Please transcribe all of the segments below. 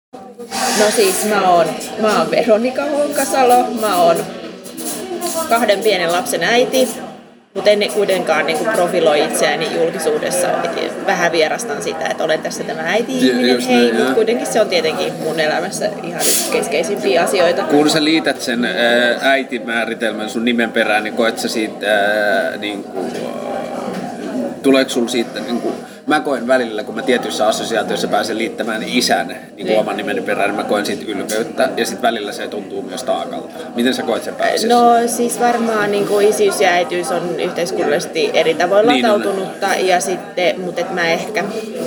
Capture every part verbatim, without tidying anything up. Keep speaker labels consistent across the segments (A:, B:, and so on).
A: No siis mä oon, mä oon Veronika Honkasalo, mä oon kahden pienen lapsen äiti, mutta en kuitenkaan niin kuin profiloi itseäni julkisuudessa. Vähän vierastan sitä, että olen tässä tämä äiti-ihminen, hei, mutta kuitenkin se on tietenkin mun elämässä ihan keskeisimpiä asioita.
B: Kun sä liität sen ää, äitimääritelmän sun nimen perään, niin koet sä siitä, ää, niin kuin, tuleeko sulla siitä, niin kuin, mä koen välillä, kun mä tietyissä assosiaatioissa pääsen liittämään isän niin kuin oman nimeni perään, niin mä koen siitä ylpeyttä ja sitten välillä se tuntuu myös taakalta. Miten sä koet sen pääasiassa?
A: No siis varmaan niin kuin isyys ja äitiys on yhteiskunnallisesti eri tavoin niin latautunutta on. Ja sitten, mutta et mä ehkä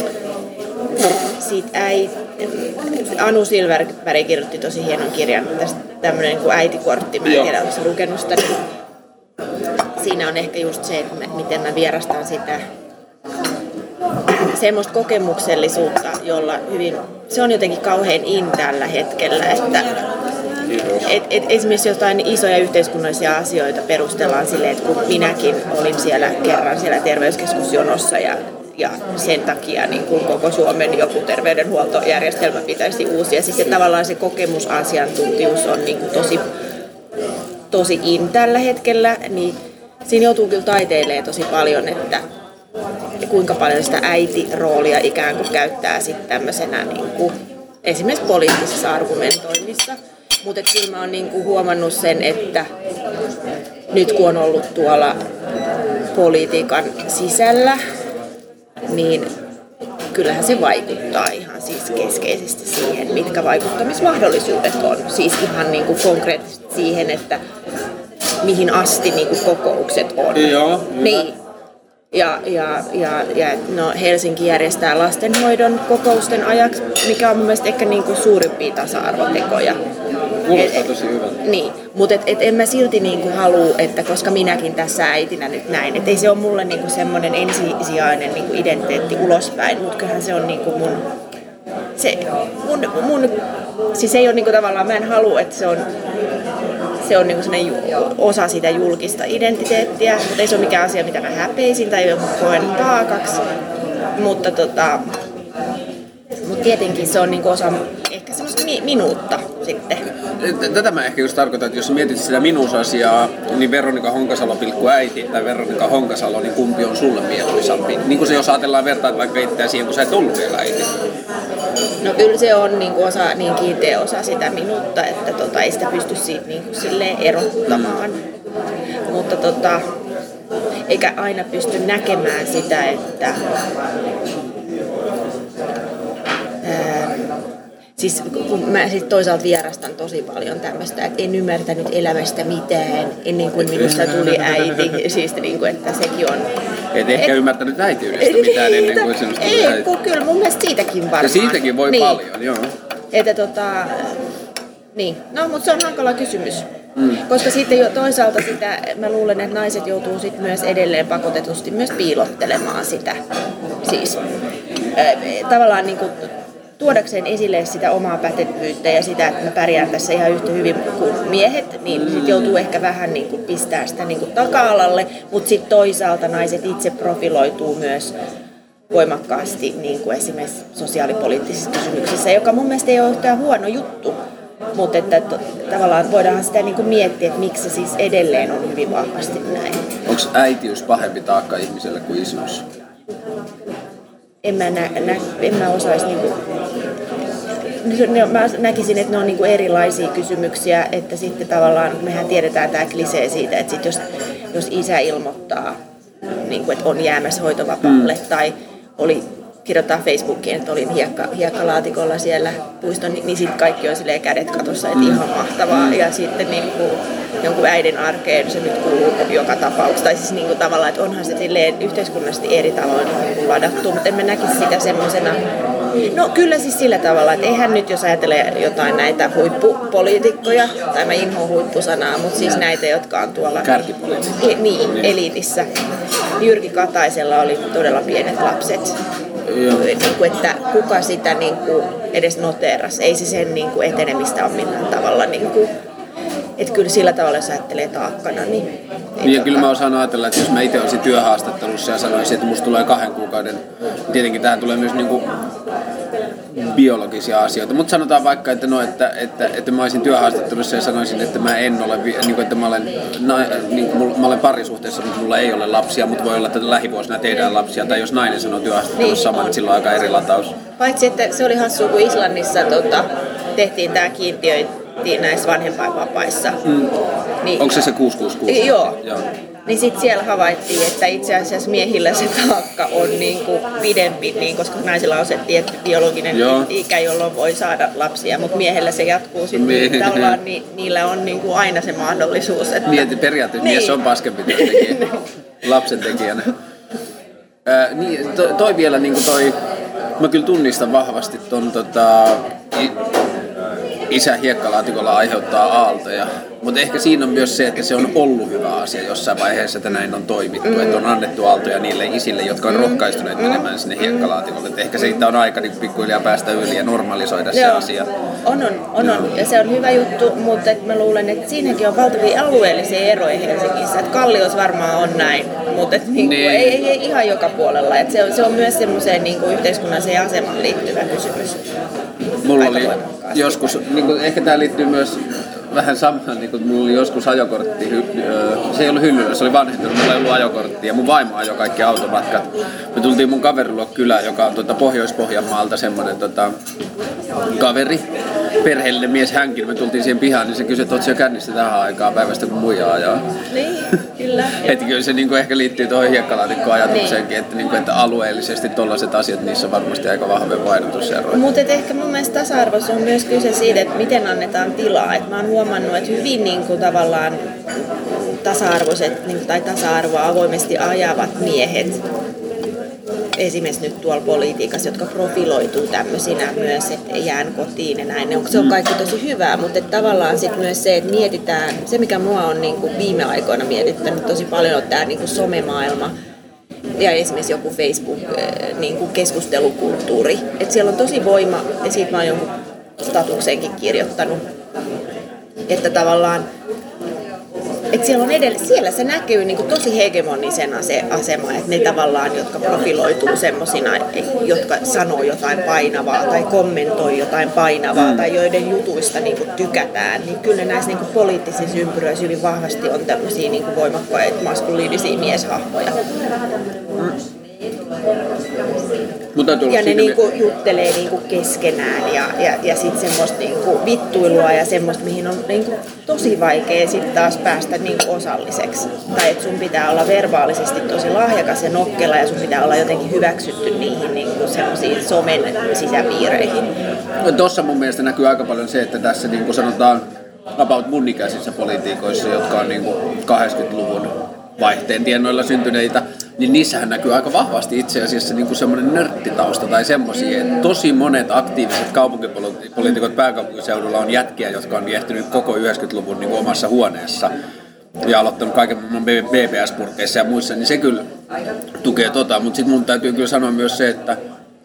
A: siitä äit, Anu Silverberg kirjoitti tosi hienon kirjan, tästä tämmönen niin kuin äitikortti, mä en tiedä, onko sä lukenut sitä. Siinä on ehkä just se, että mä, miten mä vierastan sitä semmoista kokemuksellisuutta, jolla hyvin, se on jotenkin kauhean in tällä hetkellä, että et, et, esimerkiksi jotain isoja yhteiskunnallisia asioita perustellaan silleen, että kun minäkin olin siellä kerran siellä terveyskeskusjonossa ja, ja sen takia niin kun koko Suomen joku terveydenhuoltojärjestelmä pitäisi uusia. Siis se, tavallaan se kokemusasiantuntijuus on niin kuin tosi, tosi in tällä hetkellä, niin siinä joutuu kyllä taiteilemaan tosi paljon, että ja kuinka paljon sitä äitiroolia ikään kuin käyttää sitten tämmöisenä niin kuin, esimerkiksi poliittisessa argumentoinnissa. Mutta kyllä mä oon niin kuin huomannut sen, että nyt kun on ollut tuolla politiikan sisällä, niin kyllähän se vaikuttaa ihan siis keskeisesti siihen, mitkä vaikuttamismahdollisuudet on. Siis ihan niin kuin konkreettisesti siihen, että mihin asti niin kuin kokoukset on.
B: Joo,
A: niin. Ja, ja, ja, ja no Helsinki järjestää lastenhoidon kokousten ajaksi, mikä on mun mielestä ehkä niin kuin suurimpia tasa-arvotekoja.
B: Kuulostaa tosi hyvältä.
A: Niin, mutta et, et en mä silti niinku halua, että koska minäkin tässä äitinä nyt näin, että ei se ole mulle niinku semmoinen ensisijainen niinku identiteetti ulospäin, mutta kyllähän se on niinku mun, se, mun, mun siis ei ole niinku tavallaan, mä en halua, että se on, se on niinku osa sitä julkista identiteettiä, mutta ei se ole mikään asia, mitä mä häpeisin tai joku koen taakaksi, mutta tota, mut tietenkin se on niinku osa ehkä semmoista mi- minuutta sitten.
B: Tätä mä ehkä just tarkoitan, että jos mietit sitä minuusasiaa, niin Veronika Honkasalo pilkku äiti tai Veronika Honkasalo, niin kumpi on sulle mieluisampi? Niin kuin se jos ajatellaan vertaa vaikka itseään siihen, kun sä et ollut vielä äiti.
A: No kyllä se on niin kuin osa, niin kiinteä osa sitä minuutta, että tota, ei sitä pysty siitä niin kuin silleen erottamaan. Mm. Mutta tota, eikä aina pysty näkemään sitä, että ää, siis kun mä sit toisaalta vierastan tosi paljon tämmöistä, että en ymmärtänyt elämästä mitään ennen kuin minusta tuli äiti. Siis niin kuin, että sekin on...
B: Et ehkä et, ymmärtänyt äitiydestä mitään ennen kuin sinusta tuli äiti.
A: Ei, kyllä mun mielestä siitäkin varmaan.
B: Ja siitäkin voi niin. Paljon, joo.
A: Että tota... Niin, no mutta se on hankala kysymys. Mm. Koska sitten jo toisaalta sitä, mä luulen, että naiset joutuu sit myös edelleen pakotetusti myös piilottelemaan sitä. Siis äh, tavallaan niin kuin tuodakseen esille sitä omaa pätevyyttä ja sitä, että mä pärjään tässä ihan yhtä hyvin kuin miehet, niin sit joutuu ehkä vähän niin kuin pistää sitä niin kuin taka-alalle, mutta sitten toisaalta naiset itse profiloituu myös voimakkaasti niin kuin esimerkiksi sosiaalipoliittisissa kysymyksissä, joka mun mielestä ei ole yhtään huono juttu, mutta että to, tavallaan voidaan sitä niin kuin miettiä, että miksi se siis edelleen on hyvin vahvasti näin.
B: Onko äitiys pahempi taakka ihmiselle kuin isyys?
A: En mä, nä, nä, en mä osaisi, niinku, mä näkisin, että ne on niinku erilaisia kysymyksiä, että sitten tavallaan, mehän tiedetään tämä klisee siitä, että sit jos, jos isä ilmoittaa, niinku, että on jäämässä hoitovapaalle mm. tai oli kirjoittaa Facebookiin, että olin hiekka, hiekkalaatikolla siellä puiston, niin, niin sitten kaikki on silleen kädet katossa, että ihan mahtavaa. Ja sitten niin kuin, jonkun äidin arkeen se nyt kuuluu joka tapauksessa. Tai siis niin kuin tavallaan, että onhan se silleen yhteiskunnallisesti eri tavoin niin kuin ladattu, mutta en mä näkisi sitä semmoisena. No kyllä siis sillä tavalla, että eihän nyt jos ajattelee jotain näitä huippupoliitikkoja, tai mä inhoan huippusanaa, mutta siis näitä, jotka on tuolla
B: kärkipoliitikkoja.
A: Niin, eliitissä. Jyrki Kataisella oli todella pienet lapset. Niin kuin, että kuka sitä niin kuin edes noteerasi. Ei se sen niin kuin etenemistä ole millään tavalla. Niin kuin, että kyllä sillä tavalla, jos ajattelee taakkana, niin...
B: Niin ja tota... kyllä mä osaan ajatella, että jos mä itse olisin työhaastattelussa ja sanoisin, että musta tulee kahden kuukauden... Tietenkin tähän tulee myös niin kuin biologisia asioita. Mutta sanotaan vaikka, että, no, että, että, että mä olisin työhaastattelussa ja sanoisin, että mä en ole, niin kuin, että mä olen, na, niin kuin, mä olen parisuhteessa, mutta mulla ei ole lapsia, mutta voi olla, että lähivuosina tehdään lapsia. Tai jos nainen sanoo työhaastattelussa niin, saman, että sillä on aika eri lataus.
A: Paitsi, että se oli hassua, kun Islannissa tota, tehtiin tämä kiintiöitiin näissä vanhempainvapaissa. Mm. Niin,
B: onko se se kuusi kuusi kuusi?
A: Joo. joo. Niin sitten siellä havaittiin, että itse asiassa miehillä se taakka on niinku pidempi, niin, koska naisilla on se tietty biologinen Joo. ikä, jolloin voi saada lapsia, mutta miehellä se jatkuu sitten niin, tavallaan, niin niillä on niinku aina se mahdollisuus. Että... Mieti,
B: periaatteessa niin. Mies on paskempi työntekijä, lapsen tekijänä. Äh, niin, to, toi vielä, niin kuin toi, mä kyllä tunnistan vahvasti ton tota, isä hiekkalaatikolla aiheuttaa aaltoja, mutta ehkä siinä on myös se, että se on ollut hyvä asia jossain vaiheessa, että näin on toimittu, mm. että on annettu aaltoja niille isille, jotka on rohkaistuneet mm. menemään sinne hiekkalaatikolle. Että ehkä siitä on aika niin pikkuhiljaa päästä yli ja normalisoida Joo. se asia.
A: On, on, on, on. Ja se on hyvä juttu, mutta et mä luulen, että siinäkin on valtavia alueellisia eroja Helsingissä. Että Kallios varmaan on näin, mutta et niinku, niin. ei, ei, ei ihan joka puolella. Et se, on, se on myös semmoiseen niinku yhteiskunnalliseen asemaan liittyvä kysymys.
B: Mulla oli joskus, niin kuin, ehkä tämä liittyy myös vähän samaan, niin kuin mulla oli joskus ajokortti, se ei ollut hyllyllä, se oli vanhentunut, mulla ei ollut ajokortti ja mun vaimo ajoi kaikki automatkat. Me tultiin mun kaverilla kylään, joka on tuota Pohjois-Pohjanmaalta semmoinen tota, kaveri, perheellinen mies hänkin. Me tultiin siihen pihaan, niin se kysyi, että ootko jo kännissä tähän aikaan päivästä, kun muija ajaa.
A: Niin, kyllä.
B: Että kyllä se niin kuin ehkä liittyy tuohon hiekkalaatikkoajatukseenkin, niin. että, niin kuin, että alueellisesti tollaiset asiat, niissä on varmasti aika vahva painotusero.
A: Mutta ehkä mun mielestä tasa-arvossa on myös kyse siitä, että miten annetaan tilaa. Et mä oon huomannut, että hyvin niin kuin, tavallaan tasa-arvoiset niin kuin, tai tasa-arvoa avoimesti ajavat miehet, esimerkiksi nyt tuolla politiikassa, jotka profiloituu tämmöisinä myös, että jään kotiin ja näin. Se on kaikki tosi hyvää, mutta että tavallaan sit myös se, että mietitään, se mikä mua on niin kuin viime aikoina mietittänyt tosi paljon, on tämä niin kuin somemaailma ja esimerkiksi joku Facebook-keskustelukulttuuri. Että siellä on tosi voima, ja siitä mä oon jonkun statukseenkin kirjoittanut, että tavallaan että siellä, on edellä, siellä se näkyy niin kuin tosi hegemonisena se asema, että ne tavallaan, jotka profiloituu semmosina, jotka sanoo jotain painavaa tai kommentoi jotain painavaa mm. tai joiden jutuista niin kuin tykätään, niin kyllä näissä niin kuin poliittisissa ympyröissä hyvin vahvasti on tämmöisiä niin kuin voimakkaita maskuliinisia mieshahmoja. Mm. Ja ne niinku juttelee niinku keskenään ja, ja, ja sitten semmoista niinku vittuilua ja semmoista, mihin on niinku tosi vaikea sitten taas päästä niinku osalliseksi. Tai että sun pitää olla verbaalisesti tosi lahjakas ja nokkela ja sun pitää olla jotenkin hyväksytty niihin niinku semmoisiin somen sisäpiireihin.
B: No, tossa mun mielestä näkyy aika paljon se, että tässä niinku sanotaan about mun ikäisissä politiikoissa, jotka on niinku kahdeksankymmentäluvun vaihteen tienoilla syntyneitä, niin niissähän näkyy aika vahvasti itse asiassa niin kuin semmoinen nörttitausta tai semmoisia, että tosi monet aktiiviset kaupunkipoliitikot pääkaupunkiseudulla on jätkiä, jotka on viehtynyt koko yhdeksänkymmentäluvun niin kuin omassa huoneessa ja aloittanut kaiken maailman B B S-purkeissa ja muissa, niin se kyllä tukee tota, mutta sitten mun täytyy kyllä sanoa myös se, että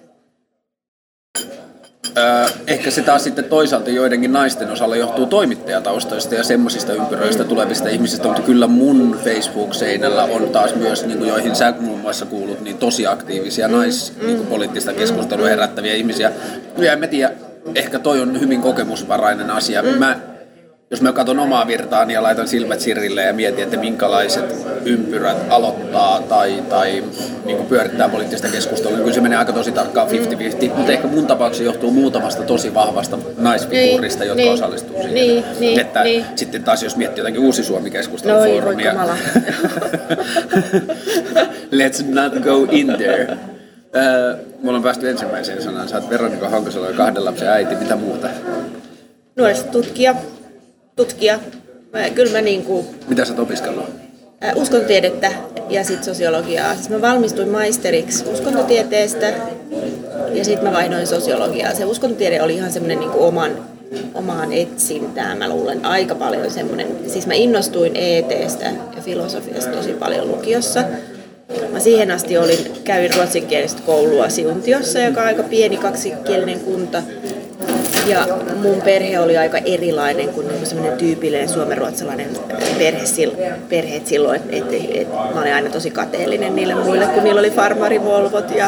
B: Öö, ehkä se taas sitten toisaalta joidenkin naisten osalla johtuu toimittajataustoista ja semmoisista ympyröistä tulevista ihmisistä, mutta kyllä mun Facebook-seinällä on taas myös, niin kuin joihin sä muun muassa kuulut, niin tosi aktiivisia naispoliittista niin keskustelua herättäviä ihmisiä. Ja en mä tiedä, ehkä toi on hyvin kokemusvarainen asia. Mä, jos mä katson omaa virtaani ja laitan silmät sirrille ja mietin, että minkälaiset ympyrät aloittaa tai, tai niin kuin pyörittää poliittista keskustelua, niin kyllä se menee aika tosi tarkkaan viisikymmentä viisikymmentä, mutta ehkä mun tapauksessa johtuu muutamasta tosi vahvasta naisfiguurista, jotka niin, osallistuu siihen. Niin, niin, että niin. Sitten taas jos miettii jotakin Uusi Suomi-keskustelufoorumia. No, let's not go in there. Uh, mulla on päästy ensimmäiseen sanaan. Sä oot Veronika Honkosalo ja kahden lapsen äiti. Mitä muuta?
A: Nuorisotutkija. Tutkija. Mä, kyllä mä niinku...
B: Mitä sä oot opiskellut?
A: Äh, uskontotiedettä ja sitten sosiologiaa. Siis mä valmistuin maisteriksi uskontotieteestä ja sitten mä vaihdoin sosiologiaa. Se uskontotiede oli ihan semmoinen niinku oman, omaan etsintään. Mä luulen aika paljon semmoinen... Siis mä innostuin E T:stä ja filosofiasta tosi paljon lukiossa. Mä siihen asti olin, kävin ruotsinkielistä koulua Siuntiossa, joka on aika pieni kaksikielinen kunta. Ja mun perhe oli aika erilainen kuin semmoinen tyypillinen suomenruotsalainen perhe, perhe silloin, että et, et, mä olin aina tosi kateellinen niille muille, kun niillä oli farmarivolvot ja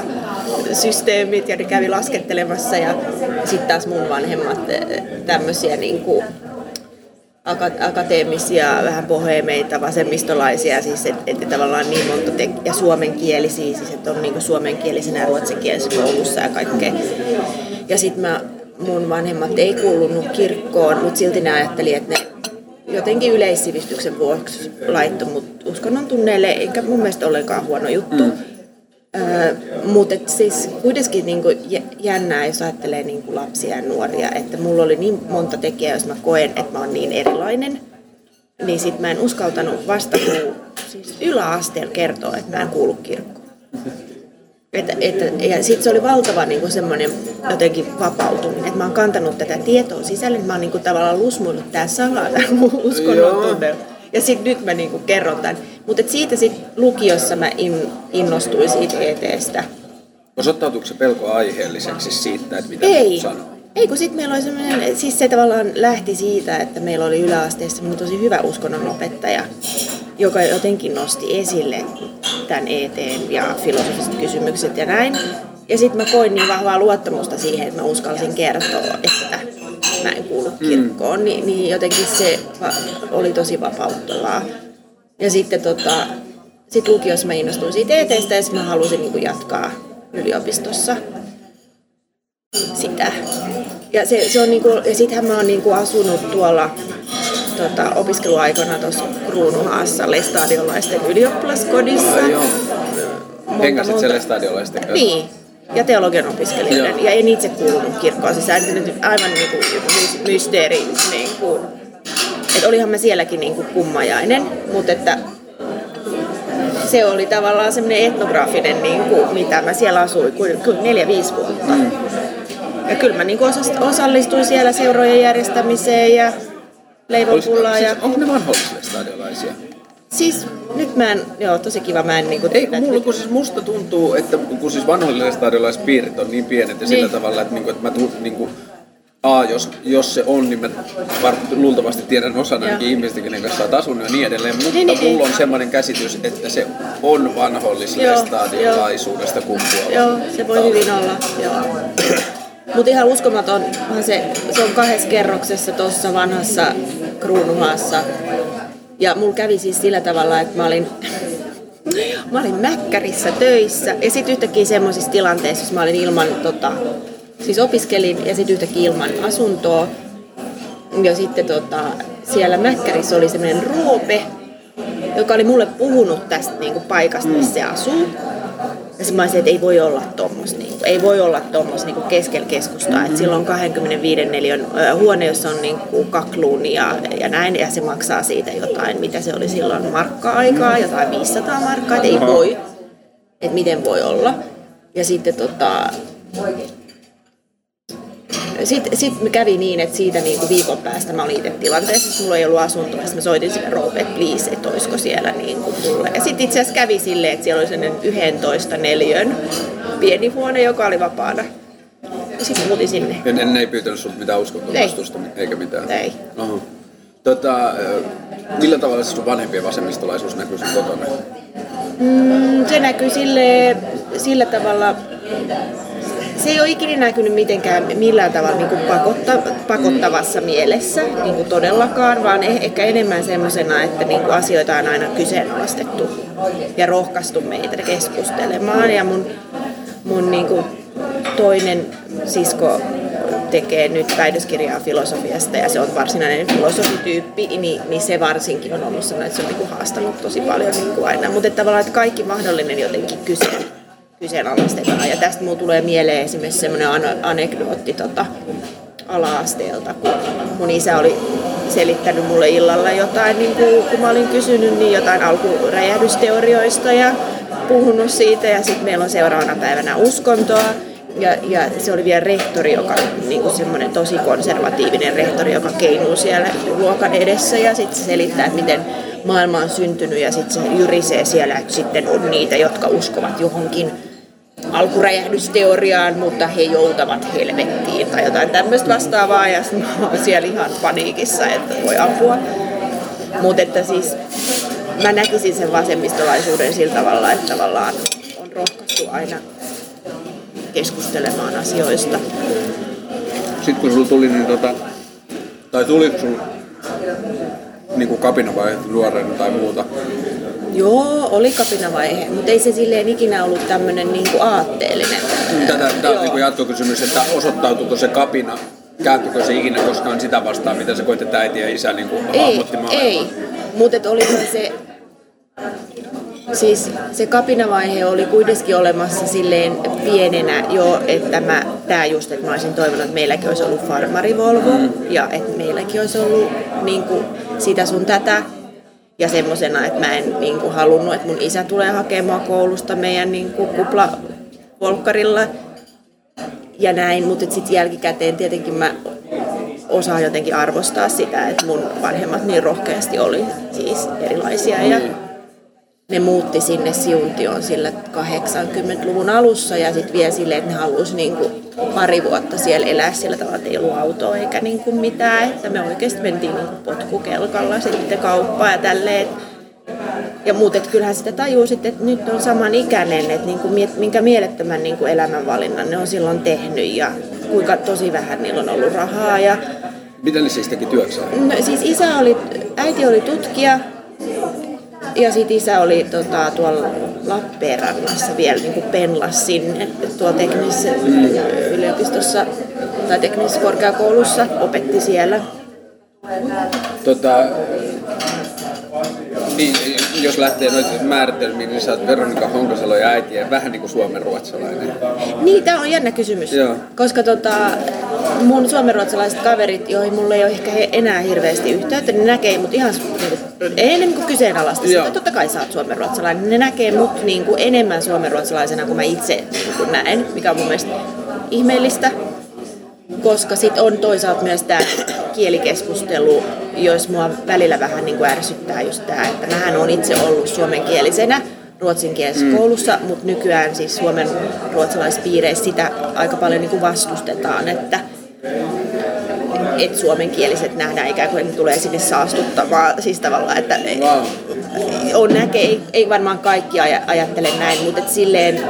A: systeemit ja ne kävi laskettelemassa ja sitten taas mun vanhemmat tämmöisiä niinku akateemisia, vähän bohemeita, vasemmistolaisia, siis että et tavallaan niin monta te- ja suomenkielisiä, siis että on niinku suomenkielisenä ja ruotsinkielisessä koulussa ja kaikkea. Ja sitten mä, mun vanhemmat ei kuulunut kirkkoon, mutta silti ne ajatteli, että ne jotenkin yleissivistyksen vuoksi laittoi mut uskonnon tunneille, eikä mun mielestä ollenkaan huono juttu. Mm. Öö, mutta siis kuitenkin niinku jännää, jos ajattelee niinku lapsia ja nuoria, että mulla oli niin monta tekijää, jos mä koen, että mä oon niin erilainen, niin sit mä en uskaltanut vasta kun siis yläasteella kertoa, että mä en kuulu kirkkoon. Että, että, ja sit se oli valtava niinku semmoinen jotenkin vapautuminen, että mä oon kantanut tätä tietoa sisälle, että mä oon niinku tavallaan lusmuillut tää salaa, tää mun uskonnon tunne. Ja sit nyt mä niinku kerron tämän. Mutta siitä sit lukiossa mä in, innostuin siitä E T:stä.
B: Osoittautuiko se pelko aiheelliseksi siitä, että mitä
A: Ei.
B: sanoo?
A: Ei, kun sit meillä oli semmoinen, siis se tavallaan lähti siitä, että meillä oli yläasteessa tosi hyvä uskonnonopettaja, joka jotenkin nosti esille tämän E T:n ja filosofiset kysymykset ja näin. Ja sit mä koin niin vahvaa luottamusta siihen, että mä uskalsin kertoa, että mä en kuulu kirkkoon, mm. niin, niin jotenkin se oli tosi vapauttavaa. Ja sitten tota, sit lukiossa mä innostuin siitä E T:stä ja mä halusin niin kuin jatkaa yliopistossa sitä. Ja, se, se on niin kuin, ja sittenhän mä oon niin kuin asunut tuolla tota, opiskeluaikana tuossa Kruunuhaassa lestadiolaisten ylioppilaskodissa.
B: Hengasit siellä lestadiolaisten kanssa?
A: Niin. Ja teologian opiskelijoiden. Joo. Ja en itse kuulunut kirkkoon. Siis aivan niin kuin mysteeri. Niin kuin, että olihan mä sielläkin niin kuin kummajainen. Mutta että se oli tavallaan semmoinen etnografinen, niin kuin, mitä mä siellä asuin, kyllä neljä, viisi vuotta. Mm. Ja kyllä mä niin kuin osallistuin siellä seurojen järjestämiseen ja leivonpullaan. Ja...
B: Siis, onko ne vanhoillisille stadiolaisia?
A: Siis nyt mä en, joo tosi kiva, mä en niinku...
B: Ei kun mulla, kun siis musta tuntuu, että kun siis vanhoilliset stadiolaispiirit on niin pienet ja sillä niin. tavalla, että, niinku, että mä tuun niinku... A, jos, jos se on, niin mä var, luultavasti tiedän osan ainakin ihmistä, kenen kanssa olet asunut ja niin edelleen, mutta niin, niin, mulla on semmoinen käsitys, että se on vanholliselle stadiolaisuudesta kumpuava.
A: Joo, se voi hyvin olla, joo. Mutta ihan uskomaton, se, se on kahdessa kerroksessa tuossa vanhassa Kruunuhaassa. Ja mulla kävi siis sillä tavalla, että mä olin, mä olin Mäkkärissä töissä ja sitten yhtäkkiä semmoisissa tilanteissa, jos mä olin ilman, tota, siis opiskelin ja sitten yhtäkkiä ilman asuntoa. Ja sitten tota, siellä Mäkkärissä oli semmoinen Roope, joka oli mulle puhunut tästä niinku paikasta, missä se asuu. Ja mä olisin, että ei voi olla tommos, niin kuin, ei voi olla tommos niin keskellä keskustaa. Mm-hmm. Että sillä on kaksikymmentäviisi neliön huone, jossa on niin kuin kakluuni ja, ja näin, ja se maksaa siitä jotain, mitä se oli silloin markka-aikaa, jotain viisisataa markkaa, että ei voi, että miten voi olla. Ja sitten tota, sitten sit kävi niin, että siitä niinku viikon päästä mä olin itse tilanteessa, että mulla ei ollut asuntoa, ja mä soitin sille Roope, että please, että olisiko siellä niinku mulle. Ja sitten itse asiassa kävi silleen, että siellä oli sellainen yksitoista neliön pieni huone, joka oli vapaana. Ja sitten muutin sinne.
B: Ja ne ei pyytänyt sulta mitään uskontovastusta, eikä mitään?
A: Ei.
B: Oho. Tota, millä tavalla se sun vanhempien vasemmistolaisuus näkyy sun kotona?
A: Mm, se näkyy sille, sillä tavalla... Se ei ole ikinä näkynyt mitenkään millään tavalla niin kuin pakotta, pakottavassa mielessä niin kuin todellakaan, vaan ehkä enemmän semmoisena, että niin kuin asioita on aina kyseenalaistettu ja rohkaistu meitä keskustelemaan. Ja mun, mun niin kuin toinen sisko tekee nyt väitöskirjaa filosofiasta ja se on varsinainen filosofityyppi, niin, niin se varsinkin on ollut sellainen, että se on niin kuin haastanut tosi paljon niin kuin aina. Mutta tavallaan, että kaikki mahdollinen jotenkin kyseen. kyseenalaistetaan. Ja tästä mulla tulee mieleen esimerkiksi semmoinen anekdootti tota, ala-asteelta, kun mun isä oli selittänyt mulle illalla jotain, niin kun, kun mä olin kysynyt niin jotain alkuräjähdysteorioista ja puhunut siitä, ja sitten meillä on seuraavana päivänä uskontoa, ja, ja se oli vielä rehtori, joka niin kuin semmoinen tosi konservatiivinen rehtori, joka keinuu siellä luokan edessä, ja sitten se selittää, että miten maailma on syntynyt, ja sitten se jyrisee siellä, että sitten on niitä, jotka uskovat johonkin alkuräjähdysteoriaan, mutta he joutavat helvettiin tai jotain tämmöistä vastaavaa, ja sitten mä oon siellä ihan paniikissa, että voi apua. Mutta että siis mä näkisin sen vasemmistolaisuuden sillä tavalla, että tavallaan on rohkaistu aina keskustelemaan asioista.
B: Sitten kun sulla tuli, niin tota, tai tuliko sulla niinku kapinavaihe nuorena tai muuta?
A: Joo, oli kapinavaihe, mutta ei se silleen ikinä ollut tämmöinen niinku aatteellinen.
B: Tätä, tämä on niinku jatkokysymys, että osoittautuiko se kapina, kääntyikö se ikinä koskaan sitä vastaan, mitä se koitit äiti ja isä niinku hahmotti maailmaa?
A: Ei, mutta oli se, siis se kapinavaihe oli kuitenkin olemassa silleen pienenä jo, että mä, tää just, että mä olisin toivonut, että meilläkin olisi ollut farmari Volvo mm. ja että meilläkin olisi ollut niinku sitä sun tätä. Ja semmosena, että mä en niinku halunnut, että mun isä tulee hakemaan koulusta meidän niinku kuplavolkkarilla ja näin, mutta sitten jälkikäteen tietenkin mä osaan jotenkin arvostaa sitä, että mun vanhemmat niin rohkeasti oli siis erilaisia ja ne muutti sinne Siuntioon sillä kahdeksankymmentäluvun alussa ja sitten vielä silleen, että ne halusi niinku pari vuotta siellä elää sillä tavalla, että ei ollut autoa eikä niinku mitään, että me oikeasti mentiin niinku potkukelkalla sitten kauppaan ja tälleen. Ja muuten, kyllähän sitä tajuu sitten, että nyt on samanikäinen, että niinku, minkä mielettömän niinku elämänvalinnan ne on silloin tehnyt ja kuinka tosi vähän niillä on ollut rahaa. Ja
B: mitä ne siis teki työkseen?
A: No, siis isä oli, äiti oli tutkija. Ja sitten isä oli tota, tuolla Lappeenrannassa vielä niin kuin penlas sinne tuolla teknisessä mm. yliopistossa tai teknisessä korkeakoulussa, opetti siellä.
B: Tota, niin, jos lähtee noita määritelmiin, niin sä oot Veronika Honkasalo ja äiti ja vähän niin kuin suomenruotsalainen.
A: Niin, tää on jännä kysymys, Joo. koska tota, mun suomenruotsalaiset kaverit, joihin mulla ei ole ehkä enää hirveästi yhteyttä, ne näkee mut ihan niin kuin, ei niin kuin kyseenalaista sitä, totta kai sä oot suomenruotsalainen, ne näkee mut niin kuin enemmän suomenruotsalaisena kuin mä itse niin kuin näen, mikä on mun mielestä ihmeellistä. Koska sit on toisaalta myös tää kielikeskustelu, jos mua välillä vähän niin kuin ärsyttää just tää, että mähän on itse ollut suomenkielisenä ruotsinkielisessä mm. koulussa, mutta nykyään siis suomen ruotsalaispiireissä sitä aika paljon niin kuin vastustetaan, että et suomenkieliset nähdään ikään kuin ne tulee sinne saastuttamaan, siis tavallaan, että wow. on näkee, ei, ei varmaan kaikki ajattele näin, mutta et silleen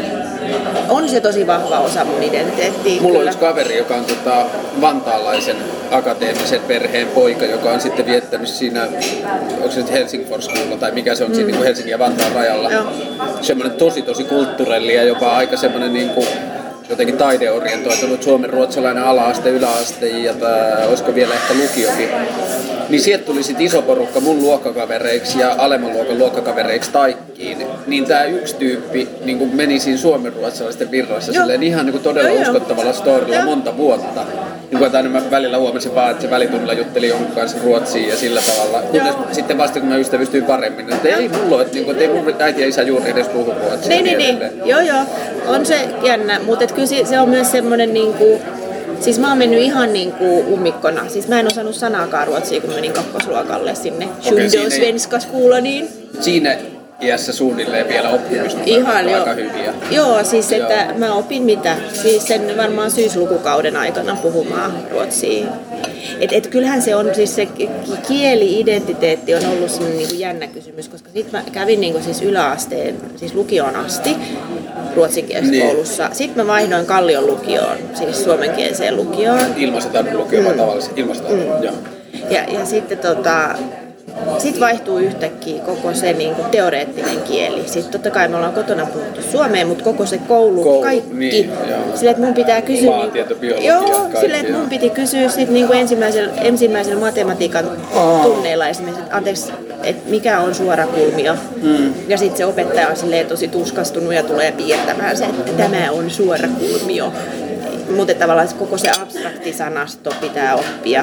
A: on se tosi vahva osa mun identiteettiä.
B: Mulla on yksi kaveri, joka on tota, vantaalaisen akateemisen perheen poika, joka on sitten viettänyt siinä, onko se nyt Helsingforskuulla tai mikä se on mm. siinä niin kuin Helsingin ja Vantaan rajalla. Joo. Semmoinen tosi tosi kulttuurelli ja jopa aika semmoinen niin kuin jotenkin taideorientoitunut suomen-ruotsalainen ala-aste, yläaste ja tää, olisiko vielä ehkä lukiokin. Niin sieltä tuli sitten iso porukka mun luokkakavereiksi ja alemman luokan luokkakavereiksi Taikkiin. Niin tää yksi tyyppi niin kuin meni siinä suomen-ruotsalaisten virrassa silleen ihan niin kuin todella joo, uskottavalla storilla joo. monta vuotta. Niin kuin aina mä välillä huomasin vaan, että se välitunnilla jutteli jonkun kanssa ruotsia ja sillä tavalla. Kunnes sitten vasta kun mä ystävystyin paremmin, että ei mulla ole, että, niin kuin, että ei mun äiti ja isä juuri edes puhu ruotsia.
A: Niin, niin, niin. Joo, joo. On se jännä, mutta kyllä se on myös semmoinen niinku, siis mä oon mennyt ihan niinku ummikkona. Siis mä en osannut sanaakaan ruotsia, kun menin kakkosluokalle sinne Sjundosvenskaskuulaniin.
B: Siinä iässä suunnilleen vielä oppimista
A: ihan
B: aika hyviä.
A: Joo, siis että joo. mä opin mitä? Siis sen varmaan syyslukukauden aikana puhumaan ruotsia. Et, et kyllähän se on, siis se kieli-identiteetti on ollut semmoinen niinku jännä kysymys, koska sit mä kävin niinku siis yläasteen, siis lukioon asti ruotsinkielisessä niin. koulussa. Sitten mä vaihdoin Kallion lukioon, siis suomenkieliseen lukioon.
B: Ilmaisataidon lukioon mm. vai tavallisesti ilmaisataidon, mm. joo.
A: Ja, ja sitten tota, sit vaihtuu yhtäkkiä koko se niinku teoreettinen kieli. Sitten totta kai me ollaan kotona puhuttu suomeen, mutta koko se koulu, koulu kaikki. Niin, silleen, että mun pitää kysyä.
B: Maantieto, biologia,
A: joo,
B: kaikki,
A: silleen, että mun piti kysyä sit niinku ensimmäisellä, ensimmäisellä matematiikan oh. tunneilla esimerkiksi, että anteeksi, että mikä on suorakulmio. Mm. Ja sitten se opettaja on silleen tosi tuskastunut ja tulee piirtämään se, että tämä on suorakulmio. Mutta tavallaan koko se abstraktisanasto pitää oppia.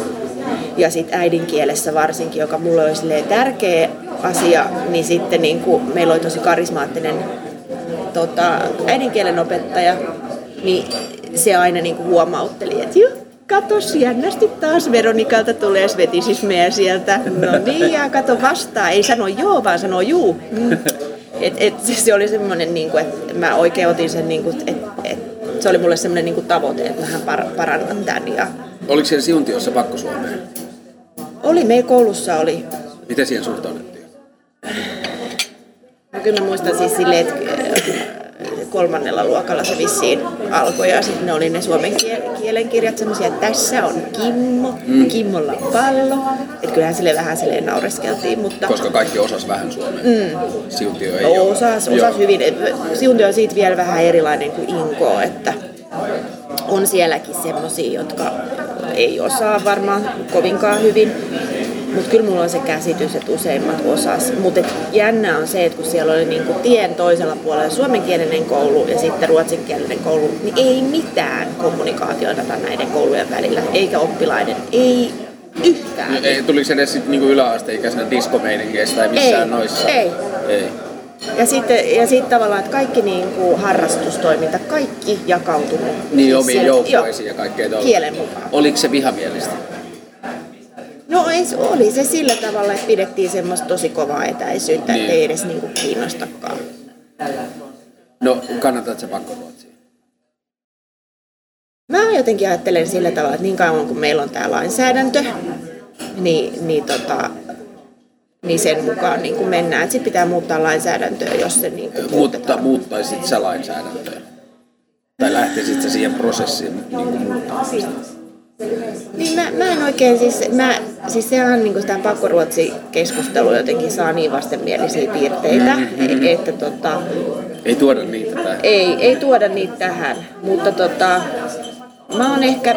A: Ja sitten äidinkielessä varsinkin, joka mulle oli tärkeä asia, niin sitten niin kuin meillä oli tosi karismaattinen tota, äidinkielen opettaja, niin se aina niin kuin huomautteli, että joo, katos jännästi taas Veronikalta tulee svetisismeä sieltä. No niin, ja kato vastaan, ei sano joo, vaan sano juu. Mm. Et, et, se oli semmoinen, niin kuin, että mä oikein otin sen, niin kuin, että et, se oli mulle semmoinen niin kuin tavoite, että mähän par, parannan tämän. Ja
B: oliko siellä Siuntiossa pakko suomeen?
A: Oli, meillä koulussa oli.
B: Miten siihen suhtauduttiin?
A: No, kyllä mä muistan siis silleen, että kolmannella luokalla se vissiin alkoi ja sitten ne oli ne suomen kielen kirjat semmoisia, että tässä on Kimmo, mm. Kimmolla on pallo. Että kyllähän sille vähän silleen naureskeltiin, mutta...
B: Koska kaikki osas vähän suomea. Mm. Siuntio ei
A: no, osas, osas hyvin. Siuntio on siitä vielä vähän erilainen kuin Inko, että on sielläkin semmosia, jotka ei osaa varmaan kovinkaan hyvin. Mutta kyllä mulla on se käsitys, että useimmat osas. Mutta jännä on se, että kun siellä oli niinku tien toisella puolella suomenkielinen koulu ja sitten ruotsinkielinen koulu, niin ei mitään kommunikaatiota näiden koulujen välillä, eikä oppilaiden, ei yhtään.
B: No, ei, tuliko se edes sit niinku yläasteikäisenä diskomeiningeistä tai missään
A: ei,
B: noissa?
A: Ei,
B: ei.
A: Ja sitten ja sit tavallaan, että kaikki niinku harrastustoiminta, kaikki jakautunut.
B: Niin, omiin joukkueisiin ja kaikkea tuolla.
A: Kielen mukaan.
B: Oliko se vihamielistä?
A: No oli se sillä tavalla, että pidettiin semmoista tosi kovaa etäisyyttä, niin. Ettei edes niinku kiinnostakaan.
B: No kannatatko sä pakkoruotsia?
A: Mä jotenkin ajattelen sillä tavalla, että niin kauan kun meillä on tää lainsäädäntö, niin, niin, tota, niin sen mukaan niin kuin mennään. Sitten pitää muuttaa lainsäädäntöä, jos se niin kuin
B: Mutta muuttaisit sä lainsäädäntöä? Tai lähtisit sä siihen prosessiin niin kuin muuttamisesta?
A: Niin mä, mä en oikein siis, mä, siis sehän niin kuin sitä pakkoruotsi-keskustelua jotenkin saa niin vastenmielisiä piirteitä, mm-hmm. että tota...
B: Ei tuoda niitä tähän.
A: Ei, ei tuoda niitä tähän, mutta tota, mä oon ehkä,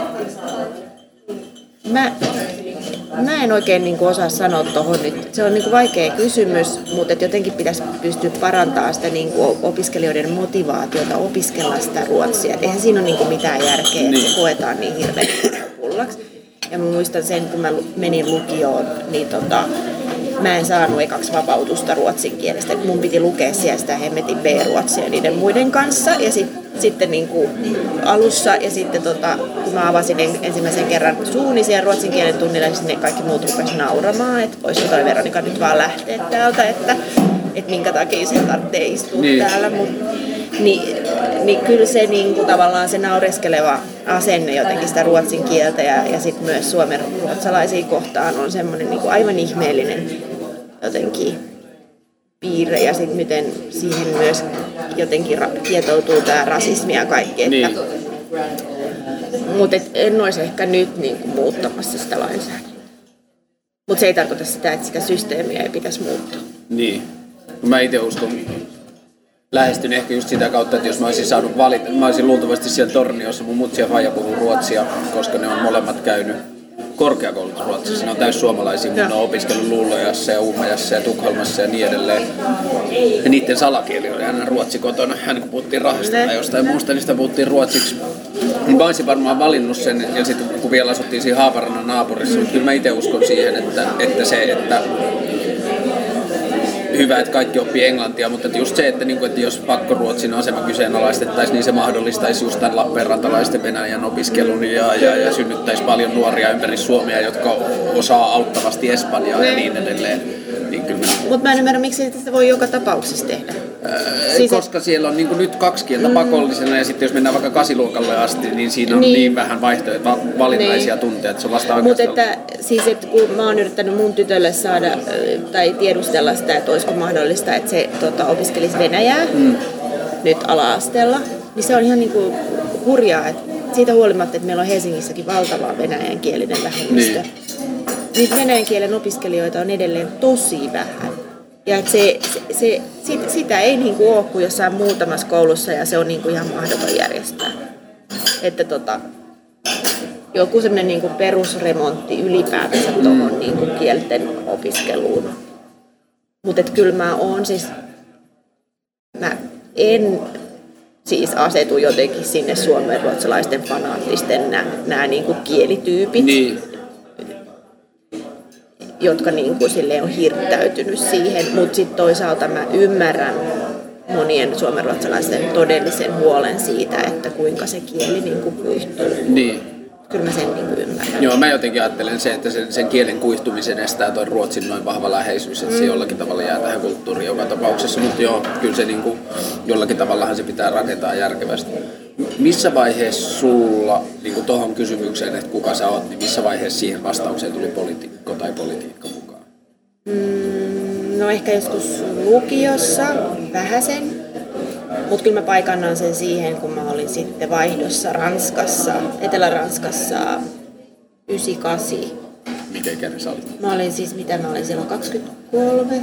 A: mä, mä en oikein niin kuin osaa sanoa tohon nyt, se on niin kuin vaikea kysymys, mutta et jotenkin pitäisi pystyä parantamaan sitä niin kuin opiskelijoiden motivaatiota opiskella sitä ruotsia. Et eihän siinä ole niin kuin mitään järkeä, että niin. Se koetaan niin hirveän pullaksi. Ja mä muistan sen, kun mä menin lukioon, niin tota, mä en saanut ekaksi vapautusta ruotsin kielestä. Mun piti lukea siellä sitä hemmetin B-ruotsia niiden muiden kanssa. Ja sit, sitten niin kuin alussa, ja sitten tota, kun mä avasin ensimmäisen kerran suuni siellä ruotsin kielen tunnilla, niin sinne kaikki muut rupesivat nauramaan, että voisi toi Veronika nyt vaan lähteä täältä, että, että minkä takia se tarvitsee istua niin. Täällä. Mut, niin, niin kyllä se niin kuin, tavallaan se naureskeleva asenne jotenkin sitä ruotsin kieltä ja, ja sitten myös suomen ruotsalaisia kohtaan on semmoinen niin kuin aivan ihmeellinen jotenkin piirre ja sitten miten siihen myös jotenkin ra- kietoutuu tämä rasismi ja kaikki. Niin. Mutta en olisi ehkä nyt niin kuin muuttamassa sitä lainsäädäntöä. Mutta se ei tarkoita sitä, että sitä systeemiä ei pitäisi muuttaa.
B: Niin. Mä itse uskon. Lähestyn ehkä just sitä kautta, että jos mä olisin saanut valita, mä olisin luultavasti siellä Torniossa, mun mutsi ja faija puhuu ruotsia, koska ne on molemmat käynyt korkeakoulut Ruotsissa. Ne on täys suomalaisia, mutta ne on opiskellut Luulajassa ja Uumajassa ja Tukholmassa ja niin edelleen. Ja niiden salakieli oli aina ruotsi kotona. Aina kun puhuttiin rahasta tai jostain muusta, niin sitä puhuttiin ruotsiksi. Mä olisin varmaan valinnut sen, ja sitten kun vielä asuttiin siinä Haaparannan naapurissa, mutta kyllä mä itse uskon siihen, että, että se, että hyvä, että kaikki oppii englantia, mutta just se, että, niin kuin, että jos pakkoruotsin asema kyseenalaistettaisiin, niin se mahdollistaisi just tämän Lappeenrantalaisten Venäjän opiskelun ja, ja, ja synnyttäisi paljon nuoria ympäri Suomea, jotka osaa auttavasti espanjaa ja niin edelleen. Niin
A: mutta mä en ymmärrä, miksi sitä voi joka tapauksessa tehdä.
B: Ää, siis koska et... siellä on niin kuin nyt kaksi kieltä mm. pakollisena ja sitten jos mennään vaikka kasiluokalle asti, niin siinä on niin, niin vähän vaihtoehtoja, valinnaisia niin. tunteja, että se on vasta oikeastaan. Mutta
A: että, siis, että kun mä oon yrittänyt mun tytölle saada tai tiedustella sitä, että olisiko mahdollista, että se tota, opiskelisi venäjää mm. nyt ala-asteella, niin se on ihan niin kuin hurjaa, että siitä huolimatta, että meillä on Helsingissäkin valtava venäjänkielinen vähemmistö. Niin. Niitä venäjän kielen opiskelijoita on edelleen tosi vähän. Ja että se, se, se, sit, sitä ei niinku ole kuin jossain muutamassa koulussa ja se on niinku ihan mahdoton järjestää. Että tota, joku semmoinen niinku perusremontti ylipäätänsä tuohon niinku kielten opiskeluun. Mutta kyllä mä oon siis, mä en siis asetu jotenkin sinne suomenruotsalaisten fanaattisten nämä niinku kielityypit. Niin. Jotka niin kuin silleen on hirttäytynyt siihen, mutta sitten toisaalta mä ymmärrän monien suomenruotsalaisten todellisen huolen siitä, että kuinka se kieli niin kuin kuihtuu.
B: Niin.
A: Kyllä mä sen niin kuin ymmärrän.
B: Joo, mä jotenkin ajattelen se, että sen, sen kielen kuihtumisen estää toi ruotsin noin vahva läheisyys, että mm. se jollakin tavalla jää tähän kulttuuriin joka tapauksessa, mutta joo, kyllä se niin kuin, jollakin tavallahan se pitää rakentaa järkevästi. Missä vaiheessa sulla, niin kuin tuohon kysymykseen, että kuka sä oot, niin missä vaiheessa siihen vastaukseen tuli poliitikko tai politiikka mukaan?
A: Mm, no ehkä joskus lukiossa, vähäsen. Mutta kyllä mä paikannan sen siihen, kun mä olin sitten vaihdossa Ranskassa, Etelä-Ranskassa yhdeksänkymmentäkahdeksan.
B: Mikä ikäinen sä olit?
A: Mä olin siis, mitä mä olin silloin, kaksikymmentäkolme.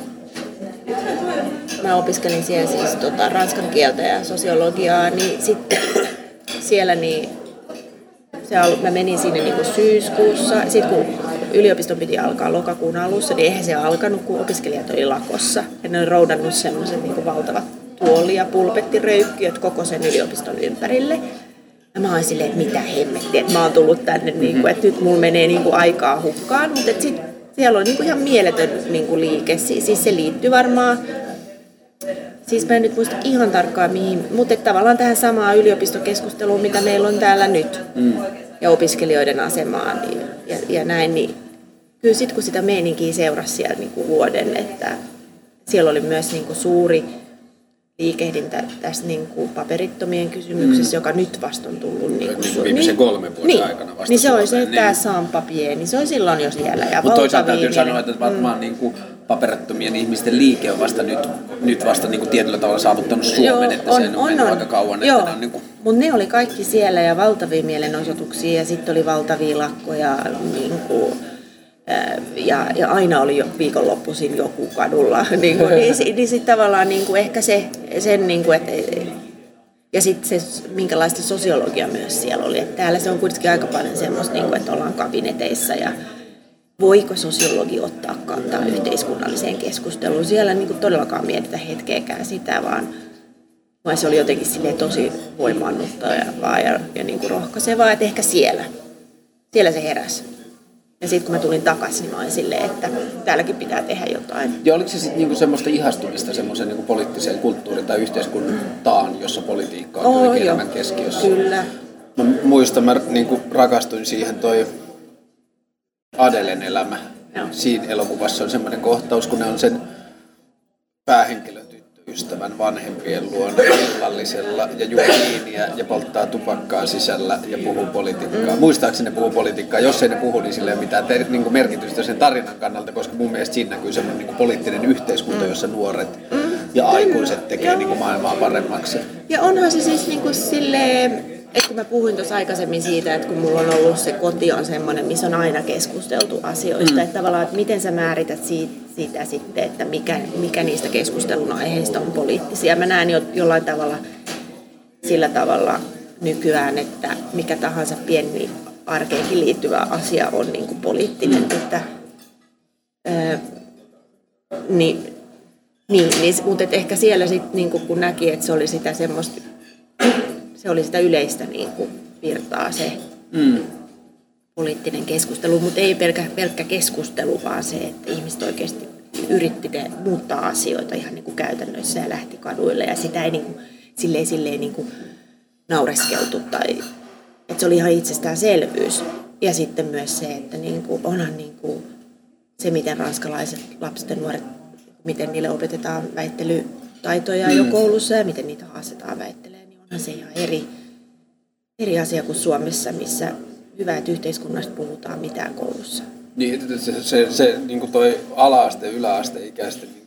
A: Mä opiskelin siellä siis tota, ranskan kieltä ja sosiologiaa, niin sitten siellä niin se al- mä menin sinne niin kuin syyskuussa. Sitten kun yliopiston piti alkaa lokakuun alussa, niin eihän se alkanut, kun opiskelijat oli lakossa. Ja ne oli roudannut semmoiset niin kuin valtavat tuoli- ja pulpettiröykkiöt koko sen yliopiston ympärille. Ja mä olin silleen, että mitä hemmettiä, että mä oon tullut tänne, niin kuin, että nyt mulla menee niin kuin aikaa hukkaan. Mutta sitten siellä on niin kuin ihan mieletön niin kuin liike. Siis se liittyy varmaan, siis mä en nyt muista ihan tarkkaan mihin, mutta tavallaan tähän samaan yliopistokeskusteluun, mitä meillä on täällä nyt. Mm. Ja opiskelijoiden asemaan ja, ja, ja näin. Niin kyllä sitten kun sitä meininkiä seurasi siellä niin kuin vuoden, että siellä oli myös niin kuin suuri liikehdintä tässä niin kuin paperittomien kysymyksessä, mm. joka nyt vasta on tullut. Niin kuin,
B: viimeisen
A: niin,
B: kolmen vuoden
A: niin,
B: aikana vasta.
A: Niin se oli se,
B: niin.
A: Tämä sans-papier, niin se oli silloin jo siellä.
B: Mutta toisaalta täytyy sanoa, että varmaan mm. niin kuin paperittomien ihmisten liike on vasta nyt, nyt vasta niin kuin tietyllä tavalla saavuttanut Suomen, joo, että on, sen on, on mennyt on. aika kauan.
A: Joo,
B: niin kuin...
A: mutta ne oli kaikki siellä ja valtavia mielenosoituksia ja sitten oli valtavia lakkoja. Niin kuin, Ja, ja aina oli jo viikonloppuisin joku kadulla, niin, kuin, niin, niin sitten tavallaan niin kuin ehkä se, sen, niin kuin, että, ja sitten se, minkälaista sosiologia myös siellä oli. Että täällä se on kuitenkin aika paljon semmoista, niin kuin, että ollaan kabineteissa ja voiko sosiologi ottaa kantaa yhteiskunnalliseen keskusteluun. Siellä niin kuin todellakaan mietitä hetkeäkään sitä, vaan, vaan se oli jotenkin silleen tosi voimaannuttavaa ja, ja niin kuin rohkaisevaa, että ehkä siellä, siellä se heräsi. Ja sitten kun mä tulin takaisin, niin mä olin silleen, että täälläkin pitää tehdä jotain.
B: Ja oliko se sitten niinku semmoista ihastumista semmoisen niinku poliittiseen kulttuuriin tai yhteiskuntaan, jossa politiikka on oh, elämän keskiössä?
A: Kyllä.
B: Mä muistan, mä niinku rakastuin siihen toi Adelen elämä. Joo. Siinä elokuvassa on semmoinen kohtaus, kun ne on sen päähenkilön tyttöystävän vanhempien luona illallisella ja juo viiniä ja polttaa tupakkaa sisällä ja puhuu politiikkaa. Mm. Muistaakseni ne puhuu politiikkaa, jos ei ne puhu, niin sillä ei ole mitään te- niin kuin merkitystä sen tarinan kannalta, koska mun mielestä siinä näkyy semmoinen niin kuin poliittinen yhteiskunta, jossa nuoret mm. ja aikuiset tekee niin kuin maailmaa paremmaksi.
A: Ja onhan se siis niin kuin silleen, että kun mä puhuin tuossa aikaisemmin siitä, että kun mulla on ollut se koti on semmoinen, missä on aina keskusteltu asioista, mm. että tavallaan, että miten sä määrität siitä, sitä sitten, että mikä, mikä niistä keskustelun aiheista on poliittisia. Mä näen jo, jollain tavalla sillä tavalla nykyään, että mikä tahansa pieni arkeenkin liittyvä asia on niin kuin poliittinen, mm. että ää, niin, niin, niin, mutta ehkä siellä sitten niin kun näki, että se oli sitä semmoista, se oli sitä yleistä niin kuin virtaa se mm. poliittinen keskustelu, mutta ei pelkkä, pelkkä keskustelu, vaan se, että ihmiset oikeasti yritti muuttaa asioita ihan niin kuin käytännössä ja lähti kaduille ja sitä ei niin kuin, silleen, silleen niin kuin naureskeltu tai että se oli ihan itsestäänselvyys. Ja sitten myös se, että niin kuin, onhan niin kuin se, miten ranskalaiset lapset ja nuoret, miten niille opetetaan väittelytaitoja mm. jo koulussa ja miten niitä haastetaan väittelemään, niin onhan se ihan eri, eri asia kuin Suomessa, missä hyvä, että yhteiskunnasta puhutaan mitään koulussa.
B: Niin, että se, se, se niin kuin toi ala-aste, yläaste, ikäisten niin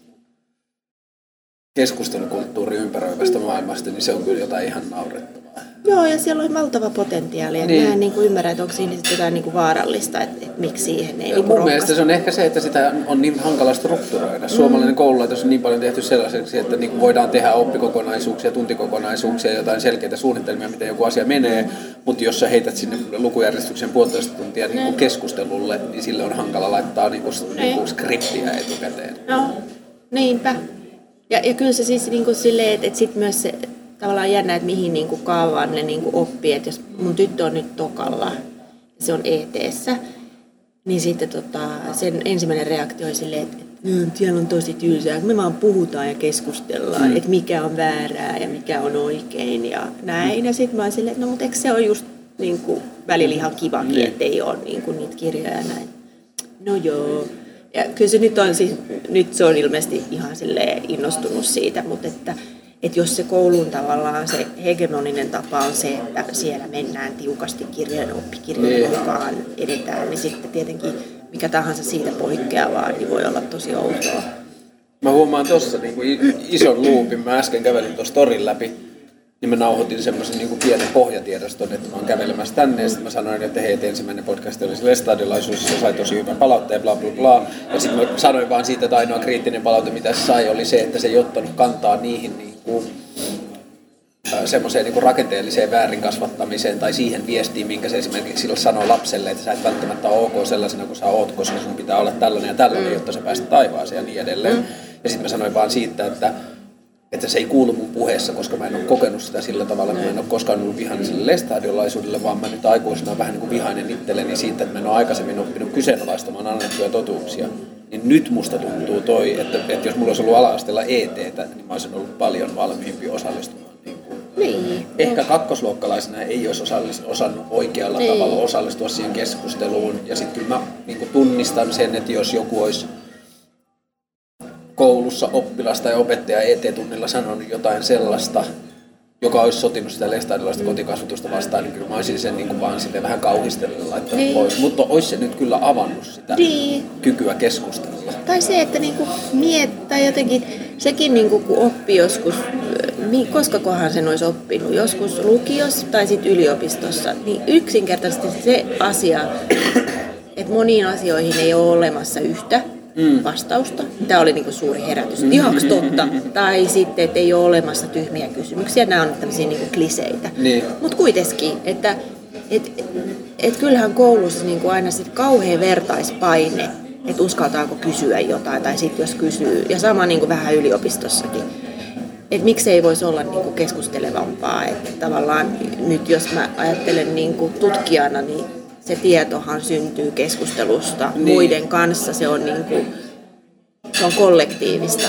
B: keskustelukulttuuri ympäröivästä maailmasta, niin se on kyllä jotain ihan naurettavaa.
A: Joo, ja siellä on valtava potentiaali. Niin. Mä en niin kuin ymmärrä, että onko siinä jotain niin kuin vaarallista, että, että miksi siihen ei niin
B: mun mielestä se on ehkä se, että sitä on niin hankala strukturoida. Suomalainen mm. koululaitos on niin paljon tehty sellaiseksi, että niin kuin voidaan tehdä oppikokonaisuuksia, tuntikokonaisuuksia, jotain selkeitä suunnitelmia, miten joku asia menee, mutta jos sä heität sinne lukujärjestyksen puolitoista tuntia niin kuin keskustelulle, niin sille on hankala laittaa niin kuin, niin kuin skriptiä etukäteen.
A: No, niinpä. Ja, ja kyllä se siis niin kuin silleen, että, että sitten myös se tavallaan jännä, että mihin niin kuin kaavaan ne niin kuin oppii, että jos mun tyttö on nyt tokalla, se on E T:ssä, niin sitten tota, sen ensimmäinen reaktio on silleen, että, että siellä on tosi tylsää, että me vaan puhutaan ja keskustellaan, mm. että mikä on väärää ja mikä on oikein ja näin. Ja sitten mä oon silleen, että no mutta eikö se ole just niin kuin välillä ihan kivakin, mm. että ei ole niin kuin niitä kirjoja ja näin. No joo. Ja kyllä se nyt on, siis, nyt se on ilmeisesti ihan silleen innostunut siitä, mutta että että jos se koulun tavallaan se hegemoninen tapa on se, että siellä mennään tiukasti kirjojen oppikirjojen mukaan edetään, niin sitten tietenkin mikä tahansa siitä poikkeavaa, niin voi olla tosi outoa.
B: Mä huomaan tuossa niin ison luupin, mä äsken kävelin tuossa torin läpi niin mä nauhoitin semmoisen niin kuin pienen pohjatiedoston, että mä oon kävelemässä tänne, ja sitten mä sanoin, että hei, että ensimmäinen podcast oli se Lestadiolaisuus, se sai tosi hyvän palautteen, bla bla bla. Ja sitten mä sanoin vaan siitä, että ainoa kriittinen palaute, mitä se sai, oli se, että se ei ottanut kantaa niihin niin kuin, semmoiseen niin kuin rakenteelliseen väärinkasvattamiseen tai siihen viestiin, minkä se esimerkiksi sillä sanoo lapselle, että sä et välttämättä ole ok sellaisena kuin sä oot, koska sun pitää olla tällainen ja tällainen, jotta sä pääset taivaaseen ja niin edelleen. Mm. Ja sitten mä sanoin vaan siitä, että että se ei kuulu mun puheessa, koska mä en ole kokenut sitä sillä tavalla, että mä en ole koskaan ollut vihainen sille Lestadiolaisuudelle, vaan mä nyt aikuisena vähän niin kuin vihainen itselleni siitä, että mä en ole aikaisemmin oppinut kyseenalaistamaan annettuja totuuksia. Niin nyt musta tuntuu toi, että, että jos mulla olisi ollut ala-asteella E T:tä, niin mä olisin ollut paljon valmiimpi osallistumaan. Niin kuin.
A: Niin.
B: Ehkä kakkosluokkalaisena ei olisi osallis, osannut oikealla niin. tavalla osallistua siihen keskusteluun. Ja sitten kyllä mä niin kuin tunnistan sen, että jos joku olisi koulussa oppilas tai opettaja E T-tunnilla sanonut jotain sellaista, joka olisi sotinut sitä lestadiolaista mm. kotikasvatusta vastaan, niin kyllä mä olisin sen niin kuin vaan sitten vähän kauhistellen laittanut niin. pois. Mutta olisi se nyt kyllä avannut sitä niin. kykyä keskustella.
A: Tai se, että niinku miettää jotenkin, sekin niinku kun oppi joskus, koska kohan sen olisi oppinut, joskus lukiossa tai sitten yliopistossa, niin yksinkertaisesti se asia, että moniin asioihin ei ole olemassa yhtä Mm. vastausta. Tämä oli niinku suuri herätys. Mm. Ihaks totta. Tai sitten, että ei ole olemassa tyhmiä kysymyksiä. Nämä on tämmöisiä niinku kliseitä. Niin. Mutta kuitenkin, että et, et, et kyllähän koulussa niinku aina sit kauhea vertaispaine, että uskaltaako kysyä jotain tai sitten jos kysyy. Ja sama niinku vähän yliopistossakin. Että miksei voisi olla niinku keskustelevampaa. Että tavallaan nyt jos mä ajattelen niinku tutkijana, niin se tietohan syntyy keskustelusta niin. muiden kanssa, se on, niin kuin, se on kollektiivista.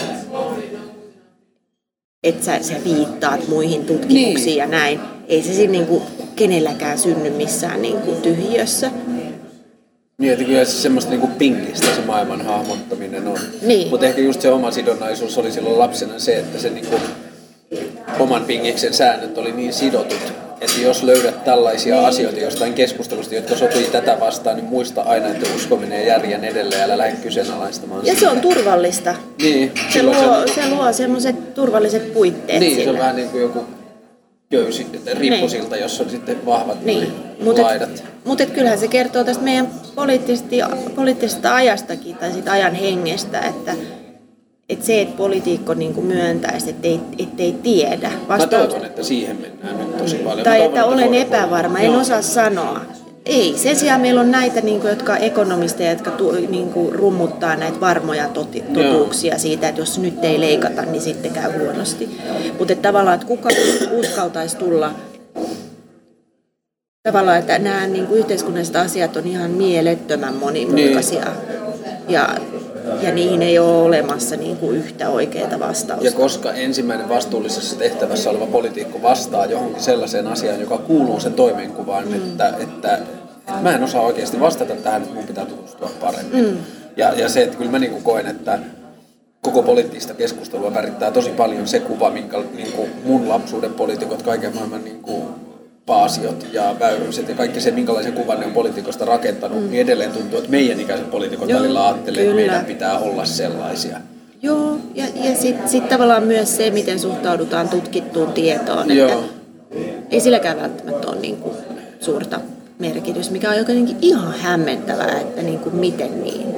A: Että sä, sä viittaat muihin tutkimuksiin niin. ja näin. Ei se siinä niin kuin, kenelläkään synny missään niin kuin, tyhjössä.
B: Niin, että kyllä se semmoista niin kuin pingistä se maailman hahmottaminen on.
A: Niin.
B: Mutta ehkä just se oma sidonnaisuus oli silloin lapsena se, että se niin kuin, oman pingiksen säännöt oli niin sidotut. Että jos löydät tällaisia niin. asioita jostain keskustelusta, jotka sopii tätä vastaan, niin muista aina, että uskominen järjen edelleen, älä lähde kyseenalaistamaan
A: ja
B: sitä.
A: Se on turvallista.
B: Niin.
A: Se luo, se, on... se luo semmoiset turvalliset puitteet
B: niin,
A: sille.
B: Se on vähän niin kuin joku köysi ripposilta, niin. jossa on sitten vahvat niin.
A: mut
B: laidat.
A: Mutta kyllähän se kertoo tästä meidän poliittisesta ajastakin tai siitä ajan hengestä, että Että se, että politiikko niinku myöntäisi, ettei, ettei tiedä.
B: Vastaus... Mä toivon, että siihen mennään nyt tosi paljon.
A: Tai
B: toivon,
A: että olen
B: että
A: epävarma, en osaa sanoa. Ei, sen sijaan meillä on näitä, niinku, jotka ekonomisteja, jotka tu, niinku, rummuttaa näitä varmoja toti, totuuksia Joo. siitä, että jos nyt ei leikata, niin sitten käy huonosti. Mutta että tavallaan, että kuka uskaltaisi tulla, tavallaan, että nämä niinku, yhteiskunnalliset asiat on ihan mielettömän monimutkaisia. Niin. Ja Ja niihin ei ole olemassa niin kuin yhtä oikeaa vastausta.
B: Ja koska ensimmäinen vastuullisessa tehtävässä oleva poliitikko vastaa johonkin sellaiseen asiaan, joka kuuluu sen toimenkuvaan, mm. että, että, että mä en osaa oikeasti vastata tähän, että mun pitää tutustua paremmin. Mm. Ja, ja se, että kyllä mä niin kuin koen, että koko poliittista keskustelua värittää tosi paljon se kuva, minkä niin kuin mun lapsuuden poliitikot, kaiken maailman niin kuin Paasiot ja Väyryset ja kaikki se, minkälaisen kuvan ne on poliitikosta rakentanut, mm. niin edelleen tuntuu, että meidän ikäiset poliitikot Joo, välillä ajattelee, että meidän pitää olla sellaisia.
A: Joo, ja, ja sitten sit tavallaan myös se, miten suhtaudutaan tutkittuun tietoon, Joo. että ei silläkään välttämättä ole niin kuin suurta merkitystä, mikä on jotenkin ihan hämmentävää, että niin kuin miten niin.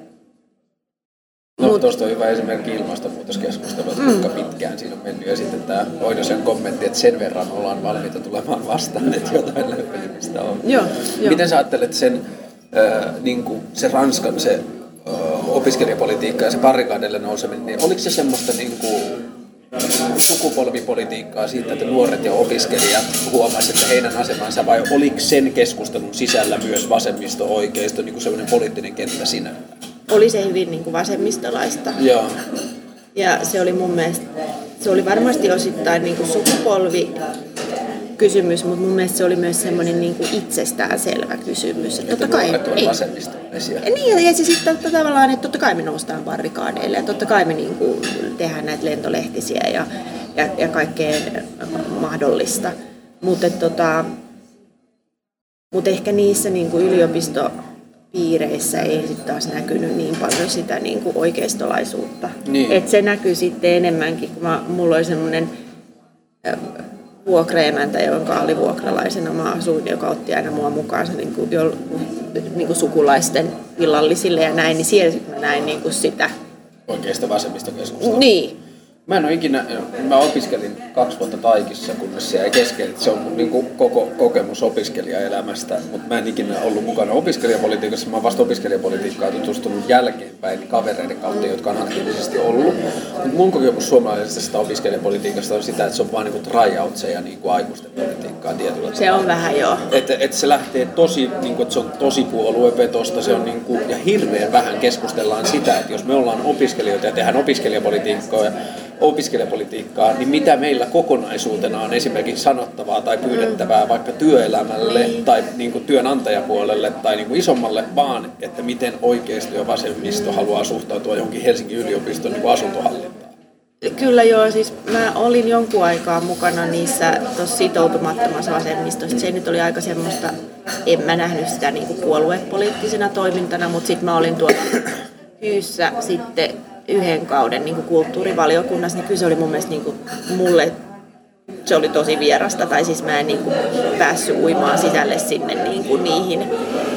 B: No, tuosta on hyvä esimerkki ilmastonmuutoskeskustelua, mm. kuinka pitkään siinä on mennyt. Ja sitten tämä Oinosen kommentti, että sen verran ollaan valmiita tulemaan vastaan, että jotain lämpenemistä on.
A: Joo, jo.
B: Miten sä ajattelet sen, äh, niin kuin se Ranskan se äh, opiskelijapolitiikka ja se barrikadeille nouseminen, niin oliko se semmoista niin kuin sukupolvipolitiikkaa siitä, että nuoret ja opiskelijat huomasivat, että heidän asemansa, vai oliko sen keskustelun sisällä myös vasemmisto-oikeisto niin kuin semmoinen poliittinen kenttä sinällään?
A: Oli se hyvin niin kuin vasemmistolaista.
B: Joo.
A: Ja se oli mun mielestä, se oli varmasti osittain niin kuin sukupolvikysymys, mutta mun mielestä se oli myös semmoinen niin kuin itsestäänselvä kysymys.
B: Että totta kai ei. Vasemmistolaisia.
A: Niin, ja se sitten tavallaan, että totta kai me noustaan barrikaadeille ja totta kai me niin kuin tehdään näitä lentolehtisiä ja, ja, ja kaikkea mahdollista. Mutta tota, mut ehkä niissä niin kuin yliopisto piireissä ei sitten taas näkynyt niin paljon sitä niin kuin oikeistolaisuutta. Niin. Et se näkyy sitten enemmänkin, kun mä, mulla oli semmoinen vuokraemäntä, jonka oli vuokralaisena mä asuin, joka otti aina mua mukaansa niin kuin, jo, niin kuin sukulaisten illallisille ja näin, niin siellä mä näin niin kuin sitä.
B: Oikeista vasemmistokeskustelua.
A: Niin.
B: Mä en ole ikinä, mä opiskelin kaksi vuotta Taikissa, kunnes se jäi kesken. Se on mun niin kuin koko kokemus opiskelijaelämästä, mutta mä en ikinä ollut mukana opiskelijapolitiikassa. Mä oon vasta opiskelijapolitiikkaan tutustunut jälkeenpäin kavereiden kautta, jotka on aktiivisesti ollut. Mutta mun kokemus suomalaisesta opiskelijapolitiikasta on sitä, että se on vaan niin tryoutseja niin kuin aikuisten politiikkaa tietyllä
A: Se on vähän joo.
B: Että et se lähtee tosi, niin kuin, että se on tosi puoluevetosta, se on niin kuin, ja hirveän vähän keskustellaan sitä, että jos me ollaan opiskelijoita ja tehdään opiskelijapolitiikkaa, opiskelijapolitiikkaa, niin mitä meillä kokonaisuutena on esimerkiksi sanottavaa tai pyydettävää vaikka työelämälle niin. tai niin kuin työnantajapuolelle tai niin kuin isommalle, vaan että miten oikeisto ja vasemmisto haluaa suhtautua johonkin Helsingin yliopiston niin kuin asuntohallintaan.
A: Kyllä joo, siis mä olin jonkun aikaa mukana niissä tuossa sitoutumattomassa vasemmistossa. Se nyt oli aika semmoista, en mä nähnyt sitä niin kuin puoluepoliittisena toimintana, mutta sitten mä olin tuolla Hyyssä sitten yhden kauden niin kuin kulttuurivaliokunnassa, niin kyllä se oli mun mielestä niin kuin, mulle se oli tosi vierasta, tai siis mä en niin kuin, päässyt uimaan sisälle sinne niin kuin, niihin,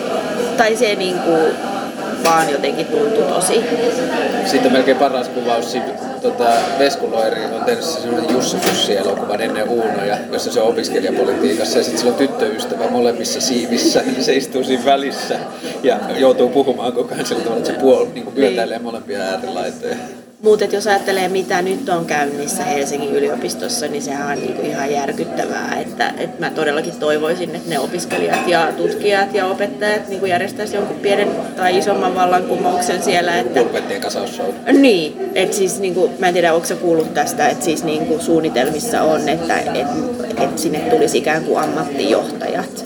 A: tai se niin kuin, vaan jotenkin tuntui tosi.
B: Sitten melkein paras kuvaus siitä, tota, Vesku Loiri on tehnyt sellainen Jussi Pussi-elokuvan ennen Uunoja, jossa se on opiskelijapolitiikassa ja sitten sillä on tyttöystävä molemmissa siivissä, niin se istuu siinä välissä ja joutuu puhumaan koko ajan sillä tavalla, että se puol, niin myötäilee molempia äärilaitoja.
A: Mutta jos ajattelee, mitä nyt on käynnissä Helsingin yliopistossa, niin sehän on niinku ihan järkyttävää. Että, et mä todellakin toivoisin, että ne opiskelijat ja tutkijat ja opettajat niinku järjestäisi jonkun pienen tai isomman vallankumouksen siellä. Että
B: pulpettien kasausshow.
A: Niin, että siis niinku, mä en tiedä, onko sä kuullut tästä, että siis niinku suunnitelmissa on, että et, et sinne tulisi ikään kuin ammattijohtajat.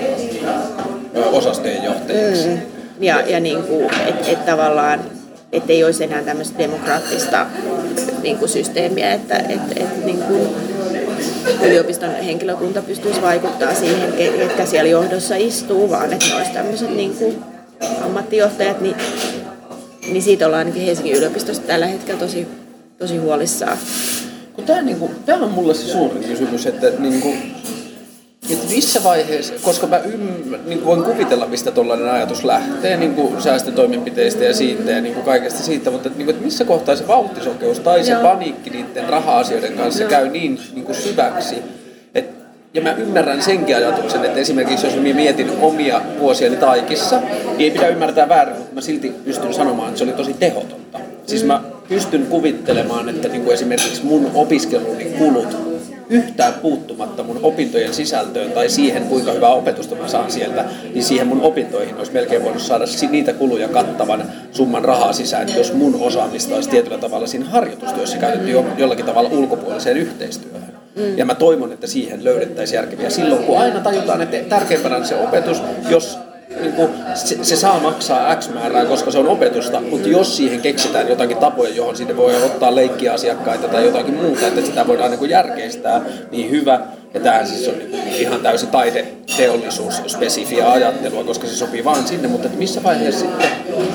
B: Osastojen johtajiksi. Mm.
A: Ja, ja niinku, että et tavallaan että ei olisi enää tämmöistä demokraattista niin kuin systeemiä, että et, et, niin kuin yliopiston henkilökunta pystyisi vaikuttamaan siihen, ketkä siellä johdossa istuu, vaan että ne olisi tämmöiset niin kuin ammattijohtajat, niin, niin siitä ollaan ainakin Helsingin yliopistosta tällä hetkellä tosi, tosi huolissaan.
B: Tämä, niin kuin, tämä on mulle se suurin kysymys, että niin kuin, että missä vaiheessa, koska mä ymm, niin voin kuvitella, mistä tuollainen ajatus lähtee niin kuin säästötoimenpiteistä ja siitä ja niin kuin kaikesta siitä, mutta että, niin kuin, että missä kohtaa se vauhtisokeus tai se Joo. paniikki niiden raha-asioiden kanssa Joo. käy niin, niin kuin syväksi. Et, ja mä ymmärrän senkin ajatuksen, että esimerkiksi jos mä mietin omia vuosiani Taikissa, niin ei pidä ymmärtää väärin, mutta mä silti pystyn sanomaan, että se oli tosi tehotonta. Siis mä pystyn kuvittelemaan, että niin kuin esimerkiksi mun opiskeluni kulut yhtään puuttumatta mun opintojen sisältöön tai siihen, kuinka hyvää opetusta mä saan sieltä, niin siihen mun opintoihin olisi melkein voinut saada niitä kuluja kattavan summan rahaa sisään, jos mun osaamista olisi tietyllä tavalla siinä harjoitustyössä käytetty jollakin tavalla ulkopuoliseen yhteistyöhön. Mm. Ja mä toivon, että siihen löydettäisiin järkeviä. Silloin kun aina tajutaan, että tärkeimpänä on se opetus, jos niin kuin, se, se saa maksaa X määrää, koska se on opetusta, mutta jos siihen keksitään jotakin tapoja, johon sinne voi ottaa leikkiasiakkaita tai jotakin muuta, että sitä voidaan niin kuin järkeistää, niin hyvä. Ja tämähän siis on niin kuin ihan täysin taideteollisuus-spesifiä ajattelua, koska se sopii vaan sinne, mutta missä vaiheessa sitten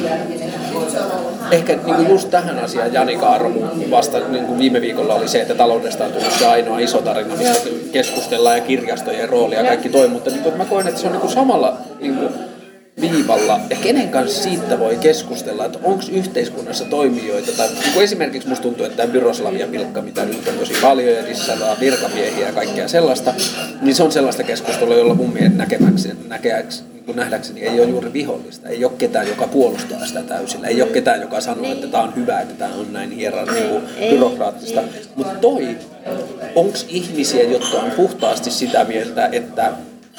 B: ehkä niin kuin just tähän asiaan Jani Kaaro vasta niin kuin viime viikolla oli se, että taloudesta on tullut se ainoa iso tarina, mistä keskustellaan ja kirjastojen rooli ja kaikki toi, mutta niin kuin, mä koen, että se on niin kuin samalla niin kuin viivalla ja kenen kanssa siitä voi keskustella, että onko yhteiskunnassa toimijoita tai niin kuin esimerkiksi musta tuntuu, että tämä Byroslavia-pilkka, mitä nyt on tosi paljon ja dissataan virkamiehiä ja kaikkea sellaista, niin se on sellaista keskustelua, jolla mun mielestä näkemäksi, näkeäksi, niin kuin nähdäkseni ei ole juuri vihollista, ei ole ketään, joka puolustaa sitä täysillä, ei ole ketään, joka sanoo, että tämä on hyvä, että tämä on näin hierarkinen byrokraattista, mutta toi, onko ihmisiä, jotka on puhtaasti sitä mieltä, että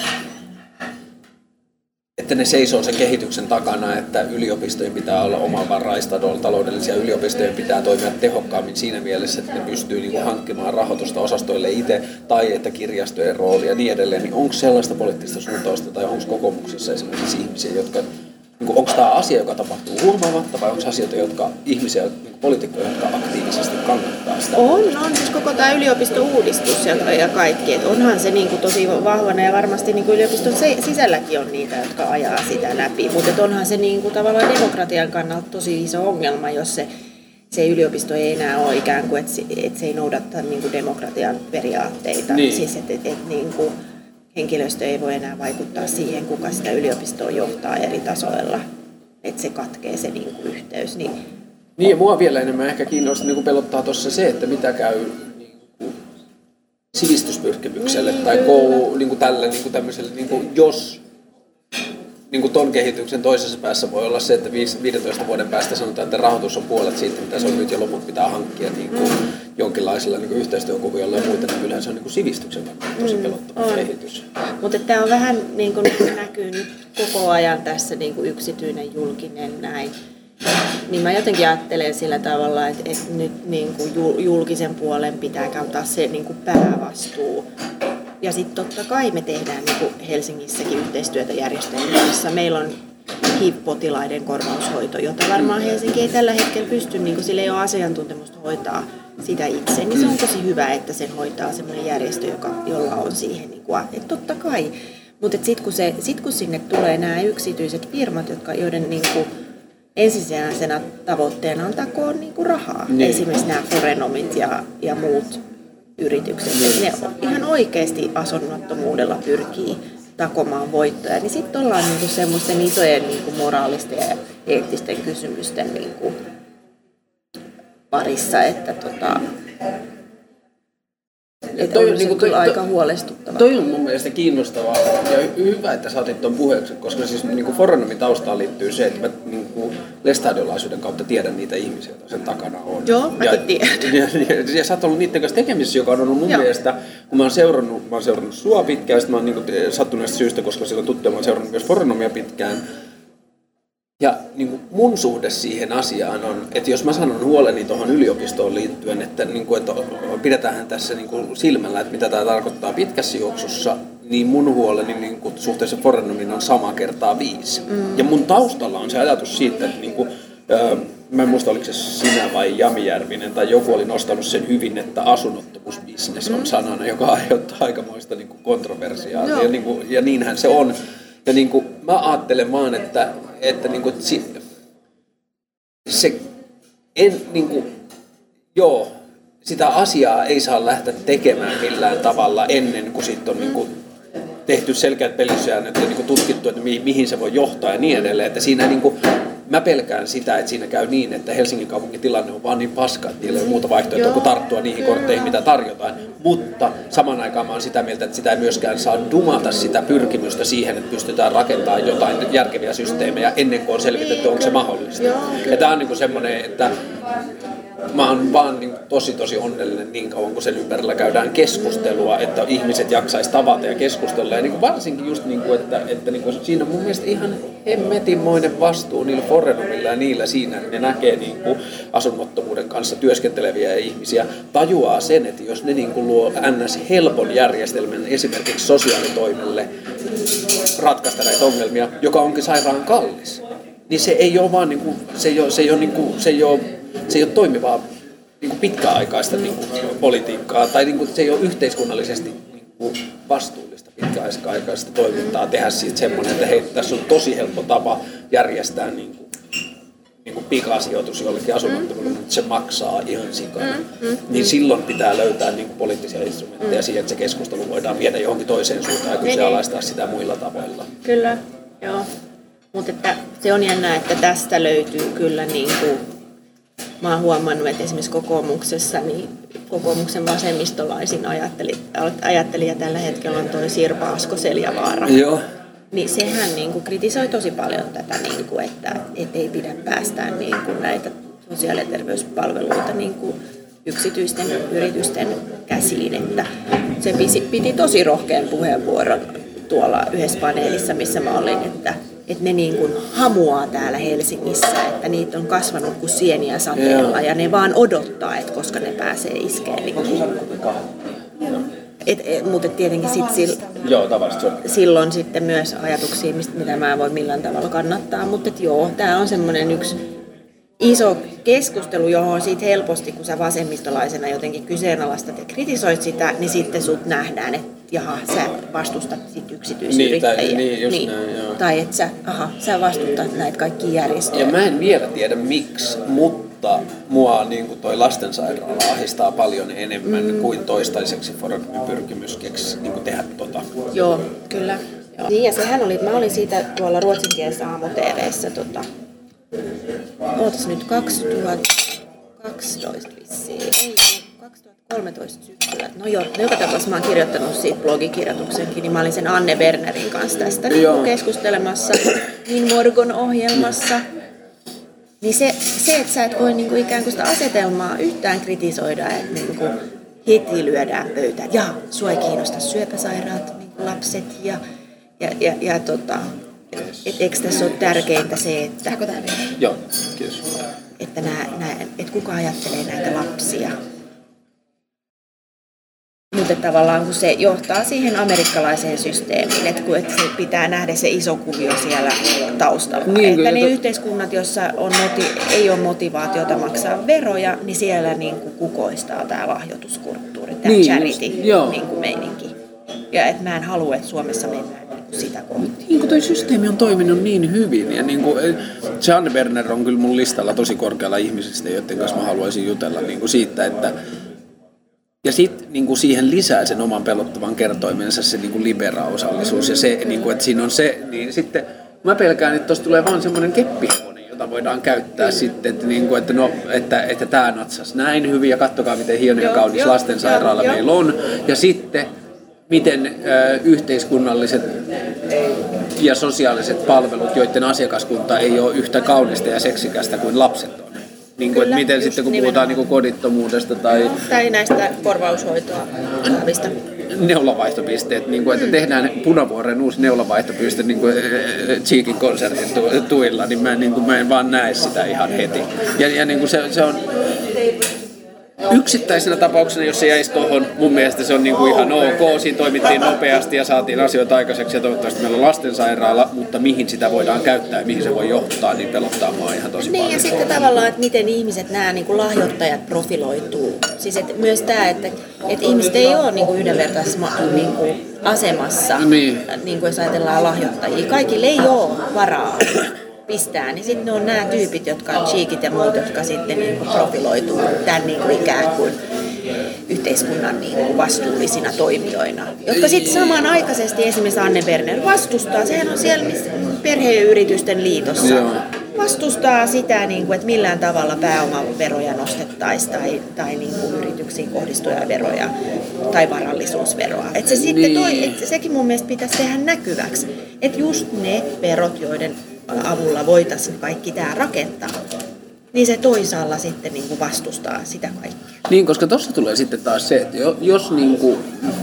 B: että ne seisoo sen kehityksen takana, että yliopistojen pitää olla omavaraista, taloudellisia yliopistojen pitää toimia tehokkaammin siinä mielessä, että ne pystyy niinku hankkimaan rahoitusta osastoille itse, tai että kirjastojen rooli ja niin edelleen, niin onko sellaista poliittista suuntausta tai onko kokoomuksessa esimerkiksi ihmisiä, jotka, niinku, onko tämä asia, joka tapahtuu huomaamatta, vai onko asioita, jotka ihmisiä, niinku poliitikkoja, jotka aktiivisesti kannattaa sitä?
A: On, on siis koko tämä yliopisto-uudistus ja, ja kaikki, että onhan se niinku tosi vahvana ja varmasti niinku yliopiston sisälläkin on niitä, jotka ajaa sitä läpi, mutta onhan se niinku tavallaan demokratian kannalta tosi iso ongelma, jos se se yliopisto ei enää ole ikään kuin, että se, että se ei noudata niin kuin demokratian periaatteita.
B: Niin.
A: Siis että, että, että niin kuin henkilöstö ei voi enää vaikuttaa siihen, kuka sitä yliopistoa johtaa eri tasoilla. Että se katkee se niin kuin yhteys. Niin,
B: niin ja mua vielä enemmän ehkä kiinnostaa, niin kuin pelottaa tuossa se, että mitä käy niin kuin sivistyspyrkimykselle tai koulu, niin kuin tälle, niin kuin tämmöiselle, niin kuin jos niin kuin ton kehityksen toisessa päässä voi olla se, että viidentoista vuoden päästä sanotaan, että rahoitus on puolet siitä, mitä se on nyt ja loput pitää hankkia niin kuin mm. jonkinlaisilla niin kuin yhteistyökuvioilla ja muuten, niin kyllähän se on niin kuin sivistyksen tosi pelottava mm. kehitys.
A: Mutta tämä on vähän niin kuin näkyy nyt koko ajan tässä niin kuin yksityinen, julkinen näin. Niin mä jotenkin ajattelen sillä tavalla, että, että nyt niin kuin julkisen puolen pitää kantaa se niin kuin päävastuu. Ja sitten totta kai me tehdään niin kuin Helsingissäkin yhteistyötä järjestöjen kanssa. Meillä on H I V-potilaiden korvaushoito, jota varmaan Helsinki ei tällä hetkellä pysty, niin kuin sillä ei ole asiantuntemusta hoitaa sitä itse. Niin se on tosi hyvä, että sen hoitaa sellainen järjestö, joka, jolla on siihen, niin kuin, että totta kai. Mutta sitten kun, sit, kun sinne tulee nämä yksityiset firmat, jotka, joiden niin kuin ensisijaisena tavoitteena on takoa niin kuin rahaa. Niin. Esimerkiksi nämä Forenomit ja, ja muut yritykset, mm. ne ihan oikeasti asunnottomuudella pyrkii takomaan voittoja, niin sitten ollaan niinku semmoisten isojen niinku moraalisten ja eettisten kysymysten niinku parissa, että tota, et on niinku kyllä aika huolestuttavaa.
B: Toi on mun mielestä kiinnostavaa ja hyvä, että sä otit tuon puheeksi, koska siis niinku Foronomin taustaan liittyy se, että mä niinku lestadiolaisuuden kautta tiedän niitä ihmisiä, joita sen takana on.
A: Joo, mäkin tiedän.
B: Ja, ja, ja, ja sä oot ollut niiden kanssa tekemisissä, joka on ollut mun Joo. mielestä, kun mä oon seurannut, mä oon seurannut sua pitkään, ja sit mä oon niinku sattuneesta syystä, koska sillä on tuttuja, mä oon seurannut myös Foronomia pitkään. Ja niin kuin mun suhde siihen asiaan on, että jos mä sanon huoleni tuohon yliopistoon liittyen, että, niin kuin, että pidetään tässä niin kuin silmällä, että mitä tämä tarkoittaa pitkässä juoksussa, niin mun huoleni niin kuin suhteessa Foronomiin on sama kertaa viisi. Mm. Ja mun taustalla on se ajatus siitä, että niin kuin, äh, mä en muista oliko se sinä vai Jami Järvinen tai joku oli nostanut sen hyvin, että asunnottomuusbisnes on sanana, joka aiheuttaa aikamoista niin kuin kontroversiaa. Ja, niin kuin, ja niinhän se on. Ja niin kuin, mä ajattelen vaan, että, että niin kuin, se, en, niin kuin, joo, sitä asiaa ei saa lähteä tekemään millään tavalla ennen kuin sit on niin kuin, tehty selkeät pelisäännöt ja niin kuin, tutkittu, että mi, mihin se voi johtaa ja niin edelleen. Että siinä, niin kuin, mä pelkään sitä, että siinä käy niin, että Helsingin kaupungin tilanne on vaan niin paska, että niillä ei ole muuta vaihtoehtoa kuin tarttua niihin kortteihin, mitä tarjotaan. Mutta saman aikaan mä oon sitä mieltä, että sitä ei myöskään saa dumata sitä pyrkimystä siihen, että pystytään rakentamaan jotain järkeviä systeemejä ennen kuin on selvitetty, onko se mahdollista. Ja tää on niin kuin semmoinen, että mä oon vaan niin tosi tosi onnellinen niin kauan, kun sen ympärillä käydään keskustelua, että ihmiset jaksais tavata ja keskustella. Ja niin varsinkin just, niin kuin, että, että niin kuin siinä on mun mielestä ihan hemmetinmoinen vastuu niillä Forenomilla ja niillä siinä, että ne näkee niin kuin asunnottomuuden kanssa työskenteleviä ihmisiä, tajuaa sen, että jos ne niin kuin luo ns. Helpon järjestelmän esimerkiksi sosiaalitoimelle ratkaista näitä ongelmia, joka onkin sairaan kallis, niin se ei ole vaan niin kuin, se ei ole, se ei ole, niin kuin, se ei ole Se ei ole toimivaa niin kuin pitkäaikaista niin kuin, politiikkaa tai niin kuin, se ei ole yhteiskunnallisesti niin kuin, vastuullista pitkäaikaista toimintaa tehdä siitä semmoinen, että hei, tässä on tosi helppo tapa järjestää niin kuin, niin kuin pikasijoitus jollekin asunnottomuudelle, mm. mutta se maksaa ihan sikana. Mm, mm, niin mm. silloin pitää löytää niin kuin, poliittisia instrumentteja mm. siihen, että se keskustelu voidaan viedä johonkin toiseen suuntaan ja kyseenalaistaa sitä muilla tavoilla.
A: Kyllä, joo. Mutta se on jännä, että tästä löytyy kyllä niin kuin mä oon huomannut, että esimerkiksi kokoomuksessa niin kokoomuksen vasemmistolaisin ajattelija, ajattelija tällä hetkellä on toi Sirpa Asko-Seljavaara.
B: Joo.
A: Niin sehän niin kuin kritisoi tosi paljon tätä, niin kuin, että et ei pidä päästää niin kuin näitä sosiaali- ja terveyspalveluita niin kuin yksityisten yritysten käsiin. Että se piti tosi rohkean puheenvuoron tuolla yhdessä paneelissa, missä mä olin, että että ne niin kuin hamuaa täällä Helsingissä, että niitä on kasvanut kuin sieniä sateella ja ne vaan odottaa, että koska ne pääsee iskeen. Niin et, et, mutta tietenkin sit sil,
B: joo,
A: silloin sitten myös ajatuksia, mitä mä en voi millään tavalla kannattaa, mutta joo, tämä on semmoinen yksi iso keskustelu, johon siitä helposti, kun sä vasemmistolaisena jotenkin kyseenalaistat ja kritisoit sitä, niin sitten sut nähdään, että jaha, sä vastustat sit yksityisyrittäjiä.
B: Niin, tai, niin, just
A: niin.
B: Näin, joo.
A: Tai että sä, aha, sä vastustat näitä kaikkia järjestöjä.
B: Ja mä en vielä tiedä miksi, mutta mutta mua niin kuin toi lastensairaala ahdistaa paljon enemmän mm. kuin toistaiseksi Fordin pyrkimys keksi niin kuin tehdä tota.
A: Joo, kyllä. Joo. Niin, ja sehän oli, mä olin siitä tuolla ruotsinkielisessä aamu-tv:ssä, tota, ootas nyt kaksituhattakaksitoista vissiin, ei kaksituhattakolmetoista syksyllä. No joo, joka tapauksessa mä oon kirjoittanut siitä blogikirjoituksenkin, niin mä olin sen Anne Bernerin kanssa tästä niin keskustelemassa Niin Morgon ohjelmassa. Niin se, se, että sä et voi niinku ikään kuin sitä asetelmaa yhtään kritisoida, että niinku heti lyödään pöytään. Ja sua ei kiinnosta syöpäsairaat niinku lapset ja, ja, ja, ja tota, et eikö tässä ole tärkeintä se, että,
B: Joo, kiitos.
A: että, nää, nää, että kuka ajattelee näitä lapsia. Mutta tavallaan kun se johtaa siihen amerikkalaiseen systeemiin, että kun että se pitää nähdä se iso kuvio siellä taustalla. Niin, että ne to... yhteiskunnat, joissa on moti- ei ole motivaatiota maksaa veroja, niin siellä niin kuin kukoistaa tämä lahjoituskulttuuri, tämä niin, charity niin kuin meininki. Ja että mä en halua, että Suomessa mennään niin kuin sitä kohti.
B: Niin kuin toi systeemi on toiminut niin hyvin. Ja niin kuin, se Anne Berner on kyllä mun listalla tosi korkealla ihmisistä, joiden kanssa mä haluaisin jutella niin kuin siitä, että ja sitten niin siihen lisää sen oman pelottavan kertoimensa se niin libera-osallisuus ja se, niin kuin, että siinä on se, niin sitten mä pelkään, että tuossa tulee vaan semmoinen keppihevonen, jota voidaan käyttää mm. sitten, että, niin kuin, että, no, että, että tämä natsasi näin hyvin ja katsokaa miten hieno ja kaunis jo, lastensairaala jo, meillä on ja sitten miten ö, yhteiskunnalliset ja sosiaaliset palvelut, joiden asiakaskunta ei ole yhtä kaunista ja seksikästä kuin lapset on. Niin kuin, Kyllä, että miten sitten kun nimenomaan. Puhutaan niin kuin kodittomuudesta tai
A: tai näistä korvaushoitoa saavista
B: neulavaihtopisteet, niin kuin, että tehdään Punavuoren uusi neulavaihtopiste niin kuin Cheekin konsertin tuilla, niin mä, niin kuin, mä en vaan näe sitä ihan heti. Ja, ja niin kuin se, se on yksittäisenä tapauksena, jos se jäisi tuohon, mun mielestä se on niin kuin ihan ok. Siinä toimittiin nopeasti ja saatiin asioita aikaiseksi ja toivottavasti meillä on lastensairaala, mutta mihin sitä voidaan käyttää ja mihin se voi johtaa, niin pelottaa mua ihan tosi
A: niin,
B: paljon.
A: Ja sitten tavallaan, että miten ihmiset, nämä niin kuin lahjoittajat profiloituu. Siis että myös tämä, että, että ihmiset ei ole niin kuin yhdenvertaisessa niin kuin asemassa, niin. Niin kuin jos ajatellaan lahjoittajia. Kaikille ei ole varaa pistää, niin sitten ne on nämä tyypit, jotka on cheekit ja muut, jotka sitten niin kuin profiloituu tämän niin kuin ikään kuin yhteiskunnan niin kuin vastuullisina toimijoina, jotka sitten samanaikaisesti esimerkiksi Anne Berner vastustaa, sehän on siellä perheyritysten liitossa, Joo. vastustaa sitä, niin kuin, että millään tavalla pääomaveroja nostettaisiin tai, tai niin kuin yrityksiin kohdistuvia veroja tai varallisuusveroa. Että se sitten niin. toi, että sekin mun mielestä pitäisi tehdä näkyväksi, että just ne verot, joiden avulla voitaisiin kaikki tämä rakentaa, niin se toisaalla sitten niin kuin vastustaa sitä kaikkea.
B: Niin, koska tuossa tulee sitten taas se, että jos niin kuin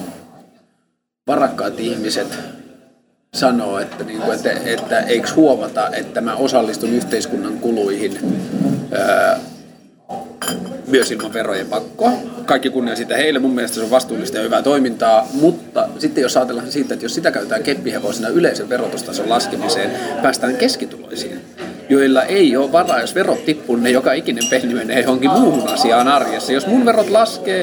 B: varakkaat ihmiset sanoo, että, niin kuin, että, että eikö huomata, että mä osallistun yhteiskunnan kuluihin ää, myös ilman verojen pakkoa. Kaikki kunnia siitä heille, mun mielestä se on vastuullista ja hyvää toimintaa, mutta sitten jos ajatellaan siitä, että jos sitä käytetään keppihevosena yleisen verotustason laskemiseen, päästään keskituloisiin, joilla ei ole varaa, jos verot tippuu, ne joka ikinen penni menee johonkin muuhun asiaan arjessa. Jos mun verot laskee,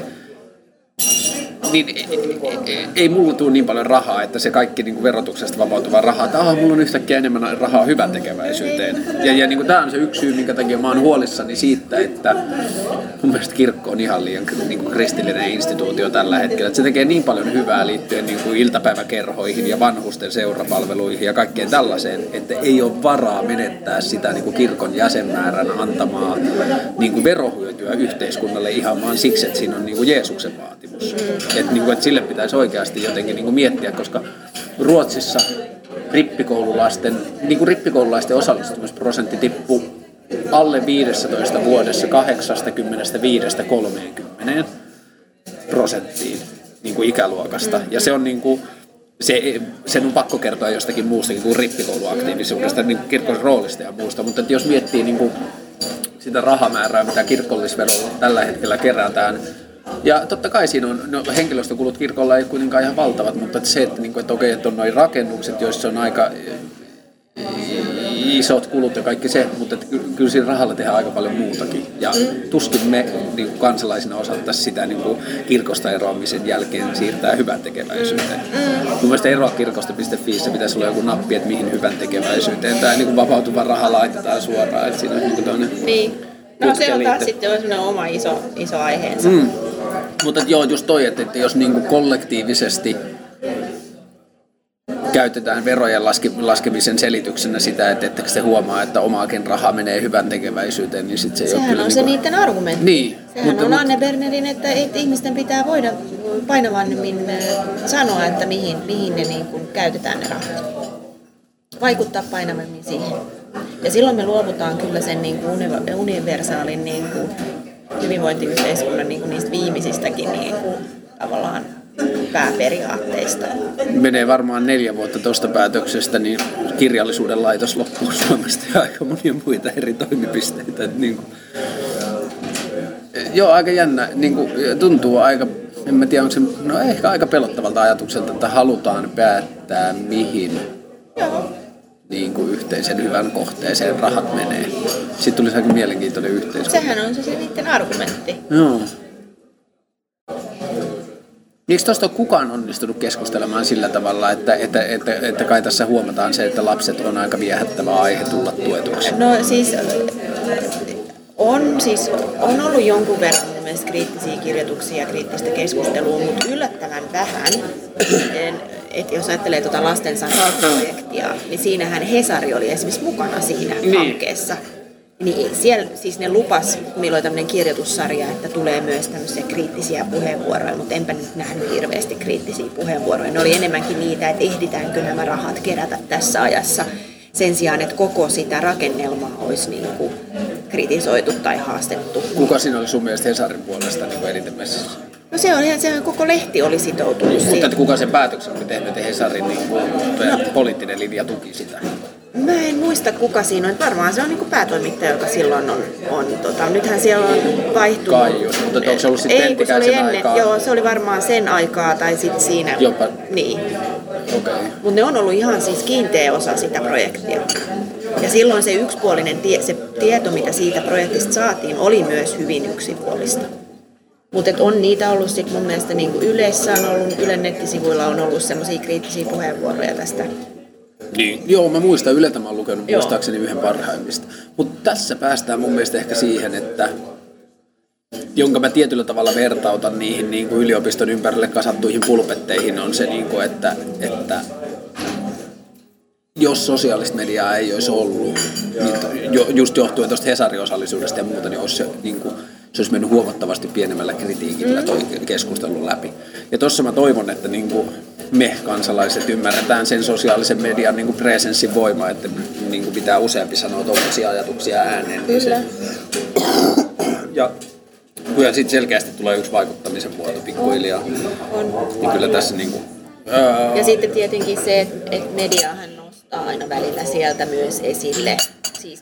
B: niin ei, ei, ei mulla tule niin paljon rahaa, että se kaikki niin kuin verotuksesta vapautuva raha, että ah, mulla on yhtäkkiä enemmän rahaa hyvän tekeväisyyteen. Ja, ja niin kuin tämä on se yksi syy, minkä takia mä oon huolissani siitä, että mun mielestä kirkko on ihan liian niin kuin kristillinen instituutio tällä hetkellä. Että se tekee niin paljon hyvää liittyen niin kuin iltapäiväkerhoihin ja vanhusten seurapalveluihin ja kaikkeen tällaiseen, että ei ole varaa menettää sitä niin kuin kirkon jäsenmäärän antamaa niin kuin verohyötyä yhteiskunnalle ihan vaan siksi, että siinä on niin kuin Jeesuksen vaatimus. Että niinku, et sille pitäisi oikeasti jotenkin niinku miettiä, koska Ruotsissa rippikoululaisten, niinku rippikoululaisten osallistumisprosentti tippui alle viisitoista vuodessa kahdeksankymmentäviisi kolmekymmentä prosenttiin niinku ikäluokasta. Ja se on niinku, se, sen on pakko kertoa jostakin muustakin kuin rippikouluaktiivisuudesta, niin kirkon roolista ja muusta, mutta jos miettii niinku sitä rahamäärää, mitä kirkollisverolla tällä hetkellä kerätään, ja totta kai siinä on, no, henkilöstökulut kirkolla ei kuitenkaan ihan valtavat, mutta että se, että, niin kuin, että okei, että on noin rakennukset, joissa on aika isot kulut ja kaikki se, mutta että kyllä siinä rahalla tehdään aika paljon muutakin. Ja mm. tuskin me niin kuin kansalaisina osattaisiin sitä niin kuin kirkosta eroamisen jälkeen siirtää hyvän tekeväisyyteen. Mm. Mun mielestä eroa kirkosta piste fi se pitäisi olla joku nappi, että mihin hyvän tekeväisyyteen. Tai niin kuin vapautuva raha laitetaan suoraan. Että siinä on niin kuin toinen.
A: Niin. No se on taas sitten sellainen oma iso, iso aiheensa. Mm.
B: Mutta joo, just toi, että, että jos niinku kollektiivisesti käytetään verojen laske, laskemisen selityksenä sitä, että ettekö se huomaa, että omaakin rahaa menee hyvän tekeväisyyteen, niin sitten se ei
A: Sehän
B: ole kyllä
A: on
B: niinku...
A: se niiden argumentti.
B: Niin.
A: Sehän mutta, on mutta... Anne Bernerin, että, että ihmisten pitää voida painavammin sanoa, että mihin, mihin ne niin kuin käytetään ne rahat. Vaikuttaa painavammin siihen. Ja silloin me luovutaan kyllä sen niin kuin universaalin niin kuin hyvinvointiyhteiskunnan niin kuin niistä viimeisistäkin niin kuin tavallaan pääperiaatteista.
B: Menee varmaan neljä vuotta tuosta päätöksestä, niin kirjallisuuden laitos loppuu Suomesta ja aika monia muita eri toimipisteitä. Niin kuin, joo, aika jännä. Niin kuin, tuntuu aika, en mä tiedä, onko se, no ehkä aika pelottavalta ajatukselta, että halutaan päättää mihin niin kuin yhteisen hyvän kohteeseen rahat menee. Sitten tulisi aika mielenkiintoinen yhteiskunta.
A: Sehän on se, se niiden argumentti.
B: Joo. Miksi tuosta on kukaan onnistunut keskustelemaan sillä tavalla, että, että, että, että kai tässä huomataan se, että lapset on aika viehättävä aihe tulla tuetuksi?
A: No siis on, siis on ollut jonkun verran mun mielestä kriittisiä kirjoituksia ja kriittistä keskustelua, mutta yllättävän vähän. Että jos ajattelee tuota Lasten Sanat-projektia, niin siinähän Hesari oli esimerkiksi mukana siinä niin. hankkeessa. Niin siellä siis ne lupas, milloin tämmöinen kirjoitussarja, että tulee myös tämmöisiä kriittisiä puheenvuoroja, mutta enpä nyt nähnyt hirveästi kriittisiä puheenvuoroja. Ne oli enemmänkin niitä, että ehditäänkö nämä rahat kerätä tässä ajassa sen sijaan, että koko sitä rakennelmaa olisi niin kuin kritisoitu tai haastettu.
B: Kuka siinä oli sun mielestä Hesarin puolesta niin eniten messissä?
A: No se on ihan, se koko lehti oli sitoutunut
B: niin,
A: siihen.
B: Mutta kuka sen päätöksen oli tehnyt, että Hesarin niin kuin, no. poliittinen linja tuki sitä?
A: Mä en muista kuka siinä on. Varmaan se on niin kuin päätoimittaja, joka silloin on. on tota, nythän siellä on vaihtunut.
B: Kaiju, mutta onko se ollut sitten
A: Ei, kun se oli ennen. Aikaa? Joo, se oli varmaan sen aikaa tai sitten siinä.
B: Jopa.
A: Niin.
B: Okay.
A: Mutta ne on ollut ihan siis kiinteä osa sitä projektia. Ja silloin se yksipuolinen tie, se tieto, mitä siitä projektista saatiin, oli myös hyvin yksipuolista. Mutta on niitä ollut sitten mun mielestä niin kuin Ylessä on ollut, Ylen nettisivuilla on ollut semmoisia kriittisiä puheenvuoroja tästä.
B: Niin. Joo, mä muistan, Yleltä mä oon lukenut Joo. muistaakseni yhden parhaimmista. Mutta tässä päästään mun mielestä ehkä siihen, että jonka mä tietyllä tavalla vertautan niihin niin kuin yliopiston ympärille kasattuihin pulpetteihin, on se, niin kuin, että, että jos sosiaalista mediaa ei olisi ollut, niin just johtuen tuosta Hesarin osallisuudesta ja muuta, niin olisi se, niin kuin, se olisi mennyt huomattavasti pienemmällä kritiikillä toi keskustelun läpi. Ja tuossa mä toivon, että niin kuin me kansalaiset ymmärretään sen sosiaalisen median niin kuin presenssin voima, että niin kuin pitää useampi sanoa tuollaisia ajatuksia ääneen.
A: Kyllä.
B: Ja kyllä sitten selkeästi tulee yksi vaikuttamisen muoto pikkuhiljaa.
A: On.
B: Niin kyllä tässä niin kuin,
A: ja sitten tietenkin se, että et mediahan nostaa aina välillä sieltä myös esille. Siis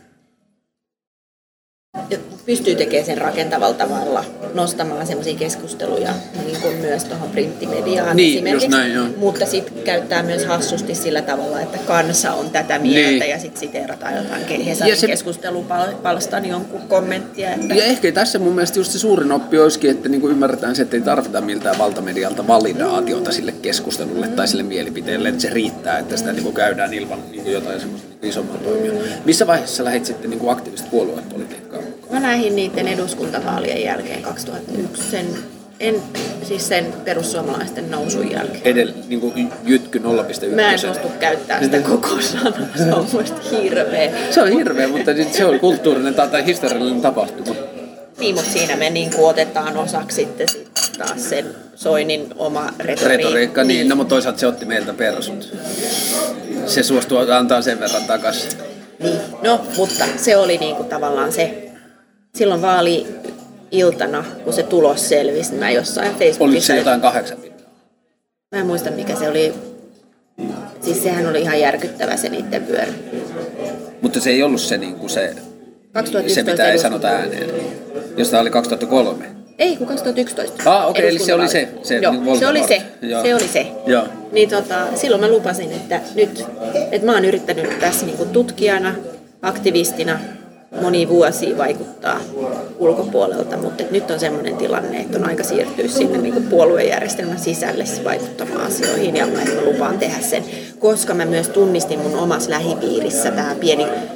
A: pystyy tekemään sen rakentavalla tavalla, nostamaan semmoisia keskusteluja niin kuin myös tuohon printtimediaan
B: niin,
A: esimerkiksi.
B: Näin, joo.
A: Mutta sitten käyttää myös hassusti sillä tavalla, että kansa on tätä mieltä niin. Ja sitten siteerataan jotain Hesarin se... keskustelupalstan jonkun kommenttia. Että...
B: Ja ehkä tässä mun mielestä just se suurin oppi olisikin, että niinku ymmärretään se, että ei tarvita miltään valtamedialta validaatiota sille keskustelulle mm. tai sille mielipiteelle, että se riittää, että sitä niinku käydään ilman niinku jotain semmoista niinku isomman toimia. Missä vaiheessa sä lähdit sitten niinku aktiivista puoluepolitiikkaa mukaan?
A: Mä lähdin niiden eduskuntavaalien jälkeen kaksituhattayksi, sen, en, siis sen perussuomalaisten nousun jälkeen.
B: Edellä niin kuin jytky nolla pilkku yksi.
A: Mä en suostu käyttää sitä koko sanaa, se on muista hirveä.
B: Se on hirveä, mutta se on kulttuurinen tai historiallinen tapahtuma.
A: Niin, mutta siinä me niin kuin otetaan osaksi sitten sit taas sen Soinin oma retoriikka.
B: Retoriikka, niin, no, mutta toisaalta se otti meiltä persut. Se suostuu antaa sen verran takaisin.
A: Niin, no, mutta se oli niin kuin tavallaan se. Silloin vaali-iltana, kun se tulos selvisi, mä jossain Facebookissa...
B: Oliko se jotain kahdeksan pinnaa?
A: Mä en muista, mikä se oli. Siis sehän oli ihan järkyttävä se niiden pyörä.
B: Mutta se ei ollut se, niin kuin se, se mitä ei sanota ääneen. Jos tämä oli kaksituhattakolme.
A: Ei, kun kaksituhattayksitoista.
B: Ah, okei, okay, eli se oli se. Se,
A: Joo,
B: niin
A: se oli se.
B: Joo.
A: Se oli se.
B: Joo.
A: Niin tota, silloin mä lupasin, että nyt, että mä oon yrittänyt tässä niin kuin tutkijana, aktivistina, moni vuosia vaikuttaa ulkopuolelta, mutta nyt on sellainen tilanne, että on aika siirtyä sinne niin kuin puoluejärjestelmän sisälle vaikuttamaan asioihin ja mä lupaan tehdä sen, koska mä myös tunnistin mun omassa lähipiirissä tämä pieni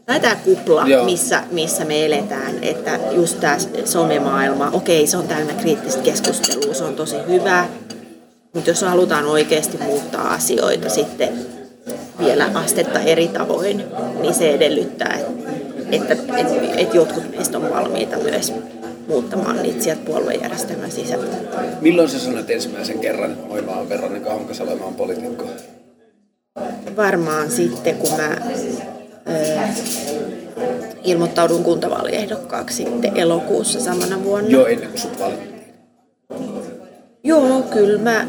A: Tai tämä kupla, missä, missä me eletään, että just tämä somemaailma, okei, se on täynnä kriittistä keskustelua, se on tosi hyvä, mutta jos halutaan oikeasti muuttaa asioita sitten vielä astetta eri tavoin, niin se edellyttää, että, että, että, että jotkut meistä on valmiita myös muuttamaan niitä sieltä puoluejärjestelmän sisältä.
B: Milloin sä sanoit ensimmäisen kerran, että moi, mä oon Veronika Honkasalo, mä oon poliitikko?
A: Varmaan sitten, kun mä ö, ilmoittaudun kuntavaaliehdokkaaksi sitten elokuussa samana vuonna.
B: Joo, ennen kuin sut valittiin.
A: Joo, kyllä mä...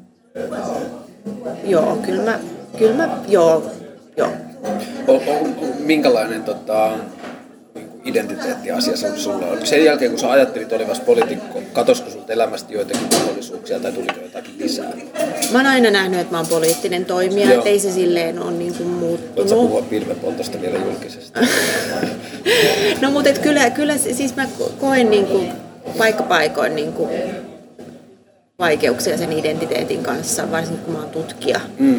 A: Joo, kyllä mä... Kyllä mä... Joo, joo.
B: O, o, minkälainen tota, identiteettiasia se sulla on? Sen jälkeen, kun sä ajattelit olevasi poliitikko, katosko sulta elämästä joitakin mahdollisuuksia tai tuliko jotakin lisää?
A: Mä oon aina nähnyt, että mä oon poliittinen toimija, ettei se silleen ole niin kuin muuttunut.
B: Voit sä puhua pilvenpoltosta vielä julkisesti?
A: No mutta kyllä, kyllä siis mä koen niin kuin paikkapaikoin niin kuin vaikeuksia sen identiteetin kanssa, varsinkin kun mä oon tutkija. Mm.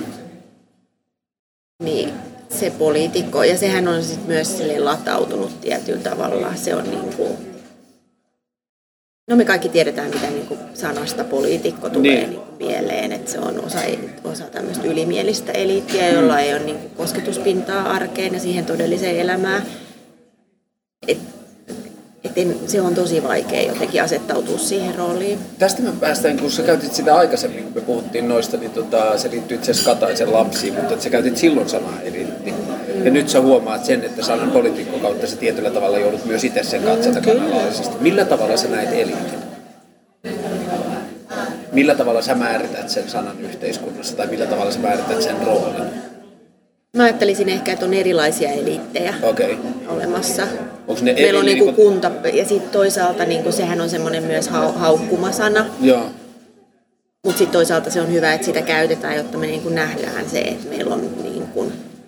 A: Niin se poliitikko, ja sehän on sit myös latautunut tietyllä tavalla. Se on niin kuin, no me kaikki tiedetään, mitä niin kuin sanasta poliitikko tulee niin. Niin kuin mieleen, että se on osa, osa tämmöistä ylimielistä eliittiä, jolla ei ole niin kuin kosketuspintaa arkeen ja siihen todelliseen elämään. Et, et en, se on tosi vaikea jotenkin asettautua siihen rooliin.
B: Tästä me päästään, kun sä käytit sitä aikaisemmin, kun me puhuttiin noista, niin tota, se liittyy itse asiassa Kataisen lapsiin, mutta sä käytit silloin sanaa eliitti. Mm. Ja nyt sä huomaat sen, että sanan poliitikko kautta sä tietyllä tavalla joudut myös itse sen katsota kanalaisesti. Millä tavalla sä näet eliitin? Millä tavalla sä määrität sen sanan yhteiskunnassa tai millä tavalla sä määrität sen roolin?
A: Mä ajattelisin ehkä, että on erilaisia eliittejä okay. olemassa.
B: Onko ne
A: meillä on niinku kunta ja sitten toisaalta niinku sehän on semmoinen myös hau, haukkumasana.
B: Joo.
A: Mutta sitten toisaalta se on hyvä, että sitä käytetään, jotta me niinku nähdään se, että meillä on niinku,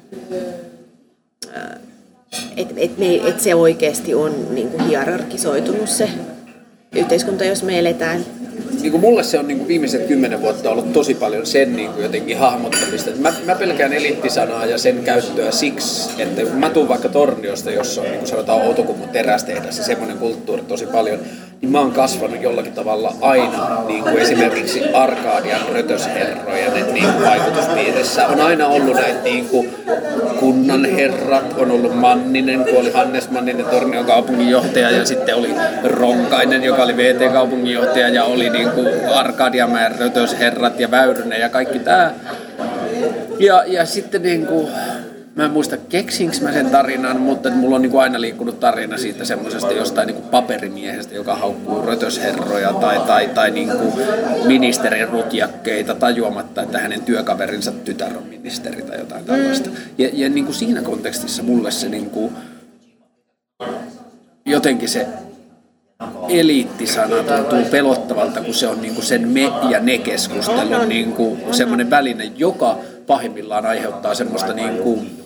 A: että et et se oikeasti on niinku hierarkisoitunut se yhteiskunta, jos me eletään.
B: Niin kuin mulle se on niin kuin viimeiset kymmenen vuotta ollut tosi paljon sen niin kuin jotenkin hahmottamista. Mä, mä pelkään eliittisanaa ja sen käyttöä siksi, että kun mä tuun vaikka Torniosta, jossa on niin kuin sanotaan Outokummun terästehdas ja semmoinen kulttuuri tosi paljon, niin mä oon kasvanut jollakin tavalla aina niin kuin esimerkiksi Arkadian rötösherrojen niin kuin vaikutuspiirissä. On aina ollut näitä niin kuin kunnanherrat, on ollut Manninen, kun oli Hannes Manninen, Tornion kaupunginjohtaja, ja sitten oli Ronkainen, joka oli V T-kaupunginjohtaja, ja oli niin kuin Arkadianmäen rötösherrat ja Väyrynen ja kaikki tää. Ja, ja sitten niin kuin, mä en muista keksinkö mä sen tarinan, mutta mulla on niin kuin aina liikkunut tarina siitä semmoisesta jostain niin kuin paperimiehestä, joka haukkuu rötösherroja tai, tai, tai niin kuin ministerin rutjakkeita tajuamatta, että hänen työkaverinsa tytär on ministeri tai jotain tällaista. Ja, ja niin kuin siinä kontekstissa mulle se niin kuin, jotenkin se eliittisana tuntuu pelottavalta, kun se on niin kuin sen me ja ne keskustelun niin kuin semmoinen väline, joka pahimmillaan aiheuttaa semmoista niin kuin,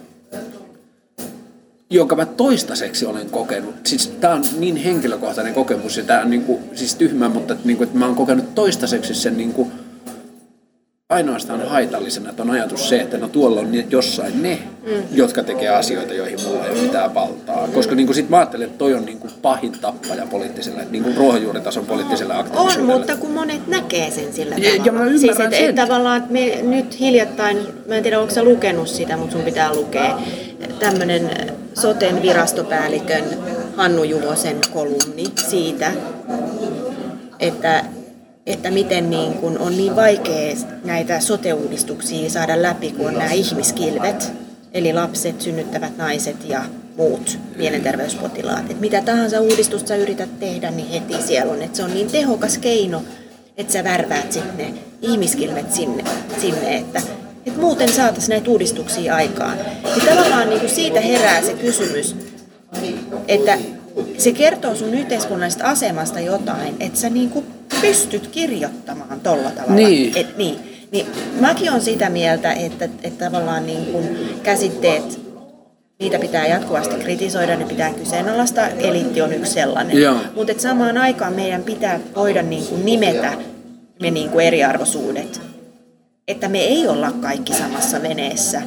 B: jonka mä toistaiseksi olen kokenut. Siis tää on niin henkilökohtainen kokemus ja tää on niin kuin, siis tyhmä, mutta että, niin kuin, että mä oon kokenut toistaiseksi sen niin kuin, ainoastaan haitallisena, että on ajatus se, että no tuolla on jossain ne, mm. jotka tekee asioita, joihin mulla ei ole mitään valtaa. Koska niin sit mä ajattelen, että toi on niin kuin pahin tappaja poliittiselle, niin kuin ruohonjuuritason poliittiselle aktiivisuudelle.
A: On, mutta kun monet näkee sen sillä
B: ja,
A: tavalla.
B: Ja mä ymmärrän
A: siis, et,
B: sen.
A: Et, tavallaan, että me nyt hiljattain, mä en tiedä, onko sä lukenut sitä, mutta sun pitää lukea tämmönen Soten virastopäällikön Hannu Juvosen kolumni siitä, että että miten niin kun on niin vaikea näitä sote-uudistuksia saada läpi, kun on nämä ihmiskilvet, eli lapset, synnyttävät naiset ja muut mielenterveyspotilaat. Et mitä tahansa uudistusta sä yrität tehdä, niin heti siellä on, että se on niin tehokas keino, että sä värväät sitten ne ihmiskilvet sinne, sinne että, että muuten saataisiin näitä uudistuksia aikaan. Ja tavallaan niin kun siitä herää se kysymys, että se kertoo sun yhteiskunnallisesta asemasta jotain, että sä niin kuin pystyt kirjoittamaan tolla tavalla.
B: Niin.
A: Et, niin, niin mäkin olen sitä mieltä, että, että tavallaan niin kuin käsitteet, niitä pitää jatkuvasti kritisoida, ne pitää kyseenalaistaa, eliitti on yksi sellainen. Mutta samaan aikaan meidän pitää voida niin kuin nimetä ne niin kuin eriarvoisuudet. Että me ei olla kaikki samassa veneessä.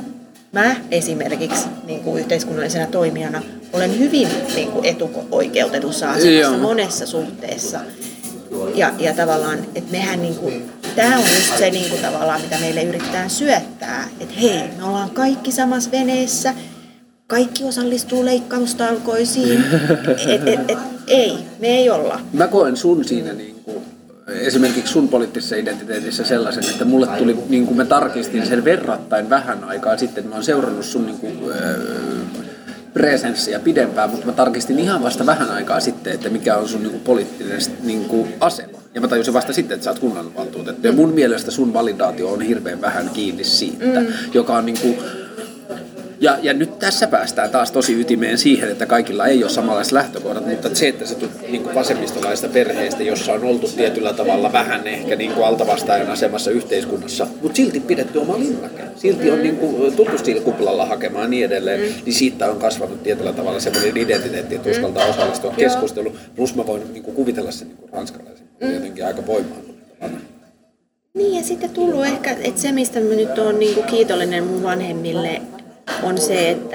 A: mä esimerkiksi niin kuin yhteiskunnallisena toimijana olen hyvin niin kuin etuoikeutetussa asemassa monessa suhteessa. Ja, ja tavallaan, että mehän niin kuin, tämä on just se niin kuin tavallaan, mitä meille yritetään syöttää, että hei, me ollaan kaikki samassa veneessä, kaikki osallistuu leikkaustalkoisiin, et, et, et, ei, me ei olla.
B: Mä koen sun siinä niin kuin, esimerkiksi sun poliittisessa identiteetissä sellaisen, että mulle tuli, niin kuin mä tarkistin sen verrattain vähän aikaa sitten, että mä oon seurannut sun niin kuin, öö, presenssiä pidempään, mutta mä tarkistin ihan vasta vähän aikaa sitten, että mikä on sun niin kuin, poliittinen niin kuin, asema. Ja mä tajusin vasta sitten, että sä oot kunnanvaltuutettu. Ja mun mielestä sun validaatio on hirveän vähän kiinni siitä, mm. joka on niin kuin, Ja, ja nyt tässä päästään taas tosi ytimeen siihen, että kaikilla ei ole samanlaiset lähtökohdat, mutta se, että sä tulet niin vasemmistolaisesta perheestä, jossa on oltu tietyllä tavalla vähän ehkä niin kuin altavastaajan asemassa yhteiskunnassa, mutta silti pidetty oma linnake. Silti on niin kuin tultu kuplalla hakemaan ja niin edelleen, mm. niin siitä on kasvanut tietyllä tavalla semmoinen identiteetti, että uskaltaa osallistua keskusteluun. Plus mä voin niin kuin kuvitella sen niin kuin ranskalaisen mm. jotenkin aika voimaannuttavana.
A: Niin ja sitten tullut ehkä, että se mistä mä nyt oon niin kuin kiitollinen mun vanhemmille, on se, että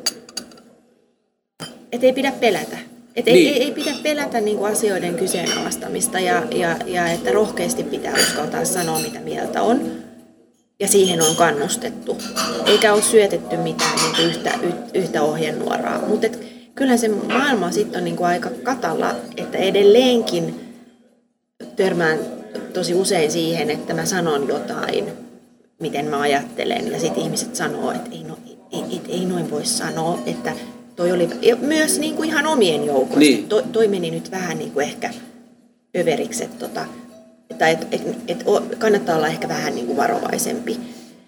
A: et ei pidä pelätä. Et niin. ei, ei pidä pelätä niinku asioiden kyseenalaistamista ja, ja, ja että rohkeasti pitää uskaltaa sanoa, mitä mieltä on. Ja siihen on kannustettu. Eikä ole syötetty mitään niinku yhtä, yhtä ohjenuoraa. Mutta kyllähän se maailma sitten on niinku aika katalla, että edelleenkin törmään tosi usein siihen, että mä sanon jotain, miten mä ajattelen. Ja sitten ihmiset sanoo, että ei no, Ei, ei noin voi sanoa, että toi oli myös niin kuin ihan omien joukoista. Niin. Toi, toi meni nyt vähän niin kuin ehkä överiksi, että, tota, että et, et, et, kannattaa olla ehkä vähän niin kuin varovaisempi.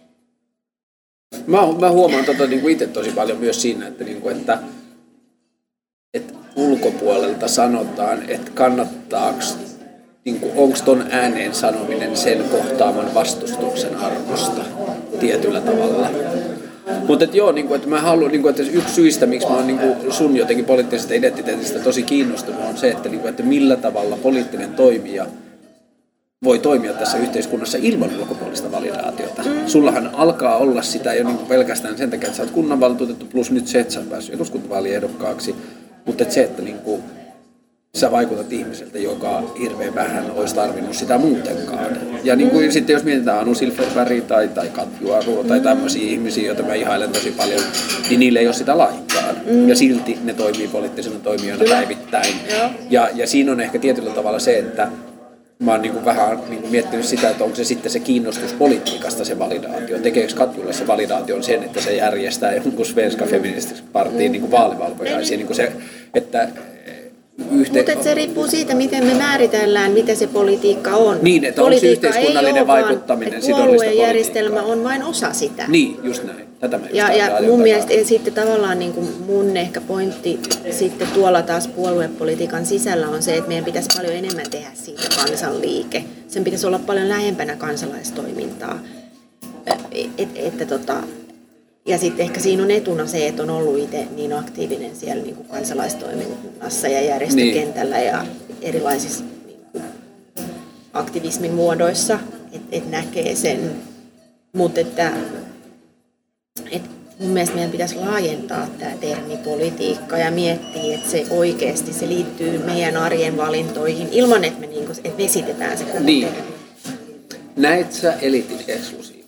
B: Mä, mä huomaan tota niin kuin itse tosi paljon myös siinä, että, niin kuin, että, että ulkopuolelta sanotaan, että kannattaako, niin kuin, onko ton ääneen sanominen sen kohtaaman vastustuksen arvosta tietyllä tavalla. Mutta joo, niinku, että mä haluan, niinku, että yksi syistä, miksi mä oon niinku, sun jotenkin poliittisesta identiteetistä tosi kiinnostunut, on se, että, niinku, että millä tavalla poliittinen toimija voi toimia tässä yhteiskunnassa ilman ulkopuolista validaatiota. Mm. Sullahan alkaa olla sitä jo niinku pelkästään sen takia, että sä oot kunnanvaltuutettu, plus nyt se, että sä oot päässyt eduskuntavaaliehdokkaaksi, mutta et se, että niinku, sä vaikutat ihmiseltä, joka hirveän vähän olisi tarvinnut sitä muutenkaan. Ja niin kuin, mm. sitten jos mietitään Anu Silfverbergia tai, tai Katju Arua tai tämmöisiä ihmisiä, joita mä ihailen tosi paljon, niin niillä ei ole sitä lainkaan. Mm. Ja silti ne toimii poliittisena toimijoina päivittäin. Ja, ja siinä on ehkä tietyllä tavalla se, että mä oon niin kuin vähän niin kuin miettinyt sitä, että onko se sitten se kiinnostus politiikasta se validaatio. Tekeekö Katjulle se validaation sen, että se järjestää jonkun Svenska Feministisen partiin niin kuin vaalivalvojaisia. Niin kuin se, että Yhte...
A: Mutta se riippuu siitä, miten me määritellään, mitä se politiikka on.
B: Niin, että onko yhteiskunnallinen vaikuttaminen sidollista politiikkaa.
A: Puoluejärjestelmä on vain osa sitä.
B: Niin, just näin. Tätä mä
A: ja ja mun mielestä sitten tavallaan niin kuin mun ehkä pointti sitten tuolla taas puoluepolitiikan sisällä on se, että meidän pitäisi paljon enemmän tehdä siitä kansanliike. Sen pitäisi olla paljon lähempänä kansalaistoimintaa. Et, että tota... Ja sitten ehkä siinä on etuna se, että on ollut itse niin aktiivinen siellä niin kuin kansalaistoiminnassa ja järjestökentällä niin. Ja erilaisissa niin kuin aktivismin muodoissa, että et näkee sen. Mutta että et mun mielestä meidän pitäisi laajentaa tämä termi politiikka ja miettiä, että se oikeasti se liittyy meidän arjen valintoihin ilman, että me niin kuin, et vesitetään se koko
B: niin. termi. Näet sä eliitin eksklusiivisena?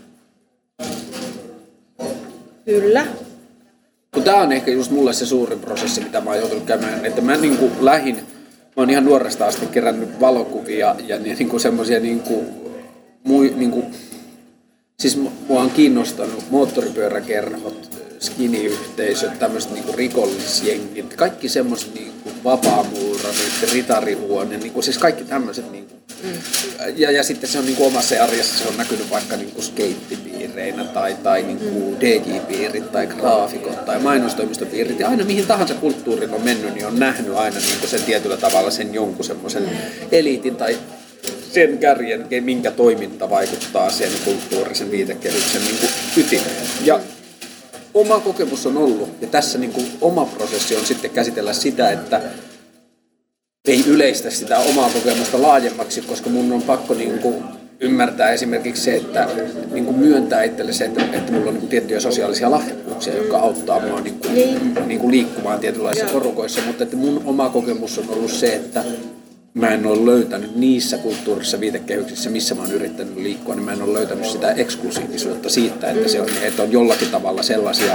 A: Kyllä.
B: Tämä on ehkä just mulle se suurin prosessi, mitä mä oon joutunut käymään, että mä niin kuin lähin, mä oon ihan nuoresta asti kerännyt valokuvia ja niin kuin semmoisia niin kuin, mui, niin kuin, siis mua on kiinnostanut moottoripyöräkerhot, skinny-yhteisöt, tämmöiset niin kuin rikollisjengit, kaikki semmoiset niin kuin vapaamuurarit, ritarihuone, niin kuin, siis kaikki tämmöiset niin kuin, mm. ja, ja sitten se on niin kuin omassa arjessa, se on näkynyt vaikka niin kuin skeittipiireinä tai, tai niin kuin D J-piirit tai graafikot tai mainostoimistopiirit ja aina mihin tahansa kulttuurin on mennyt, niin on nähnyt aina niin kuin sen tietyllä tavalla sen jonkun semmoisen mm. eliitin tai sen kärjen, minkä toiminta vaikuttaa sen kulttuurisen viitekehyksen niin kuin ytimeen. Ja oma kokemus on ollut, ja tässä niin kuin oma prosessi on sitten käsitellä sitä, että ei yleistä sitä omaa kokemusta laajemmaksi, koska mun on pakko niin kuin ymmärtää esimerkiksi se, että niin kuin myöntää itselle se, että, että mulla on niin kuin tiettyjä sosiaalisia lahjakkuuksia, jotka auttaa mua niin kuin, niin kuin liikkumaan tietynlaisissa Joo. porukoissa, mutta että mun oma kokemus on ollut se, että mä en ole löytänyt niissä kulttuurissa viitekehyksissä, missä mä oon yrittänyt liikkua, niin mä en ole löytänyt sitä eksklusiivisuutta siitä, että, se on, että on jollakin tavalla sellaisia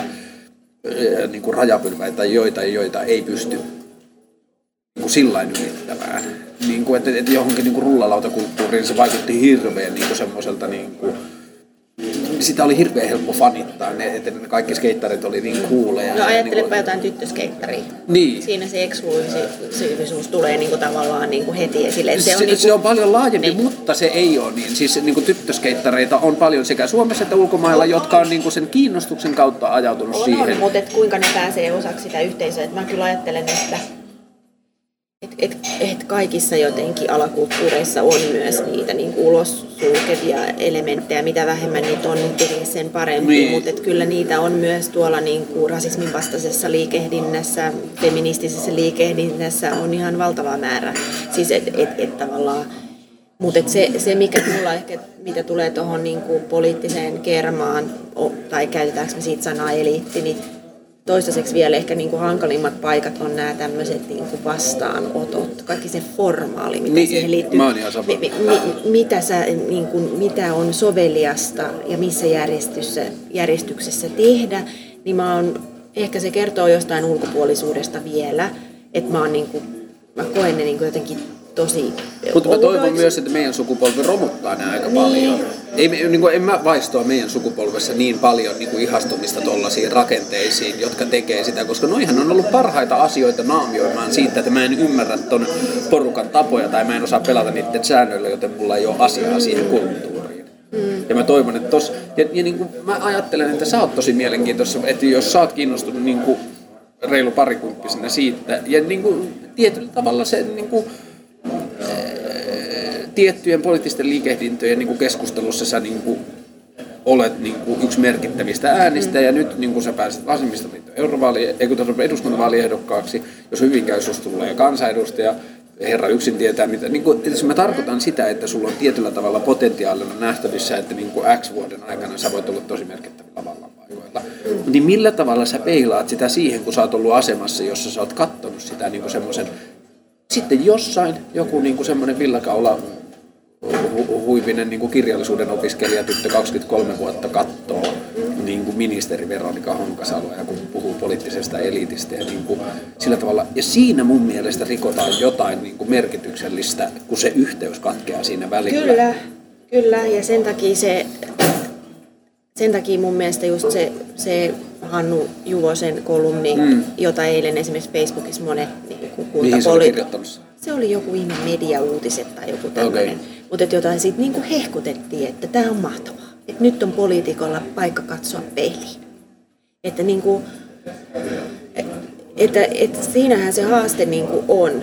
B: niin kuin rajapylväitä, joita, joita ei pysty niin kuin sillain ylittämään. Niin kuin, että, että johonkin niin kuin rullalautakulttuuriin se vaikutti hirveän niin kuin semmoiselta, niin kuin, sitä oli hirveän helppo fanittaa, ne, että ne kaikki skeittarit oli niin cooleja.
A: No ajattelepa
B: niin
A: jotain tyttöskeittaria.
B: Niin.
A: Siinä se eksklusiivisuus tulee niin kuin tavallaan niin kuin heti esille.
B: Se on, se, niin kuin, se on paljon laajempi, niin. Mutta se ei ole niin. Siis niin kuin tyttöskeittareita on paljon sekä Suomessa että ulkomailla, on, jotka on niin kuin sen kiinnostuksen kautta ajautunut
A: on,
B: siihen.
A: On, mutta et kuinka ne pääsee osaksi sitä yhteisöä. Et mä kyllä ajattelen, että et, et, et kaikissa jotenkin alakulttuureissa on myös niitä niin kuin ulos sulkevia elementtejä. Mitä vähemmän niitä on, niin sen parempi. Niin. Mutta kyllä niitä on myös tuolla niin kuin rasismin vastaisessa liikehdinnässä, feministisessä liikehdinnässä on ihan valtava määrä. Siis et, et, et tavallaan. Mutta se, se, mikä mulla ehkä, mitä tulee tuohon niin kuin poliittiseen kermaan, tai käytetäänkö me siitä sanaa eliitti, niin toistaiseksi vielä ehkä niin kuin hankalimmat paikat on nämä tämmöiset niin kuin vastaanotot, kaikki se formaali, mitä
B: Mi-
A: siihen liittyy.
B: Mä oon ihan sama.
A: Mi- mi- mitä, sä, niin kuin, mitä on soveliasta ja missä järjestyksessä, järjestyksessä tehdä, niin mä oon, ehkä se kertoo jostain ulkopuolisuudesta vielä, että mä, oon, niin kuin, mä koen ne niin kuin jotenkin tosi.
B: Mutta mä toivon myös, että meidän sukupolvi romuttaa ne aika niin. paljon. Ei, niin kuin, en mä vaistoa meidän sukupolvessa niin paljon niin kuin ihastumista tuollaisiin rakenteisiin, jotka tekee sitä, koska noihan on ollut parhaita asioita naamioimaan siitä, että mä en ymmärrä ton porukan tapoja tai mä en osaa pelata niiden säännöillä, joten mulla ei ole asiaa siihen kulttuuriin. Mm. Ja mä toivon, että tos, ja, ja niin kuin mä ajattelen, että sä oot tosi mielenkiintoista, että jos sä oot kiinnostunut niin kuin reilu parikymppisenä siitä, ja niin kuin tietyllä tavalla se niin kuin, tiettyjen poliittisten liikehdintöjen niin kuin keskustelussa sä niin kuin olet niin kuin yksi merkittävistä äänistä, mm. ja nyt niin kuin sä pääset vasemmistoliiton eduskuntavaaliehdokkaaksi, jos hyvin käy, susta tulee kansanedustaja, herra yksin tietää mitä. Niin kuin, mä tarkoitan sitä, että sulla on tietyllä tavalla potentiaalina nähtävissä, että niin kuin X vuoden aikana sä voit olla tosi merkittävillä vallanpaikoilla. Mm. Niin millä tavalla sä peilaat sitä siihen, kun sä oot ollut asemassa, jossa sä oot kattonut sitä niin kuin semmoisen. Sitten jossain joku niin kuin semmoinen villakaula hu- huivinen niin kuin kirjallisuuden opiskelija tyttö kaksikymmentäkolme vuotta kattoo niin kuin ministeri Veronika Honkasaloa ja kun puhuu poliittisesta eliitistä ja niin kuin sillä tavalla. Ja siinä mun mielestä rikotaan jotain niin kuin merkityksellistä, kun se yhteys katkeaa siinä välillä.
A: Kyllä, kyllä. Ja sen takia se, sen takia mun mielestä just se, se Hannu Juvosen kolumni, mm. jota eilen esimerkiksi Facebookissa monet niin kuntapoliitikot. Se oli joku ihme mediauutiset tai joku tämmöinen. Okay. Mutta jota sitten niin hehkutettiin, että tämä on mahtavaa. Että nyt on poliitikolla paikka katsoa peiliin. Että niin kuin, että, että siinähän se haaste niin kuin on.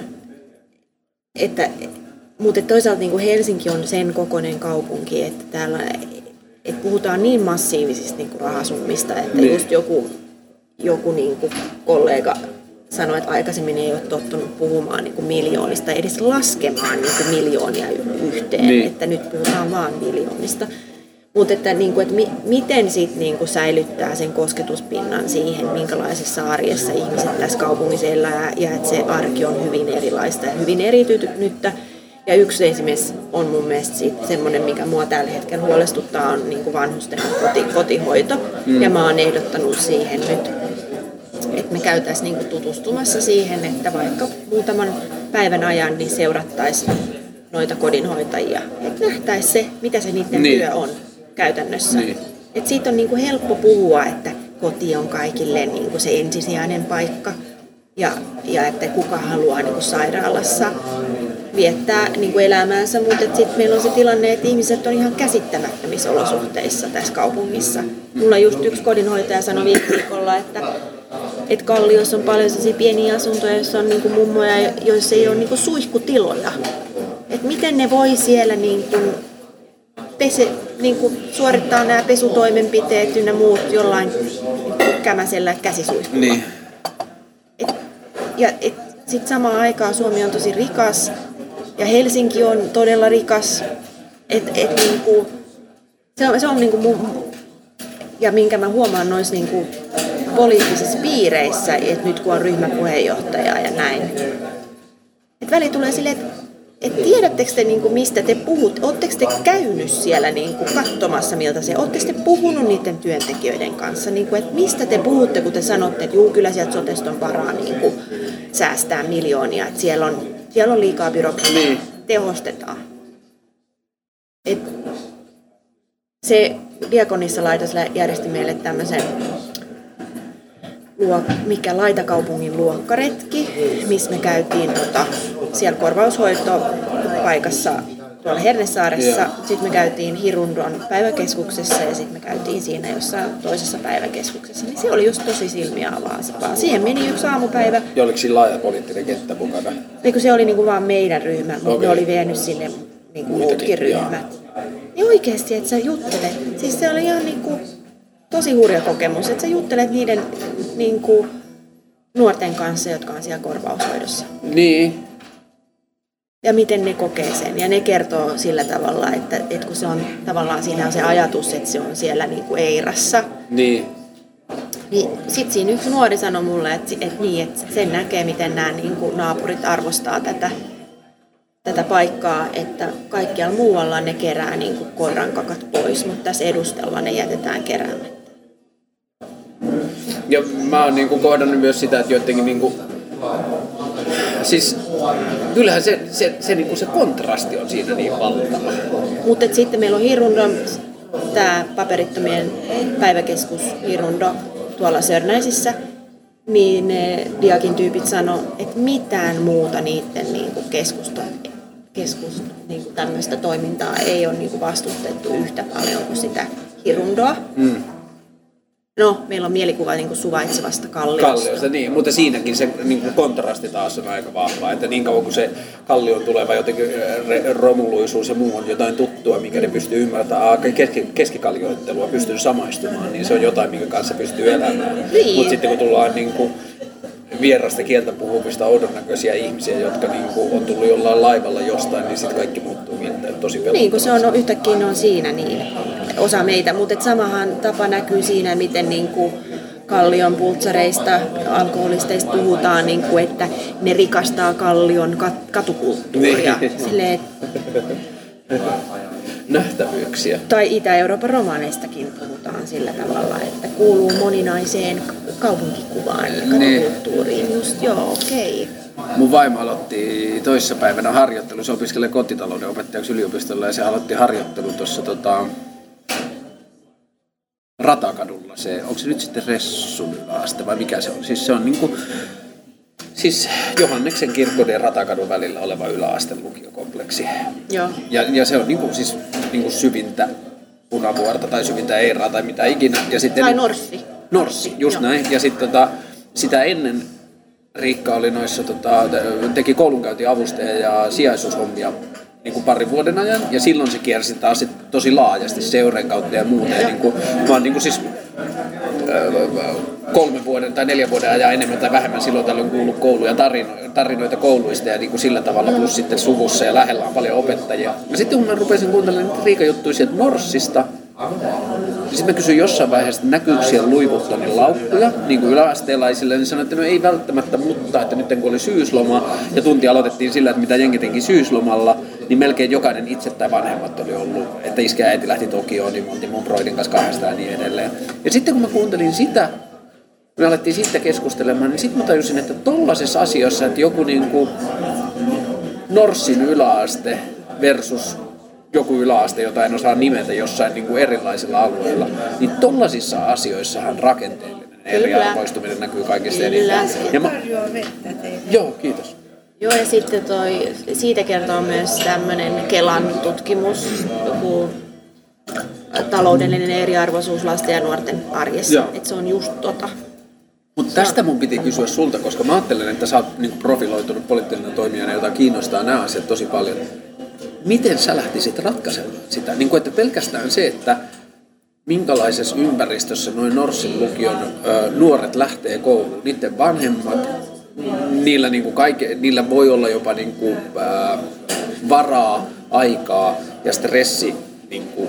A: Että, mutta toisaalta niin kuin Helsinki on sen kokoinen kaupunki, että täällä että puhutaan niin massiivisista niin kuin rahasummista, että niin. Just joku, joku niin kuin kollega sanoi, että aikaisemmin ei ole tottunut puhumaan niin kuin miljoonista, edes laskemaan niin kuin miljoonia yhteen, niin. Että nyt puhutaan vaan miljoonista. Mutta että, niin kuin, että mi, miten sit, niin kuin säilyttää sen kosketuspinnan siihen, minkälaisessa arjessa ihmiset tässä kaupungissa elää, ja että se arki on hyvin erilaista ja hyvin eritynyttä. Ja yksi esimerkiksi on mun mielestä semmoinen, mikä mua tällä hetkellä huolestuttaa, on niin kuin vanhusten koti, kotihoito. Mm. Ja mä oon ehdottanut siihen nyt, että me käytäisiin niin kuin tutustumassa siihen, että vaikka muutaman päivän ajan niin seurattaisiin noita kodinhoitajia. Että nähtäisiin se, mitä se niiden niin. työ on käytännössä. Niin. Että siitä on niin kuin helppo puhua, että koti on kaikille niin kuin se ensisijainen paikka. Ja, ja että kuka haluaa niin kuin sairaalassa viettää niin kuin elämäänsä, mutta sitten meillä on se tilanne, että ihmiset on ihan käsittämättömissä olosuhteissa tässä kaupungissa. Mulla just yksi kodinhoitaja sanoi viime viikolla, että, että Kalliossa on paljon sellaisia pieniä asuntoja, joissa on niin kuin mummoja, joissa ei ole niin kuin suihkutiloja. Että miten ne voi siellä niin kuin pese, niin kuin suorittaa nämä pesutoimenpiteet ynnä muut jollain kämäsellä käsisuihkulla. Niin. Et, ja sitten samaan aikaan Suomi on tosi rikas ja Helsinki on todella rikas Et, et, niinku, se on, se on niinku mun, ja minkä mä huomaan noissa niinku poliittisissa piireissä, että nyt kun on ryhmäpuheenjohtaja ja näin, että väli tulee silleen, että et tiedättekö te niinku, mistä te puhut, ootteko te käynyt siellä niinku katsomassa miltä se, ootteko te puhunut niiden työntekijöiden kanssa, niinku, että mistä te puhutte, kun te sanotte, että juu, kyllä sieltä sotesta on varaa niinku, säästää miljoonia, että siellä on, siellä on liikaa byrokratiaa, niin. Tehostetaan. Et se Diakonissa-laitos järjesti meille tämmöisen mikä Laitakaupungin luokkaretki, missä me käytiin tota, siellä korvaushoitopaikassa tuolla Hernesaaressa. Yeah. Sitten me käytiin Hirundon päiväkeskuksessa ja sitten me käytiin siinä jossain toisessa päiväkeskuksessa. Niin se oli just tosi silmiä avaavaa. Siihen meni yksi aamupäivä.
B: Ja oliko siinä laaja poliittinen kenttä mukana?
A: Eikö se oli niinku vaan meidän ryhmä, mutta okay. Ne oli vienyt sinne niinku muutkin ryhmät. Niin oikeasti, että sä juttelet. Siis se oli ihan niinku tosi hurja kokemus, että sä juttelet niiden niinku nuorten kanssa, jotka on siellä korvaushoidossa.
B: Niin.
A: Ja miten ne kokee sen. Ja ne kertoo sillä tavalla, että, että kun se on tavallaan siinä on se ajatus, että se on siellä niinku Eirassa.
B: Niin.
A: Niin sit siinä yksi nuori sanoi mulle, että, että, niin, että sen näkee, miten nämä niinku naapurit arvostaa tätä, tätä paikkaa, että kaikkialla muualla ne kerää niinku koiran kakat pois, mutta tässä edustalla ne jätetään keräämättä.
B: Ja mä oon niinku kohdannut myös sitä, että jotenkin niinku siis kyllähän se, se, se, niinku se kontrasti on siinä niin valtava.
A: Mutta sitten meillä on Hirundon, tämä paperittomien päiväkeskus Hirundo tuolla Sörnäisissä, niin ne Diakin tyypit sanoi, että mitään muuta niiden niinku keskusta, keskus, niinku tämmöistä toimintaa ei ole niinku vastustettu yhtä paljon kuin sitä Hirundoa. Mm. No, meillä on mielikuva niin kuin suvaitsevasta kalliosta.
B: Kalliosta, niin, mutta siinäkin se niin kuin kontrasti taas on aika vahva, että niin kauan kuin se kallion tuleva jotenkin romuluisuus ja muu on jotain tuttua, mikä ne pystyy ymmärtämään, keski, keskikaljoittelua pystyy samaistumaan, niin se on jotain, minkä kanssa pystyy elämään. Niin. Mutta sitten kun tullaan niin kuin vierasta kieltä puhuvista oudonnäköisiä ihmisiä, jotka niin kuin on tullut jollain laivalla jostain, niin sitten kaikki muuttuu miltään tosi pelottavasti.
A: Niin, kun se on yhtäkkiä ne on siinä niin, osa meitä, mutta samahan tapa näkyy siinä, miten niin kuin Kallion pultsareista, alkoholisteista puhutaan, niin kuin, että ne rikastaa Kallion kat- katukulttuuria. Silleen,
B: nähtävyyksiä.
A: Tai Itä-Euroopan romaneistakin puhutaan sillä tavalla, että kuuluu moninaiseen kaupunkikuvaan ja katukulttuuriin. Just joo, okei. Okay.
B: Mun vaimo aloitti toissapäivänä harjoittelu. Se opiskelee kotitalouden opettajaksi yliopistolla ja se aloitti harjoittelun tuossa tota, Ratakadulla. Se, onko se nyt sitten Ressun yläaste vai mikä se on? Siis se on niinku Siis Johanneksen kirkkoiden ja Ratakadun välillä oleva yläasteen lukiokompleksi.
A: Joo.
B: Ja, ja se on niinku, siis, niinku syvintä Punavuorta tai syvintä Eiraa tai mitä ikinä. Ja sitten,
A: tai Norssi.
B: Norssi, just Joo. näin. Ja sitten tota, sitä ennen Riikka oli noissa, tota, teki koulunkäyntiavustaja ja sijaisuushommia niin kuin parin vuoden ajan. Ja silloin se kiersi taas sit tosi laajasti seureen kautta ja muuta. Ja niin kuin, mä oon niin kuin siis kolmen vuoden tai neljän vuoden ajan enemmän tai vähemmän silloin tällöin kuullut kouluja tarinoita, tarinoita kouluista ja niin kuin sillä tavalla plus sitten suvussa ja lähellä on paljon opettajia. Ja sitten kun mä rupesin kuuntelemaan niitä Riikan juttuja sieltä Norssista, niin sitten mä kysyin jossain vaiheessa, että näkyykö siellä Louis laukkuja niin kuin yläasteelaisille, niin sanoin, että no ei välttämättä, mutta että nyt kun oli syysloma ja tunti aloitettiin sillä, että mitä jengi teki syyslomalla, niin melkein jokainen itse tai vanhemmat oli ollut, että iskä ja äiti lähti Tokioon, niin me oltiin mun broidin kanssa kahdestaan ja niin edelleen. Ja sitten kun mä kuuntelin sitä, me alettiin siitä keskustelemaan, niin sitten mä tajusin, että tollaisessa asiassa, että joku niin kuin Norssin yläaste versus joku yläaste, jota en osaa nimetä jossain niin kuin erilaisilla alueilla, niin tollaisissa asioissahan rakenteellinen eriarvoistuminen näkyy kaikista eniten. Ja mä... Joo, kiitos.
A: Joo, ja sitten toi, siitä kertoo myös tämmöinen Kelan tutkimus, joku taloudellinen eriarvoisuus lasten ja nuorten arjessa, että se on just tota.
B: Mutta tästä mun piti kysyä sulta, koska mä ajattelen, että sä oot niinku profiloitunut poliittisena toimijana, jota kiinnostaa nämä asiat tosi paljon. Miten sä lähtisit ratkaisemaan sitä? Niin kuin, että pelkästään se, että minkälaisessa ympäristössä noin Norssin lukion ö, nuoret lähtee kouluun, niiden vanhemmat, niillä, niin kuin kaike, niillä voi olla jopa niin kuin, ää, varaa aikaa ja stressi, niin kuin,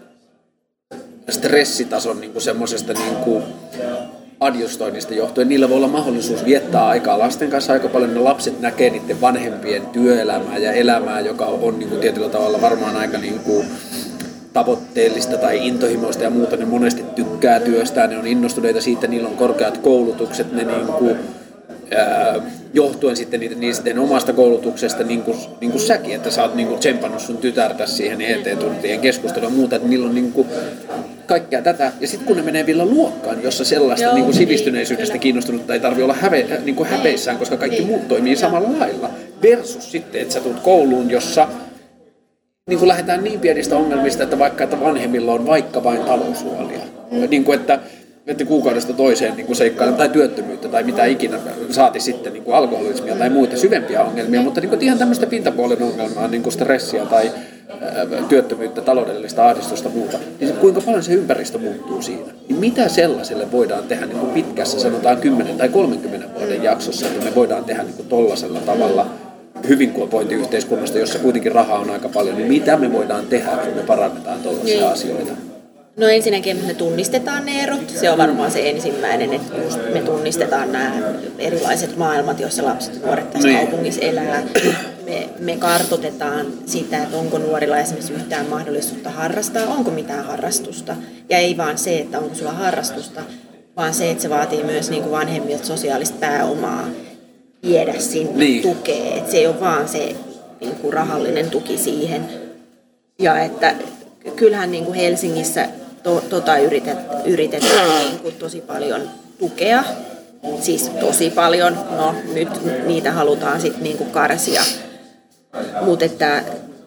B: stressitason niin kuin semmoisesta niin kuin adjustoinnista johtuen. Niillä voi olla mahdollisuus viettää aikaa lasten kanssa aika paljon. Ne lapset näkee niiden vanhempien työelämää ja elämää, joka on niin kuin tietyllä tavalla varmaan aika niin kuin tavoitteellista tai intohimoista ja muuta. Ne monesti tykkää työstään, ne on innostuneita siitä, niillä on korkeat koulutukset, ne niin kuin, ää, johtuen sitten niiden omasta koulutuksesta, niin kuin, niin kuin säkin, että sä oot niin kuin tsempannut sun tytärtä siihen E T-tuntien keskustelua ja muuta, että niillä on niin kuin kaikkea tätä. Ja sitten kun ne menee vielä luokkaan, jossa sellaista Joo, niin kuin sivistyneisyydestä kiinnostunutta ei tarvitse olla häve, niin kuin häpeissään, koska kaikki muut toimii samalla lailla. Versus sitten, että sä tulet kouluun, jossa niin kuin lähdetään niin pienistä ongelmista, että vaikka että vanhemmilla on vaikka vain taloushuolia. Mm. Niin kuin että, että kuukaudesta toiseen niin kuin seikkailla tai työttömyyttä tai mitä ikinä saati sitten niin kuin alkoholismia tai muita syvempiä ongelmia, mutta niin kuin ihan tämmöistä pintapuolen ongelmaa, niin kuin stressiä tai ää, työttömyyttä, taloudellista ahdistusta ja muuta. Niin kuinka paljon se ympäristö muuttuu siinä? Niin mitä sellaiselle voidaan tehdä niin kuin pitkässä, sanotaan kymmenen tai kolmenkymmenen vuoden jaksossa, että me voidaan tehdä niin kuin tollaisella tavalla hyvinvointiyhteiskunnasta, jossa kuitenkin rahaa on aika paljon, niin mitä me voidaan tehdä, että me parannetaan tuollaisia niin asioita?
A: No ensinnäkin me tunnistetaan ne erot. Se on varmaan se ensimmäinen, että me tunnistetaan nämä erilaiset maailmat, joissa lapset ja nuoret tässä niin kaupungissa elää. Me, me kartoitetaan sitä, että onko nuorilla esimerkiksi yhtään mahdollisuutta harrastaa, onko mitään harrastusta. Ja ei vaan se, että onko sulla harrastusta, vaan se, että se vaatii myös niin kuin vanhemmilta sosiaalista pääomaa viedä sinne niin tukea. Että se ei ole vaan se niin kuin rahallinen tuki siihen. Ja että kyllähän niin kuin Helsingissä to, tota yritet, yritetään niin kuin tosi paljon tukea. Siis tosi paljon. No nyt niitä halutaan sitten niin kuin karsia. Mutta että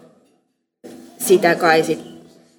A: sitä kai sitten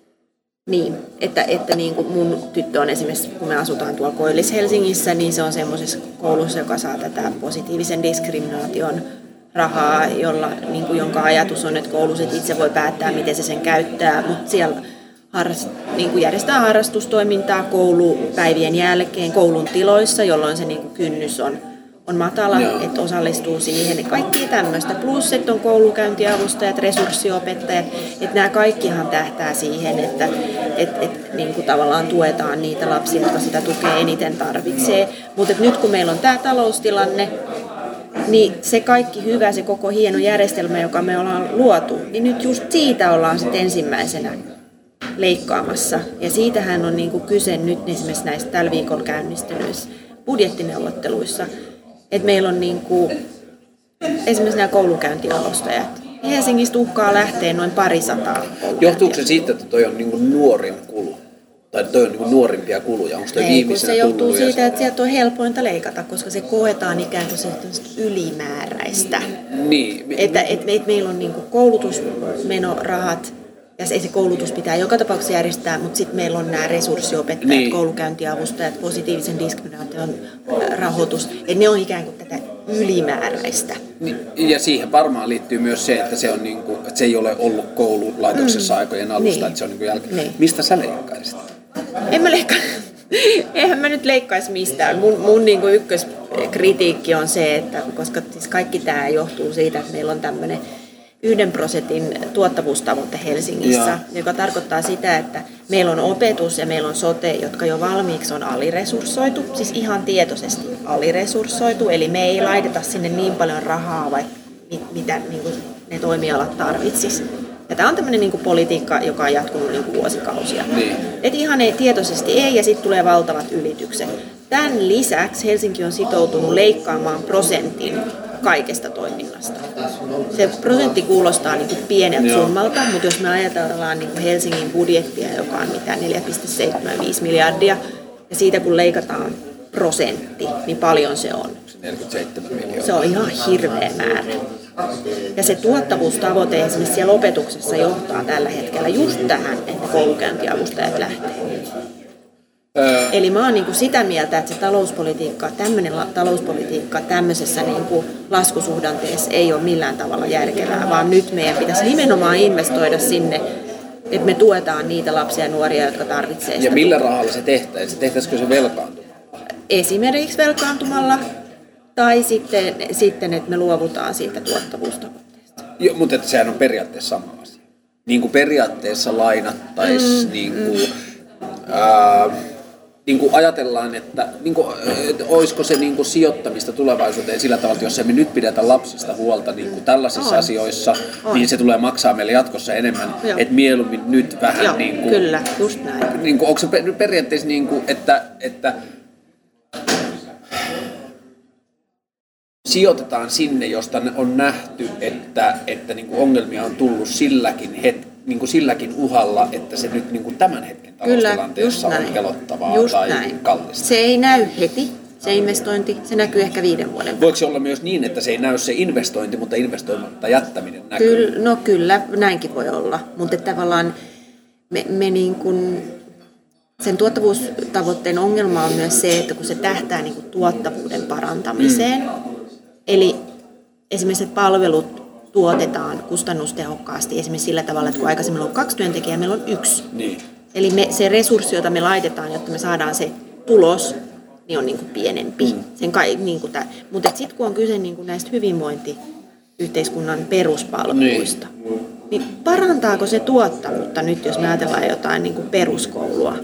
A: niin, että, että niin kuin mun tyttö on esimerkiksi, kun me asutaan tuolla Koillis-Helsingissä, niin se on semmoisessa koulussa, joka saa tätä positiivisen diskriminaation rahaa, jolla, niin kuin, jonka ajatus on, että kouluset itse voi päättää, miten se sen käyttää, mutta siellä harrast, niin kuin järjestetään harrastustoimintaa koulupäivien jälkeen koulun tiloissa, jolloin se niin kuin kynnys on, on matala, Joo. että osallistuu siihen. Kaikki tämmöistä. Plus, että on koulukäyntiavustajat, resurssiopettajat, että nämä kaikkihan tähtää siihen, että et, et, niin kuin tavallaan tuetaan niitä lapsia, jotka sitä tukea eniten tarvitsee. Mutta nyt kun meillä on tämä taloustilanne, niin se kaikki hyvä, se koko hieno järjestelmä, joka me ollaan luotu, niin nyt just siitä ollaan sitten ensimmäisenä leikkaamassa. Ja siitähän on niin kuin kyse nyt esimerkiksi näistä tällä viikolla käynnistelyissä budjettineuvotteluissa, että meillä on niin kuin esimerkiksi nämä koulunkäyntiavustajat. Helsingistä uhkaa lähteä noin parisataa.
B: Johtuuko se siitä, että toi on niin kuin nuorin kulu? Tai toi on niin kuin nuorimpia kuluja? Onko toi
A: Ei,
B: viimeisenä
A: se johtuu
B: tullut
A: siitä, että sieltä on helpointa leikata, koska se koetaan ikään kuin se ylimääräistä.
B: Niin.
A: Että et, et meillä on niin kuin koulutusmenorahat, ja se, se koulutus pitää joka tapauksessa järjestää, mutta sitten meillä on nämä resurssiopettajat, niin koulukäyntiavustajat, positiivisen diskriminaation rahoitus, että ne on ikään kuin tätä ylimääräistä.
B: Ja siihen varmaan liittyy myös se, että se, on niin kuin, että se ei ole ollut koululaitoksessa mm. aikojen alusta, niin. että se on niin kuin jälkeen. Niin. Mistä sä leikkaisit?
A: En mä leikkaa. Eihän mä nyt leikkaisi mistään. Mun, mun niin kuin ykköskritiikki on se, että koska siis kaikki tämä johtuu siitä, että meillä on tämmöinen yhden prosentin tuottavuustavoite Helsingissä, ja joka tarkoittaa sitä, että meillä on opetus ja meillä on sote, jotka jo valmiiksi on aliresurssoitu, siis ihan tietoisesti aliresurssoitu, eli me ei laiteta sinne niin paljon rahaa, vaikka mitä niin kuin ne toimialat tarvitsisi. Ja tämä on tämmöinen niin kuin politiikka, joka on jatkunut niin kuin vuosikausia. Niin. Et ihan ei, tietoisesti ei, ja sitten tulee valtavat ylitykset. Tämän lisäksi Helsinki on sitoutunut leikkaamaan prosentin kaikesta toiminnasta. Se prosentti kuulostaa niin kuin pieneltä Joo. summalta, mutta jos me ajatellaan niin kuin Helsingin budjettia, joka on mitään neljä pilkku seitsemänkymmentäviisi miljardia, ja siitä kun leikataan prosentti, niin paljon se on.
B: neljäkymmentäseitsemän miljoonaa.
A: Se on ihan hirveä määrä. Ja se tuottavuustavoite esimerkiksi siellä opetuksessa johtaa tällä hetkellä just tähän, että koulukäyntiavustajat lähtee. Öö. Eli mä oon niin kuin sitä mieltä, että se talouspolitiikka, tämmöinen la- talouspolitiikka tämmöisessä niin kuin laskusuhdanteessa ei ole millään tavalla järkevää, vaan nyt meidän pitäisi nimenomaan investoida sinne, että me tuetaan niitä lapsia ja nuoria, jotka tarvitsevat sitä.
B: Ja millä rahalla se tehtäisiin? Se tehtäisikö se velkaantumalla?
A: Esimerkiksi velkaantumalla tai sitten, sitten että me luovutaan siitä tuottavuustavoitteesta.
B: Joo, mutta sehän on periaatteessa sama asia. niin kuin periaatteessa lainattaisiin, mm, niin kuin, mm. ää, niin kuin ajatellaan, että, niin kuin, että olisiko se niin kuin sijoittamista tulevaisuuteen sillä tavalla, että jos emme nyt pidetä lapsista huolta niin kuin tällaisissa on. asioissa, on. niin se tulee maksaa meille jatkossa enemmän, Joo. että mieluummin nyt vähän
A: Joo,
B: niin kuin,
A: kyllä, just näin.
B: Niin kuin, onko se periaatteessa niin kuin, että, että sijoitetaan sinne, josta on nähty, että, että niin kuin ongelmia on tullut silläkin, het, niin kuin silläkin uhalla, että se nyt niin kuin tämän hetken taloustilanteessa on pelottavaa just tai näin. kallista.
A: Se ei näy heti, se investointi, se näkyy ehkä viiden vuoden.
B: Voiko se olla myös niin, että se ei näy se investointi, mutta investoimatta jättäminen näkyy?
A: Kyllä, no kyllä, näinkin voi olla, mutta tavallaan me, me niin kuin, sen tuottavuustavoitteen ongelma on myös se, että kun se tähtää niin kuin tuottavuuden parantamiseen, mm. eli esimerkiksi että palvelut tuotetaan kustannustehokkaasti esimerkiksi sillä tavalla, että kun aikaisemmin on kaksi työntekijää, meillä on yksi.
B: Niin.
A: Eli me, se resurssi, jota me laitetaan, jotta me saadaan se tulos, niin on niin kuin pienempi. Mm. Sen kai, niin kuin tämä. Mutta sitten kun on kyse niin kuin näistä hyvinvointiyhteiskunnan peruspalveluista, niin. niin parantaako se tuottavuutta nyt, jos me ajatellaan jotain niin kuin peruskoulua?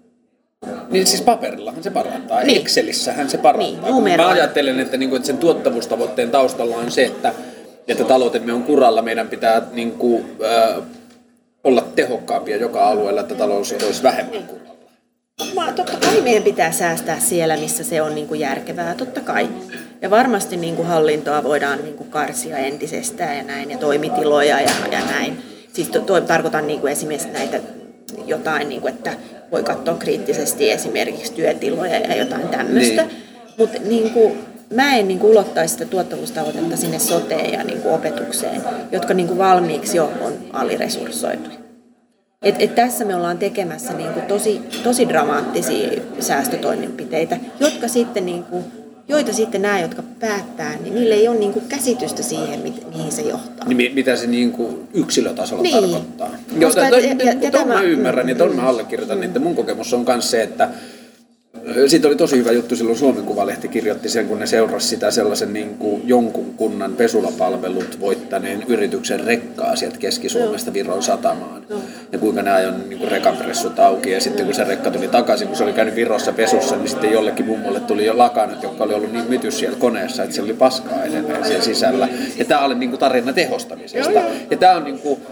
B: Niin siis paperillahan se parantaa, niin. Excelissähän se parantaa.
A: Niin,
B: mä ajattelen, että, niin kuin, että sen tuottavuustavoitteen taustalla on se, että, että taloutemme on kuralla, meidän pitää niin kuin, äh, olla tehokkaampia joka alueella, että talous olisi vähemmän kuralla.
A: Ma, totta kai meidän pitää säästää siellä, missä se on niin kuin järkevää, totta kai. Ja varmasti niin kuin hallintoa voidaan niin kuin karsia entisestään ja näin, ja toimitiloja ja, ja näin. Siis to, to, tarkoitan niin kuin esimerkiksi näitä jotain, niin kuin, että voi katsoa kriittisesti esimerkiksi työtiloja ja jotain tämmöistä. Niin. Mutta niin kuin, mä en niin kuin ulottaisi sitä tuottavuustavoitetta sinne soteen ja niin kuin opetukseen, jotka niin kuin valmiiksi jo on aliresurssoitu. Et, et tässä me ollaan tekemässä niin kuin tosi, tosi dramaattisia säästötoimenpiteitä, jotka sitten, niin kuin, joita sitten nämä, jotka päättää, niin niille ei ole niin kuin käsitystä siihen, mihin se johtaa.
B: Niin, mitä se niin kuin yksilötasolla
A: niin.
B: tarkoittaa. Koska, Joo, et, ja, ja, tuon mä ymmärrän ja tuon mä allekirjoitan, että mun kokemus on myös se, että siitä oli tosi hyvä juttu silloin Suomen Kuvalehti kirjoitti sen, kun ne seurasi sitä sellaisen niin kuin jonkun kunnan pesulapalvelut voittaneen yrityksen rekkaa sieltä Keski-Suomesta Viron satamaan. No. Ja kuinka ne ajoi niin kuin rekanpressut auki ja sitten kun se rekka tuli takaisin, kun se oli käynyt Virossa pesussa, niin sitten jollekin mummolle tuli jo lakanat, jotka oli ollut niin mytys siellä koneessa, että siellä oli paskaa edelleen siellä sisällä. Ja tämä oli niin kuin tarina tehostamisesta. Ja tämä on niin kuin,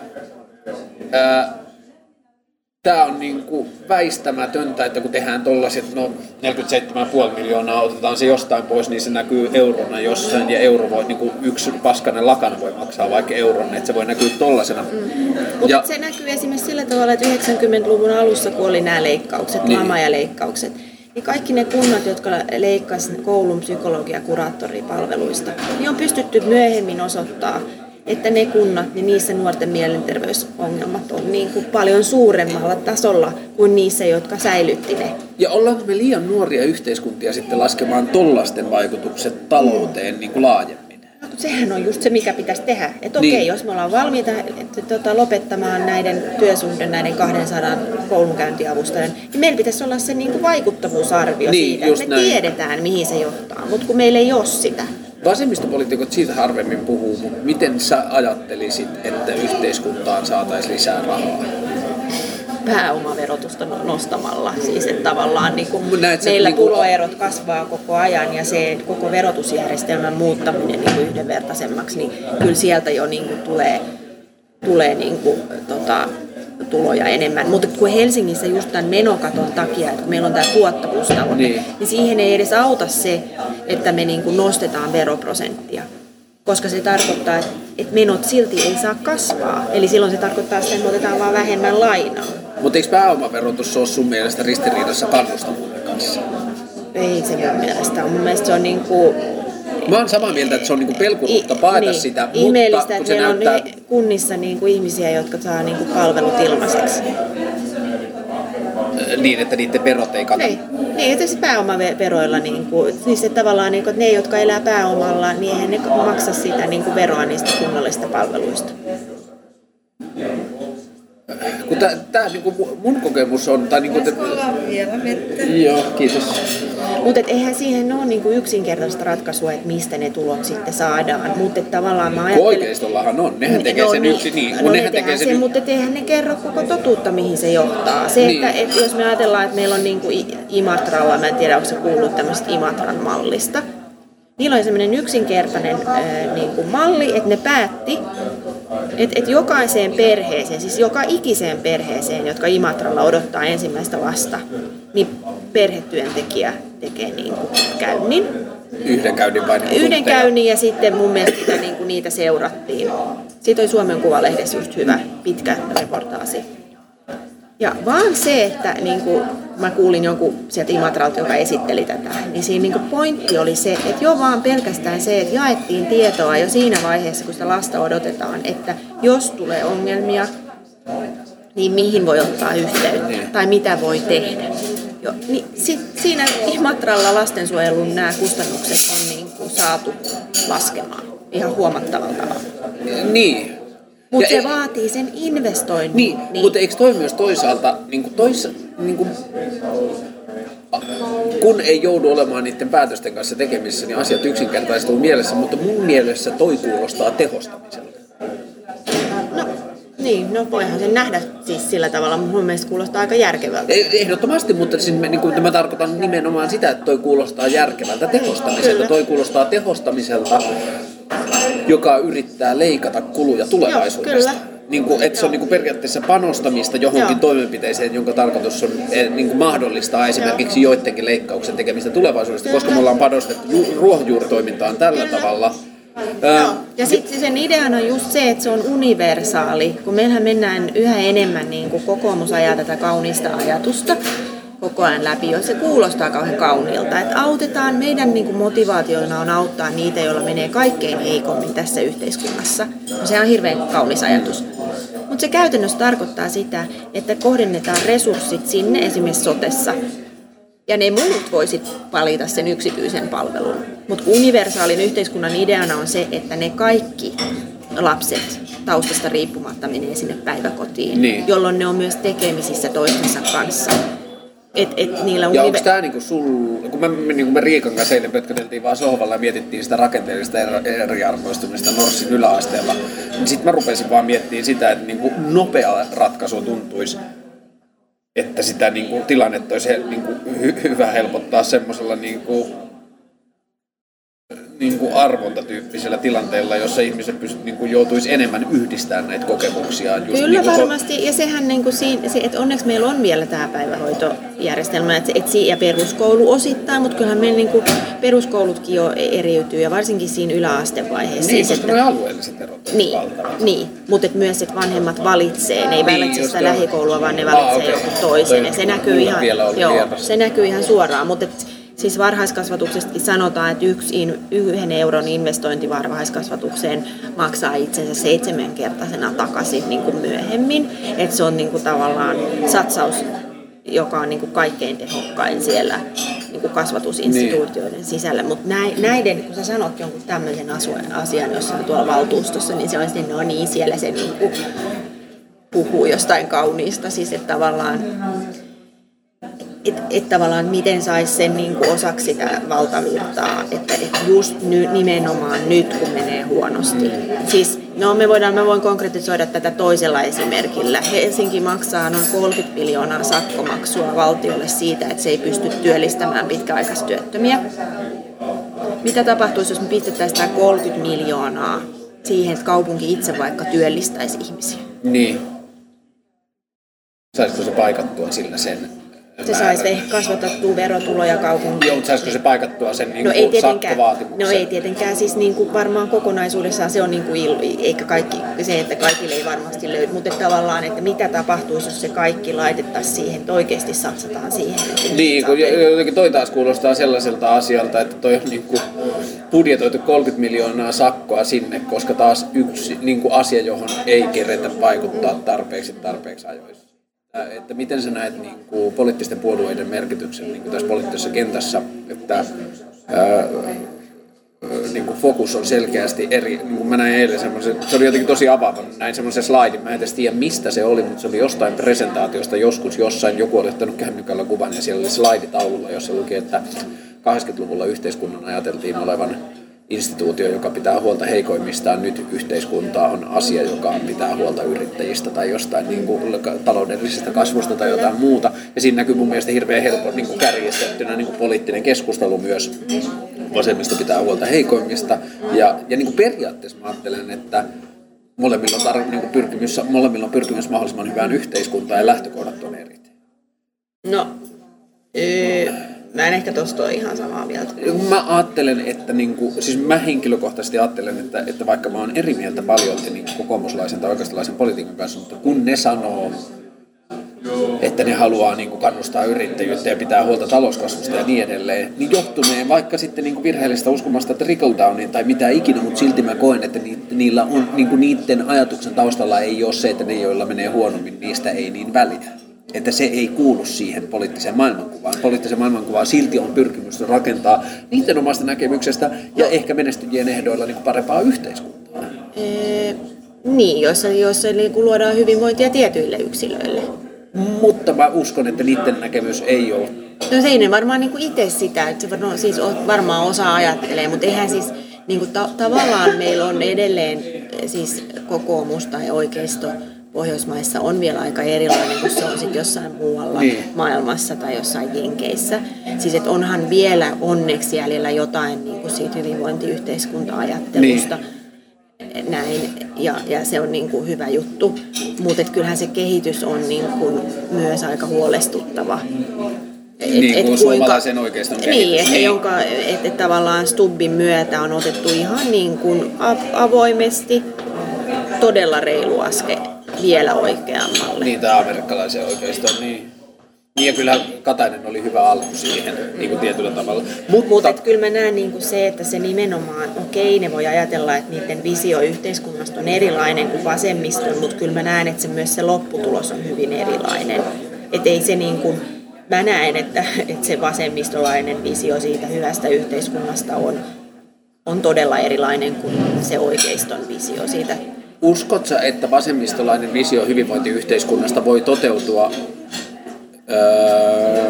B: ää, Tämä on niin kuin väistämätöntä, että kun tehdään tollaiset, no neljäkymmentäseitsemän pilkku viisi miljoonaa, otetaan se jostain pois, niin se näkyy eurona jossain, ja euro voi, niin kuin yksi paskainen lakana voi maksaa vaikka euron, että se voi näkyä tollasena. Mm.
A: Mutta se näkyy esimerkiksi sillä tavalla, että yhdeksänkymmentäluvun alussa, kun oli nämä leikkaukset, niin. lama ja leikkaukset, niin kaikki ne kunnat, jotka leikkasivat koulun psykologia- ja kuraattoripalveluista, niin on pystytty myöhemmin osoittaa, että ne kunnat, niin niissä nuorten mielenterveysongelmat on niin kuin paljon suuremmalla tasolla kuin niissä, jotka säilytti ne.
B: Ja ollaanko me liian nuoria yhteiskuntia sitten laskemaan tollaisten vaikutukset talouteen mm. niin kuin laajemmin?
A: No, sehän on just se, mikä pitäisi tehdä. Että okei, niin. jos me ollaan valmiita että, tota, lopettamaan näiden työsuhden, näiden kahdensadan koulunkäyntiavustajan, niin meillä pitäisi olla se niin kuin vaikuttavuusarvio niin, siitä, että me näin. tiedetään, mihin se johtaa, mutta kun meillä ei ole sitä.
B: Vasemmistopoliitikot siitä harvemmin puhuu, mutta miten sä ajattelisit, että yhteiskuntaan saataisiin lisää rahaa?
A: Pääomaverotusta nostamalla. Siis että tavallaan niin kuin meillä niin kuin tuloerot kasvaa koko ajan ja se koko verotusjärjestelmän muuttaminen niin kuin yhdenvertaisemmaksi, niin kyllä sieltä jo niin kuin tulee, tulee niin kuin, tota, tuloja enemmän. Mutta kun Helsingissä just tämän menokaton takia, että kun meillä on tämä tuottavuustavoite, niin. niin siihen ei edes auta se, että me niin kuin nostetaan veroprosenttia. Koska se tarkoittaa, että menot silti ei saa kasvaa. Eli silloin se tarkoittaa sitä, että me otetaan vaan vähemmän lainaa.
B: Mutta eikö pääomaverotus ole sun mielestä ristiriidassa kannustavuuden kanssa?
A: Ei se mun mielestä on. Mun mielestä se on niin kuin...
B: Mä oon samaa mieltä, että se on niin kuin pelkuruutta paeta niin, sitä,
A: ihmeellistä,
B: mutta kun
A: että
B: se näyttää...
A: on kunnissa niin kuin ihmisiä, jotka saa niin kuin palvelut ilmaiseksi.
B: Niin, että niiden verot ei kata.
A: Niin, niin että se pääomaveroilla, niin kuin, siis että tavallaan niin kuin, että ne, jotka elää pääomalla, niin eihän ne maksa sitä niin kuin veroa niistä kunnallisista palveluista.
B: kun tää, tää niinku mun kokemus on, tai niinku...
C: vielä vettä?
B: Joo, kiitos.
A: Mutta eihän siihen ole niinku yksinkertaista ratkaisua, että mistä ne tulot sitten saadaan. Mutta tavallaan mä ajattelen...
B: Oikeistollahan on, nehän tekee
A: no,
B: sen
A: niin,
B: yksi niin.
A: No
B: nehän
A: ne
B: tekee sen,
A: sen, mutta eihän ne kerro koko totuutta, mihin se johtaa. Se,
B: niin.
A: että, että jos me ajatellaan, että meillä on niinku Imatralla, mä en tiedä, onko se kuullut tämmöisestä Imatran mallista. Niillä oli semmoinen yksinkertainen ää, niinku malli, että ne päätti, että et jokaiseen perheeseen, siis joka ikiseen perheeseen, jotka Imatralla odottaa ensimmäistä lasta, niin perhetyöntekijä tekee niinku käynnin.
B: Yhden käynnin vai niin
A: Yhden käynnin ja sitten mun mielestä sitä, niinku niitä seurattiin. Siitä oli Suomen Kuvalehdessä just hyvä pitkä reportaasi. Ja vaan se, että niin kuin mä kuulin jonkun sieltä Imatralta, joka esitteli tätä, niin siinä niin kuin pointti oli se, että jo vaan pelkästään se, että jaettiin tietoa jo siinä vaiheessa, kun sitä lasta odotetaan, että jos tulee ongelmia, niin mihin voi ottaa yhteyttä tai mitä voi tehdä. Jo, niin sit siinä Imatralla lastensuojelun nämä kustannukset on niin kuin saatu laskemaan ihan huomattavalla tavalla.
B: Niin.
A: Mutta se
B: e-
A: vaatii sen investoinnin.
B: Niin, niin. Mutta eikö toi myös toisaalta, niin kuin toisa, niin kuin, kun ei joudu olemaan niiden päätösten kanssa tekemisissä, niin asiat yksinkertaistuu mielessä, mutta mun mielessä toi kuulostaa tehostamiselta.
A: No, niin, no voihan sen nähdä siis sillä tavalla, mutta mun mielestä kuulostaa aika järkevältä.
B: Ehdottomasti, mutta siis mä, niin kuin, mä tarkoitan nimenomaan sitä, että toi kuulostaa järkevältä tehostamiselta.
A: Kyllä.
B: Toi kuulostaa tehostamiselta, joka yrittää leikata kuluja tulevaisuudesta.
A: Joo,
B: niin kuin, että se on niin kuin periaatteessa panostamista johonkin Joo. toimenpiteeseen, jonka tarkoitus on niin kuin mahdollistaa esimerkiksi Joo. joidenkin leikkauksen tekemistä tulevaisuudesta, koska me ollaan panostettu ju- ruohonjuuritoimintaan tällä Kyllä. tavalla.
A: Joo. Ja sitten sen ideana on just se, että se on universaali, kun meillähän mennään yhä enemmän, niin kuin kokoomus ajaa tätä kaunista ajatusta koko ajan läpi, jos se kuulostaa kauhean kauniilta, että autetaan, meidän niin kuin motivaationa on auttaa niitä, joilla menee kaikkein heikommin tässä yhteiskunnassa. No, se on hirveän kaunis ajatus. Mutta se käytännössä tarkoittaa sitä, että kohdennetaan resurssit sinne esimerkiksi sotessa, ja ne muut voisit valita sen yksityisen palvelun. Mutta universaalin yhteiskunnan ideana on se, että ne kaikki lapset taustasta riippumatta menee sinne päiväkotiin, niin. jolloin ne on myös tekemisissä toistensa kanssa. Et, et niillä
B: ja
A: univer-
B: onko tämä niinku sul, kun me, niin me Riikan kanssa eilen pötköteltiin vaan sohvalla ja mietittiin sitä rakenteellista eriarvoistumista Norssin yläasteella, niin sitten mä rupesin vaan miettimään sitä, että niinku nopea ratkaisu tuntuisi, että sitä niinku tilannetta olisi niinku hy- hyvä helpottaa semmoisella niinku, niinku arvontatyyppisellä tilanteella, jossa ihmiset pyst, niinku joutuisi enemmän yhdistämään näitä kokemuksia. Just
A: Kyllä
B: niinku
A: varmasti, ja sehän niin kuin siinä, se, että onneksi meillä on vielä tämä päivähoitojärjestelmä että, että, ja peruskoulu osittain, mutta kyllähän meillä niin kuin peruskoulutkin jo eriytyy, ja varsinkin siinä yläastevaiheessa.
B: Niin,
A: siis,
B: koska nuo alueelliset erot
A: niin,
B: valtavat.
A: Niin, mutta että myös, että vanhemmat valitsee, ne ei
B: Niin,
A: valitse sitä
B: on.
A: lähikoulua, vaan ne valitsee
B: ah, okay.
A: joku toisen, ja se näkyy, ihan, joo, se näkyy ihan suoraan, mutta et, siis varhaiskasvatuksestakin sanotaan, että yksi in, yhden euron investointi varhaiskasvatukseen maksaa itsensä seitsemänkertaisena takaisin niin kuin myöhemmin. Että se on niin kuin tavallaan satsaus, joka on niin kuin kaikkein tehokkain siellä niin kuin kasvatusinstituutioiden niin. sisällä. Mutta näiden, kun sä sanot jonkun tämmöisen asian jossain tuolla valtuustossa, niin se on sitten, no niin, siellä se niin kuin puhuu jostain kauniista. Siis että tavallaan... Että et tavallaan miten saisi sen niinku osaksi sitä valtavirtaa, että et just ny, nimenomaan nyt, kun menee huonosti. Siis, no me voidaan, mä voin konkretisoida tätä toisella esimerkillä. Helsinki maksaa noin kolmekymmentä miljoonaa sakkomaksua valtiolle siitä, että se ei pysty työllistämään pitkäaikaistyöttömiä. Mitä tapahtuisi, jos me pistettäisiin tämä kolmekymmentä miljoonaa siihen, että kaupunki itse vaikka työllistäisi ihmisiä?
B: Niin. Saisiko se paikattua sillä sen?
A: Se saisi ehkä kasvatettua verotuloja kaupunkiin.
B: Joo, mutta saisiko se paikattua sen niin
A: no
B: kuin sakkovaatimuksen?
A: No ei tietenkään, siis niin kuin varmaan kokonaisuudessaan se on niin kuin, eikä kaikki, se, että kaikille ei varmasti löydy, mutta että tavallaan, että mitä tapahtuisi, jos se kaikki laitettaisiin siihen, että oikeasti satsataan siihen.
B: Niin, kun jotenkin toi taas kuulostaa sellaiselta asialta, että toi on niin kuin budjetoitu kolmekymmentä miljoonaa sakkoa sinne, koska taas yksi niin kuin asia, johon ei keretä vaikuttaa tarpeeksi tarpeeksi ajoissa. Että miten sä näet niin kuin poliittisten puolueiden merkityksen niin kuin tässä poliittisessa kentässä, että ää, niin kuin fokus on selkeästi eri. Niin kuin mä näin eilen semmoisen, se oli jotenkin tosi avaava, näin semmoisen slaidin, mä en edes tiedä mistä se oli, mutta se oli jostain presentaatiosta joskus jossain, joku oli ottanut kännykällä kuvan ja siellä oli slaiditaululla, jossa luki, että kahdeksankymmentäluvulla yhteiskunnan ajateltiin olevan instituutio, joka pitää huolta heikoimmistaan. Nyt yhteiskunta on asia, joka pitää huolta yrittäjistä tai jostain niin kuin taloudellisesta kasvusta tai jotain muuta. Ja siinä näkyy mun mielestä hirveän helppo niin kuin kärjistettynä niin kuin poliittinen keskustelu myös. Vasemmista pitää huolta heikoimmista. Ja, ja niin kuin periaatteessa mä ajattelen, että molemmilla on, tar- niin kuin pyrkimys, molemmilla on pyrkimys mahdollisimman hyvään yhteiskuntaan ja lähtökohdat on eri.
A: No, yy. Mä en ehkä tosta ole ihan samaa mieltä.
B: Mä ajattelen, että niinku, siis mä henkilökohtaisesti ajattelen, että, että vaikka mä oon eri mieltä paljon niin kokoomuslaisen tai oikeistolaisen politiikan kanssa, mutta kun ne sanoo, että ne haluaa niinku kannustaa yrittäjyyttä ja pitää huolta talouskasvusta ja niin edelleen, niin johtuneen vaikka sitten niinku virheellistä uskomasta trickle downiin tai mitä ikinä, mutta silti mä koen, että ni, niillä on, niinku niiden ajatuksen taustalla ei ole se, että ne joilla menee huonommin, niistä ei niin väliä. Että se ei kuulu siihen poliittiseen maailmankuvaan. Poliittiseen maailmankuvaan silti on pyrkimys rakentaa niiden omasta näkemyksestä ja ehkä menestyjien ehdoilla niin parempaa yhteiskuntaa.
A: Ee, niin, joissa, joissa niin luodaan hyvinvointia tietyille yksilöille.
B: Mutta mä uskon, että niiden näkemys ei ole.
A: No se ei ne varmaan niin itse sitä, että se no, siis varmaan osa ajattelee, mutta eihän siis niin kuin ta- tavallaan meillä on edelleen siis kokoomus tai oikeisto Pohjoismaissa on vielä aika erilainen kuin se on sit jossain muualla niin. maailmassa tai jossain Jenkeissä. Siis et onhan vielä onneksi jäljellä jotain niin kuin siitä hyvinvointiyhteiskunta-ajattelusta. Niin. Näin, ja, ja se on niin kuin hyvä juttu. Mutta kyllähän se kehitys on niin kuin myös aika huolestuttava.
B: Et, niin kuin suomalaisen oikeiston kehitys.
A: Niin, että niin. et, et tavallaan Stubbin myötä on otettu ihan niin kuin avoimesti todella reilu askel vielä oikeammalle.
B: Niin, tämä amerikkalaisen oikeiston, niin. Niin, ja kyllä Katainen oli hyvä alku siihen, niin kuin tietyllä tavalla.
A: Mutta Mut, kyllä mä näen niin kuin se, että se nimenomaan, okei, ne voi ajatella, että niiden visio yhteiskunnasta on erilainen kuin vasemmiston, mutta kyllä mä näen, että se myös se lopputulos on hyvin erilainen. Että ei se niin kuin, mä näen, että, että se vasemmistolainen visio siitä hyvästä yhteiskunnasta on, on todella erilainen kuin se oikeiston visio siitä.
B: Uskotko sä, että vasemmistolainen visio hyvinvointiyhteiskunnasta voi toteutua öö,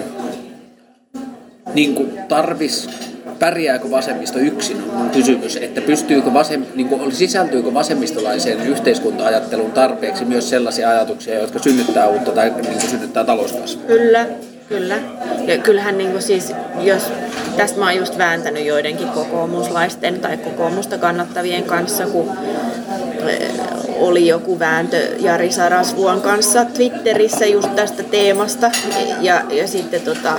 B: niin kuin tarvis, pärjääkö vasemmisto yksin on mun kysymys, että pystyykö vasem, niin kuin, sisältyykö vasemmistolaiseen yhteiskunta-ajatteluun tarpeeksi myös sellaisia ajatuksia, jotka synnyttää uutta tai niin kuin synnyttää talouskasvua?
A: Kyllä. Kyllä. Ja kyllähän niin kuin siis, jos tästä mä oon just vääntänyt joidenkin kokoomuslaisten tai kokoomusta kannattavien kanssa, kun oli joku vääntö Jari Sarasvuon kanssa Twitterissä just tästä teemasta. Ja, ja sitten tota,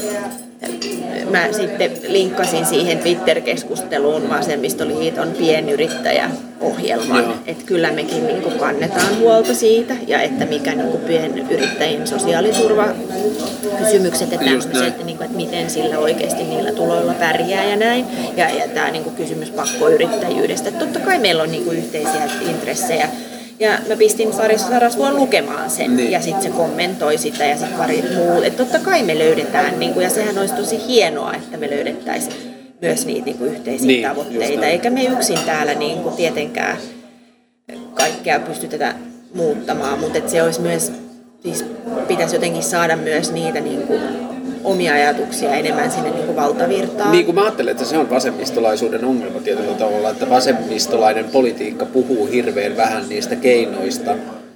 A: mä sitten linkkasin siihen Twitter-keskusteluun Vasemmistoliiton pienyrittäjäohjelman. Että kyllä mekin niin kuin kannetaan huolta siitä ja että mikä niin kuin pienyrittäjien sosiaaliturvakysymykset, että, että, niin kuin, että miten sillä oikeasti niillä tuloilla pärjää ja näin. Ja, ja tämä niin kuin kysymys pakkoyrittäjyydestä. Että totta kai meillä on niin kuin yhteisiä intressejä. Ja mä pistin Sarasvuon lukemaan sen niin. Ja sitten se kommentoi sitä ja sitten pari muu. Että totta kai me löydetään, niin kun, ja sehän olisi tosi hienoa, että me löydettäisiin myös niitä niin kun, yhteisiä niin, tavoitteita. Eikä me yksin täällä niin kun, tietenkään kaikkea pystytetä muuttamaan, mutta se olisi myös, siis pitäisi jotenkin saada myös niitä niin kun, omia ajatuksia enemmän sinne niin kuin valtavirtaan.
B: Niin kuin mä ajattelen, että se on vasemmistolaisuuden ongelma tietyllä tavalla, että vasemmistolainen politiikka puhuu hirveän vähän niistä keinoista,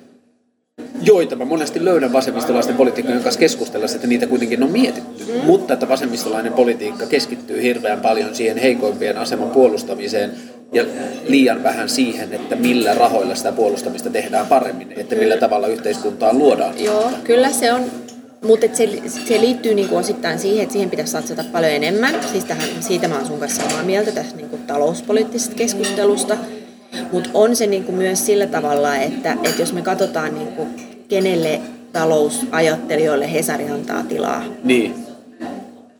B: joita mä monesti löydän vasemmistolaisten poliitikkojen kanssa keskustellessa, että niitä kuitenkin on mietitty. Mm. Mutta että vasemmistolainen politiikka keskittyy hirveän paljon siihen heikoimpien aseman puolustamiseen ja liian vähän siihen, että millä rahoilla sitä puolustamista tehdään paremmin, että millä tavalla yhteiskuntaa luodaan.
A: Joo, kyllä se on. Mutta se, se liittyy niinku osittain siihen, että siihen pitäisi satsata paljon enemmän. Siis tähän, siitä mä oon sun kanssa samaa mieltä tästä niinku talouspoliittisesta keskustelusta. Mutta on se niinku myös sillä tavalla, että, että jos me katsotaan, niinku, kenelle talousajattelijoille Hesari antaa tilaa.
B: Niin.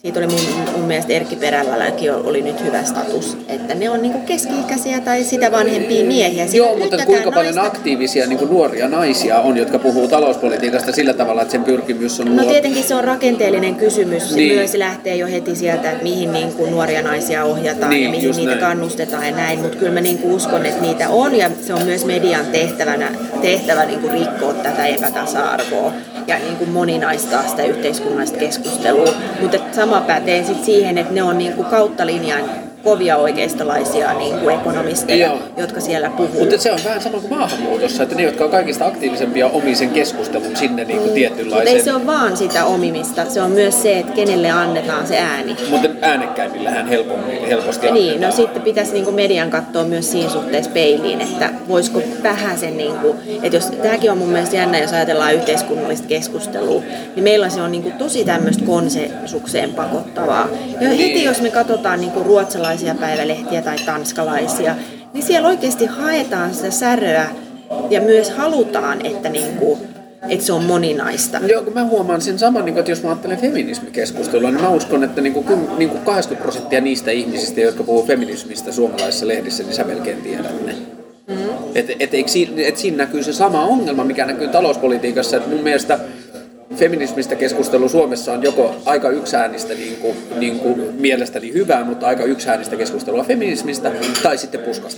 A: siitä oli mun, mun mielestä Erkki Perälälläkin oli nyt hyvä status, että ne on niinku keski-ikäisiä tai sitä vanhempia miehiä.
B: Joo, mutta kuinka paljon naista... aktiivisia niinku nuoria naisia on, jotka puhuu talouspolitiikasta sillä tavalla, että sen pyrkimys on...
A: No luo... tietenkin se on rakenteellinen kysymys. Se
B: niin.
A: myös lähtee jo heti sieltä, että mihin niinku nuoria naisia ohjataan niin, ja mihin niitä näin. kannustetaan ja näin. Mutta kyllä mä niinku uskon, että niitä on ja se on myös median tehtävänä, tehtävä niinku rikkoa tätä epätasa-arvoa ja niinku moninaistaa sitä yhteiskunnallista keskustelua. Mutta sama pätee sit siihen, että ne on niinku kautta linjan kovia oikeistolaisia niinku ekonomisteja, Joo. jotka siellä puhuu.
B: Mutta se on vähän sama kuin maahanmuutossa, että ne, jotka on kaikista aktiivisempia, omii sen keskustelun sinne niinku mm. tietynlaisen...
A: Mutta ei se ole vaan sitä omimista, se on myös se, että kenelle annetaan se ääni.
B: Mutta äänekkäimmillähän helposti, helposti
A: Niin,
B: annetaan.
A: no sitten pitäisi niinku median katsoa myös siinä suhteessa peiliin, että voisiko vähäsen, niinku, että jos tämäkin on mun mielestä jännä, jos ajatellaan yhteiskunnallista keskustelua, niin meillä se on niinku tosi tämmöistä konsensukseen pakottavaa. Ja heti niin. jos me katsotaan niinku ruotsalaisia päivälehtiä tai tanskalaisia, niin siellä oikeasti haetaan sitä säröä ja myös halutaan, että, niinku, että se on moninaista.
B: Joo, kun mä huomaan sen saman, että jos mä ajattelen feminismikeskustelua, niin mä uskon, että niinku kaksikymmentä prosenttia niistä ihmisistä, jotka puhuu feminismistä suomalaisissa lehdissä, niin sä melkein tiedät ne. Mm-hmm. Että et, et, et siinä näkyy se sama ongelma, mikä näkyy talouspolitiikassa, että mun mielestä feminismistä keskustelu Suomessa on joko aika yksiäänistä niin kuin, niin kuin mielestäni hyvää, mutta aika yksiäänistä keskustelua feminismistä tai sitten puskasta.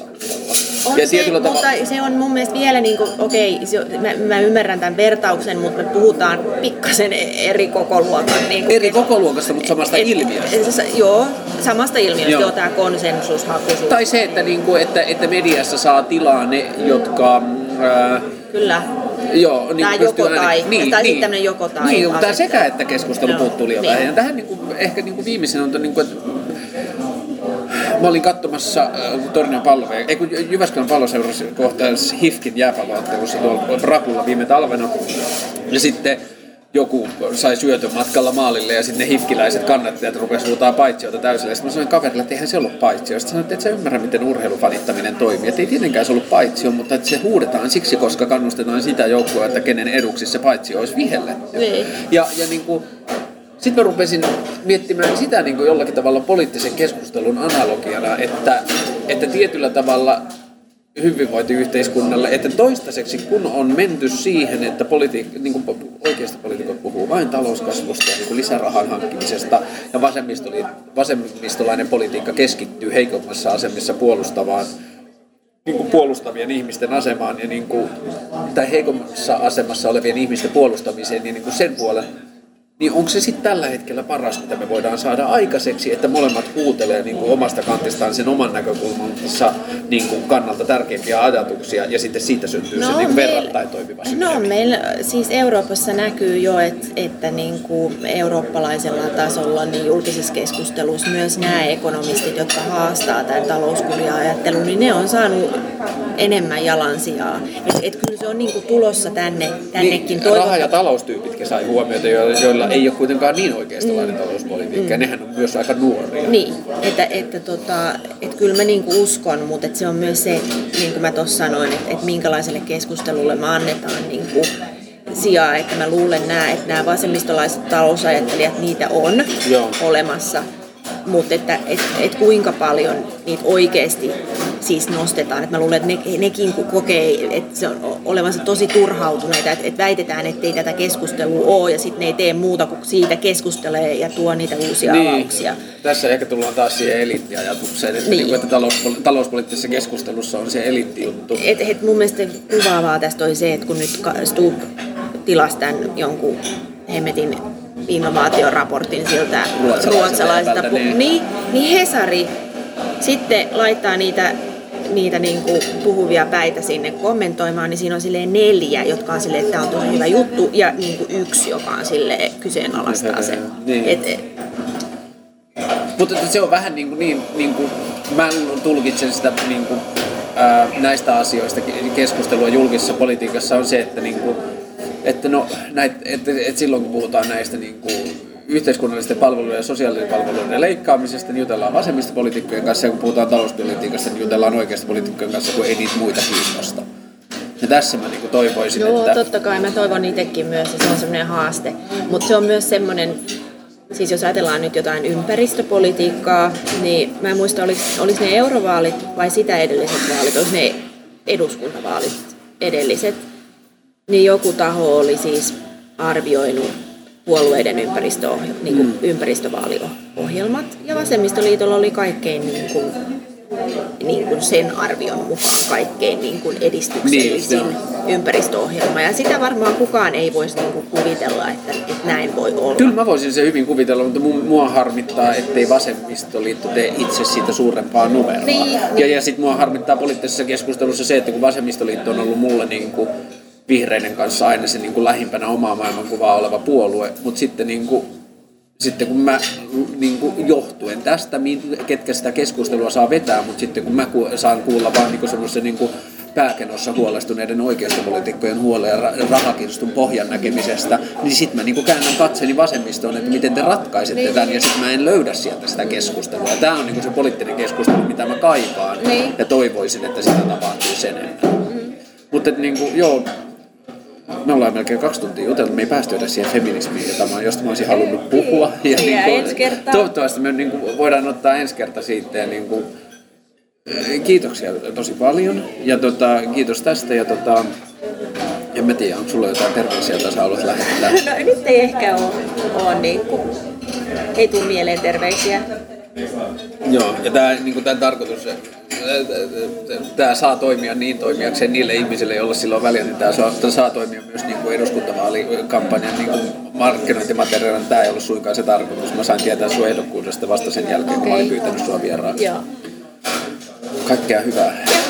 A: Ja se, tavalla... mutta se on mun mielestä vielä, niin kuin, okei, se, mä, mä ymmärrän tämän vertauksen, mutta me puhutaan pikkasen eri kokoluokan. Niin kuin,
B: eri kokoluokasta, mutta samasta et, ilmiöstä.
A: Et, joo, samasta ilmiöstä, joo, tämä konsensushakuisuus.
B: Tai se, että, niin kuin, että, että mediassa saa tilaa ne, jotka... Ää,
A: Kyllä.
B: Joo, niin
A: tai joko
B: aina,
A: tai,
B: niin,
A: tai
B: niin,
A: sitten tämmöinen joko tai.
B: Niin, mutta sekä että keskustelu no, puuttuu liian
A: niin.
B: vähän. Ja tähän niin kuin, ehkä niin kuin viimeisen on, niin kuin, että mä olin katsomassa äh, Tornion palloa, ei kun Jyväskylän palloseurassa kohtaisi H I F K:n jääpalloottelussa tuolla Brakulla viime talvena. Ja sitten joku sai syötön matkalla maalille ja sitten ne hifkiläiset kannattajat rupesivat huutaa paitsiota täysillä. Sitten mä sanoin kaverille, että eihän se ollut paitsio. Sitten sanoin, että et sä ymmärrä, miten urheilufanittaminen toimii. Että ei tietenkään se ollut paitsio, mutta että se huudetaan siksi, koska kannustetaan sitä joukkoa, että kenen eduksi se paitsio olisi vihelletty.
A: Niin.
B: Ja, ja niin kuin, sitten mä rupesin miettimään sitä niin kuin jollakin tavalla poliittisen keskustelun analogiana, että, että tietyllä tavalla hyvinvointiyhteiskunnalle, että toistaiseksi kun on menty siihen, että politi- niin kuin oikeasta poliitikot puhuu vain talouskasvusta ja niin kuin lisärahan hankkimisesta ja vasemmistolainen politiikka keskittyy heikommassa asemassa puolustavaan niin kuin puolustavien ihmisten asemaan ja niin kuin, tai heikommassa asemassa olevien ihmisten puolustamiseen ja niin kuin sen puolen. Niin onko se sitten tällä hetkellä paras, mitä me voidaan saada aikaiseksi, että molemmat huutelee niin kuin omasta kantistaan sen oman näkökulmansa niin kuin kannalta tärkeimpiä ajatuksia ja sitten siitä syntyy no, se niin kuin verrattain toimiva systeemi?
A: No meillä siis Euroopassa näkyy jo, että, että niin kuin eurooppalaisella tasolla niin julkisessa keskustelussa myös nämä ekonomistit, jotka haastaa tämän talouskuria-ajattelun, niin ne on saanut enemmän jalansijaa. Että et kyllä se on niin kuin tulossa tänne, tännekin.
B: Niin, raha- ja taloustyypitkin sai huomiota, joilla ei ole kuitenkaan niin oikeistolainen mm. talouspolitiikka, ja nehän on myös aika nuoria.
A: Niin, että, että, tota, että kyllä mä niinku uskon, mutta että se on myös se, niin kuin mä tuossa sanoin, että, että minkälaiselle keskustelulle me annetaan niinku sijaa, että mä luulen nää, että nämä vasemmistolaiset talousajattelijat, niitä on Joo. olemassa, mutta että et, et kuinka paljon niitä oikeasti siis nostetaan. Et mä luulen, että ne, nekin kokee, että se on olevansa tosi turhautuneita, että et väitetään, että ei tätä keskustelua ole ja sitten ne ei tee muuta kuin siitä keskustelee ja tuo niitä uusia
B: niin.
A: avauksia.
B: Tässä ehkä tullaan taas siihen eliittiajatukseen, että, niin. että talouspoli- talouspoliittisessa keskustelussa on se eliittijuttu.
A: Et, et mun mielestä kuvaavaa tästä oli se, että kun nyt Stubb tilasi tämän jonkun hemmetin innovaatioraportin siltä ruotsalaisilta, niin, niin Hesari sitten laittaa niitä, niitä niinku puhuvia päitä sinne kommentoimaan, niin siinä on silleen neljä, jotka on silleen, että tämä on tosi hyvä juttu, ja niinku yksi, joka on silleen kyseenalaistaa se.
B: Niin.
A: Et, et.
B: Mutta se on vähän niin kuin, niin, niin kuin mä tulkitsen sitä niin kuin, ää, näistä asioista keskustelua julkisessa politiikassa on se, että niin kuin, että no, näit, että, että silloin kun puhutaan näistä niin kuin yhteiskunnallisten palvelujen ja sosiaalisten palvelujen leikkaamisesta, niin jutellaan vasemmistopolitiikkojen kanssa, ja kun puhutaan talouspolitiikasta, niin jutellaan oikeasta poliitikkojen kanssa, kun ei niitä muita kiinnosta. Ja tässä mä niin toivoisin,
A: Joo,
B: että...
A: totta kai. Mä toivon itsekin myös, ja se on semmoinen haaste. Mutta se on myös semmoinen, siis jos ajatellaan nyt jotain ympäristöpolitiikkaa, niin mä en muista, oliko, oliko ne eurovaalit vai sitä edelliset vaalit, oliko ne eduskuntavaalit edelliset, niin joku taho oli siis arvioinut puolueiden ympäristöohj- niin kuin mm. ympäristövaaliohjelmat, ja vasemmistoliitolla oli kaikkein niin kuin, niin kuin sen arvion mukaan kaikkein niin kuin edistyksellisin niin, ympäristöohjelma. Ja sitä varmaan kukaan ei voisi niin kuin kuvitella, että, että näin voi olla.
B: Kyllä mä voisin se hyvin kuvitella, mutta mua harmittaa, ettei vasemmistoliitto tee itse siitä suurempaa numeroa.
A: Niin,
B: ja
A: niin.
B: ja sitten mua harmittaa poliittisessa keskustelussa se, että kun vasemmistoliitto on ollut mulle niin kuin vihreiden kanssa aina se niin kuin lähimpänä omaa maailmankuvaa oleva puolue, mutta sitten niin kuin Sitten kun mä niin kuin johtuen tästä, ketkä sitä keskustelua saa vetää, mutta sitten kun mä saan kuulla vaan niin semmoisen niin pääkenossa huolestuneiden oikeistopoliitikkojen huolen ja rahakirstun pohjan näkemisestä, niin sitten mä niin kuin käännän katseeni vasemmistoon, että miten te ratkaisette niin, tämän, ja sitten mä en löydä sieltä sitä keskustelua. Ja tämä on niin kuin se poliittinen keskustelu, mitä mä kaipaan, niin. Ja toivoisin, että sitä tapahtuu sen enemmän. Mm. Mutta niin kuin, joo, me ollaan melkein kaksi tuntia juteltu, me ei päästy edes siihen feminismiin, josta mä olisin halunnut puhua. Ja niin kuin, toivottavasti me niin kuin voidaan ottaa ensi kerta siitä. Ja niin kuin, kiitoksia tosi paljon ja tota, kiitos tästä. Ja tota, en mä tiedä, onko sulla jotain terveisiä, joita sä haluat lähettää?
A: No nyt ei ehkä ole, ole niin kuin, ei tule mieleen terveisiä.
B: Joo, ja tämä niin tämän tarkoitus, tämä saa toimia niin toimijakseen niille ihmisille, joilla sillä on väliä, niin tämä saa, saa toimia myös niin kuin eduskuntavaalikampanjan niin kuin markkinointimateriaalina. Tämä ei ollut suinkaan se tarkoitus. Mä sain tietää sun ehdokkuudesta vasta sen jälkeen, kun okay. Mä olin pyytänyt sua vieraan. Joo. Kaikkea hyvää.